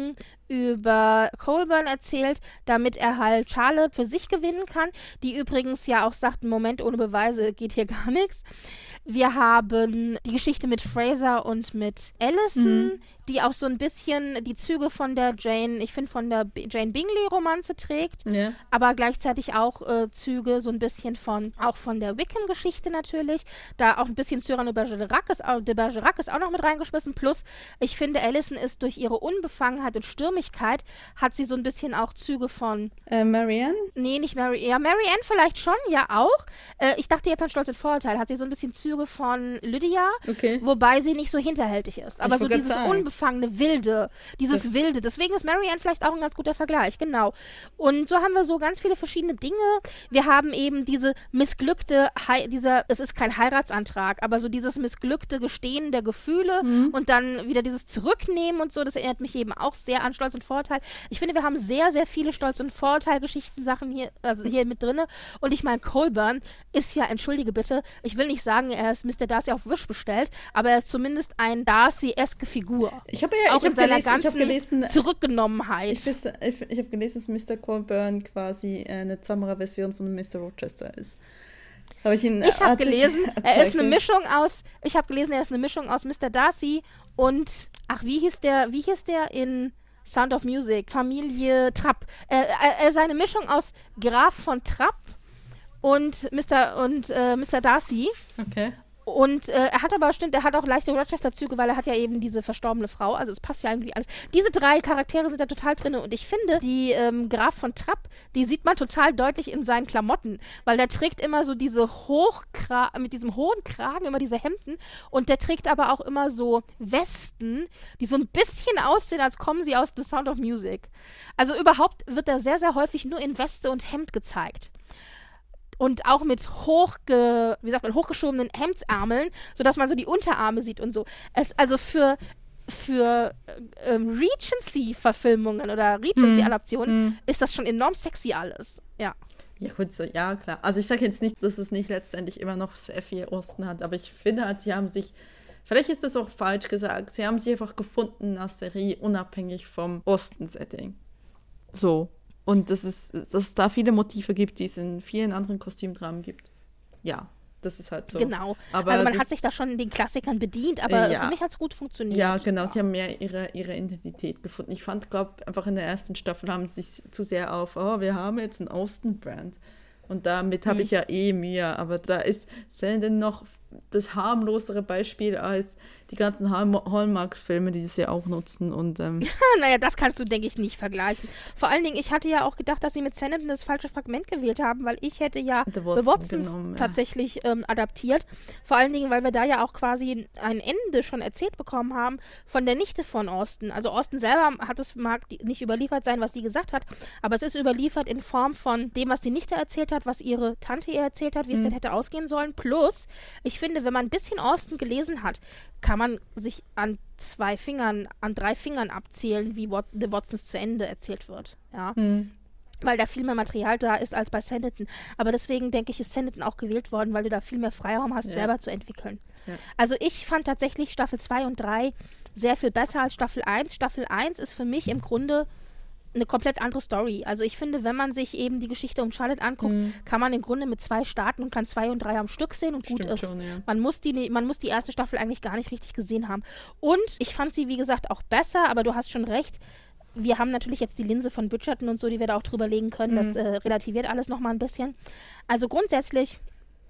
über Colburn erzählt, damit er halt Charlotte für sich gewinnen kann, die übrigens ja auch sagt, Moment, ohne Beweise geht hier gar nichts. Wir haben die Geschichte mit Fraser und mit Allison, mhm. die auch so ein bisschen die Züge von der Jane, ich finde von der B- Jane Bingley-Romanze trägt, ja. aber gleichzeitig auch äh, Züge so ein bisschen von, auch von der Wickham-Geschichte natürlich, da auch ein bisschen Cyrano de Bergerac ist, de Bergerac ist auch noch mit reingeschmissen, plus ich finde, Allison ist durch ihre Unbefangenheit und Stürmigkeit, hat sie so ein bisschen auch Züge von... Äh, Marianne? Nee, nicht Mary, ja, Marianne vielleicht schon, ja auch. Äh, ich dachte jetzt an Stolz und Vorurteil, hat sie so ein bisschen Züge von Lydia, okay. wobei sie nicht so hinterhältig ist. Aber ich so dieses sagen. unbefangene Wilde, dieses das Wilde. Deswegen ist Marianne vielleicht auch ein ganz guter Vergleich, genau. Und so haben wir so ganz viele verschiedene Dinge. Wir haben eben diese missglückte, Hei- dieser, es ist kein Heiratsantrag, aber so dieses missglückte Gestehen der Gefühle mhm. und dann wieder dieses Zurücknehmen und so. Das erinnert mich eben auch sehr an Stolz und Vorurteil. Ich finde, wir haben sehr, sehr viele Stolz- und Vorurteil-Geschichten-Sachen hier, also hier mit drin. Und ich meine, Colburn ist ja, entschuldige bitte, ich will nicht sagen, er ist Mister Darcy auf Wish bestellt, aber er ist zumindest ein Darcy-eske Figur. Ich habe ja auch ich in hab seiner gelesen, ganzen ich hab gelesen, Zurückgenommenheit. Ich, ich, ich habe gelesen, dass Mister Colburn quasi eine zahmere Version von Mister Rochester ist. Hab ich ich habe gelesen, er ist eine Mischung aus, ich habe gelesen, er ist eine Mischung aus Mister Darcy und, ach, wie hieß der, wie hieß der in Sound of Music? Familie Trapp. Er, er, er ist eine Mischung aus Graf von Trapp und Mister und äh, Mister Darcy. Okay. Und äh, er hat aber, stimmt, er hat auch leichte Rochester-Züge, weil er hat ja eben diese verstorbene Frau, also es passt ja irgendwie alles. Diese drei Charaktere sind da total drin und ich finde, die ähm, Graf von Trapp, die sieht man total deutlich in seinen Klamotten, weil der trägt immer so diese Hochkra- mit diesem hohen Kragen, immer diese Hemden und der trägt aber auch immer so Westen, die so ein bisschen aussehen, als kommen sie aus The Sound of Music. Also überhaupt wird er sehr, sehr häufig nur in Weste und Hemd gezeigt. Und auch mit hochge, wie sagt man, hochgeschobenen Hemdsärmeln, sodass man so die Unterarme sieht und so. Es, also für, für ähm, Regency-Verfilmungen oder Regency-Adaptionen mm. ist das schon enorm sexy alles. Ja. Ja, gut, so, ja, klar. Also ich sage jetzt nicht, dass es nicht letztendlich immer noch sehr viel Osten hat, aber ich finde halt, sie haben sich, vielleicht ist das auch falsch gesagt, sie haben sich einfach gefunden als Serie unabhängig vom Osten-Setting. So. Und dass es, dass es da viele Motive gibt, die es in vielen anderen Kostümdramen gibt. Ja, das ist halt so. Genau. Aber also man das, hat sich da schon in den Klassikern bedient, aber äh, ja. für mich hat es gut funktioniert. Ja, genau. Ja. Sie haben mehr ihre, ihre Identität gefunden. Ich fand, glaube einfach in der ersten Staffel haben sie sich zu sehr auf, oh, wir haben jetzt einen Austen-Brand. Und damit habe hm. ich ja eh Mühe. Aber da ist Sandon noch das harmlosere Beispiel als die ganzen Hallmark-Filme, die das ja auch nutzen. Und, ähm naja, das kannst du, denke ich, nicht vergleichen. Vor allen Dingen, ich hatte ja auch gedacht, dass sie mit Sanditon das falsche Fragment gewählt haben, weil ich hätte ja The Watson, The Watsons genommen, ja. tatsächlich ähm, adaptiert. Vor allen Dingen, weil wir da ja auch quasi ein Ende schon erzählt bekommen haben von der Nichte von Austen. Also Austen selber hat es, mag die, nicht überliefert sein, was sie gesagt hat, aber es ist überliefert in Form von dem, was die Nichte erzählt hat, was ihre Tante ihr erzählt hat, wie mhm. es denn hätte ausgehen sollen. Plus, ich finde, wenn man ein bisschen Austen gelesen hat, kann man sich an zwei Fingern, an drei Fingern abzählen, wie Wat- The Watsons zu Ende erzählt wird. Ja. Mhm. Weil da viel mehr Material da ist als bei Sanditon. Aber deswegen denke ich, ist Sanditon auch gewählt worden, weil du da viel mehr Freiraum hast, ja. selber zu entwickeln. Ja. Also ich fand tatsächlich Staffel zwei und drei sehr viel besser als Staffel eins. Staffel eins ist für mich im Grunde eine komplett andere Story. Also ich finde, wenn man sich eben die Geschichte um Charlotte anguckt, mhm. kann man im Grunde mit zwei starten und kann zwei und drei am Stück sehen und Stimmt gut ist. Schon, ja. Man muss die, man muss die erste Staffel eigentlich gar nicht richtig gesehen haben. Und ich fand sie, wie gesagt, auch besser, aber du hast schon recht, wir haben natürlich jetzt die Linse von Bridgerton und so, die wir da auch drüber legen können. Mhm. Das äh, relativiert alles nochmal ein bisschen. Also grundsätzlich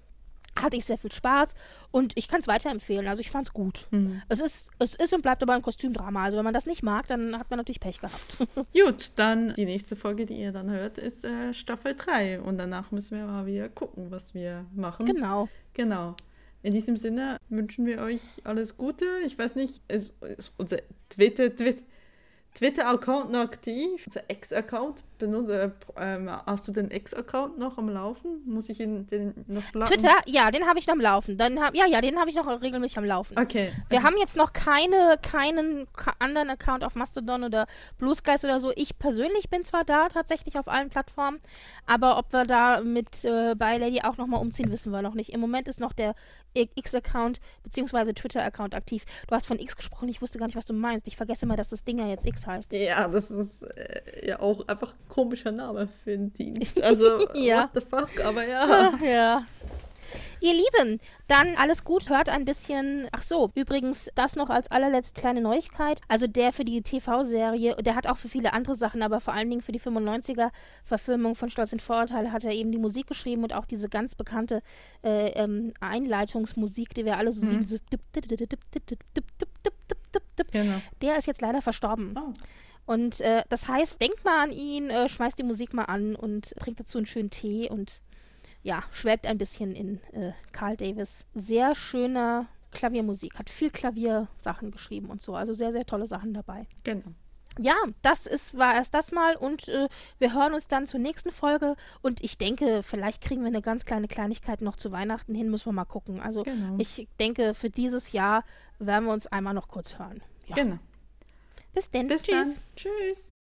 hatte ich sehr viel Spaß und ich kann es weiterempfehlen. Also ich fand es gut. Mhm. Es ist, es ist und bleibt aber ein Kostümdrama. Also wenn man das nicht mag, dann hat man natürlich Pech gehabt. Gut, dann die nächste Folge, die ihr dann hört, ist äh, Staffel drei. Und danach müssen wir mal wieder gucken, was wir machen. Genau. Genau. In diesem Sinne wünschen wir euch alles Gute. Ich weiß nicht, ist, ist unser Twitter, Twitter, Twitter-Account noch aktiv? Unser Ex-Account? benutze, ähm, hast du den X-Account noch am Laufen? Muss ich ihn den noch blocken? Twitter, ja, den habe ich noch am Laufen. Dann hab, ja, ja, den habe ich noch regelmäßig am Laufen. Okay. Wir okay. haben jetzt noch keine, keinen ka- anderen Account auf Mastodon oder Blue Skies oder so. Ich persönlich bin zwar da, tatsächlich auf allen Plattformen, aber ob wir da mit äh, bei Lady auch nochmal umziehen, wissen wir noch nicht. Im Moment ist noch der X-Account bzw. Twitter-Account aktiv. Du hast von X gesprochen, ich wusste gar nicht, was du meinst. Ich vergesse immer, dass das Ding ja jetzt X heißt. Ja, das ist äh, ja auch einfach ein komischer Name für einen Dienst. Also, ja. what the fuck, aber ja. Ach, ja. Ihr Lieben, dann alles gut, hört ein bisschen, ach so, übrigens das noch als allerletzte kleine Neuigkeit, also der für die T V-Serie, der hat auch für viele andere Sachen, aber vor allen Dingen für die fünfundneunziger-Verfilmung von Stolz und Vorurteile hat er eben die Musik geschrieben und auch diese ganz bekannte äh, ähm, Einleitungsmusik, die wir alle so sehen, dieses Genau. Der ist jetzt leider verstorben. Oh. Und äh, das heißt, denkt mal an ihn, äh, schmeißt die Musik mal an und trinkt dazu einen schönen Tee und ja, schwelgt ein bisschen in äh, Carl Davis. Sehr schöner Klaviermusik, hat viel Klaviersachen geschrieben und so, also sehr, sehr tolle Sachen dabei. Genau. Ja, das ist, war erst das mal und äh, wir hören uns dann zur nächsten Folge und ich denke, vielleicht kriegen wir eine ganz kleine Kleinigkeit noch zu Weihnachten hin, müssen wir mal gucken. Also Genau. ich denke, für dieses Jahr werden wir uns einmal noch kurz hören. Ja. Genau. Bis denn. Bis Tschüss. dann. Tschüss.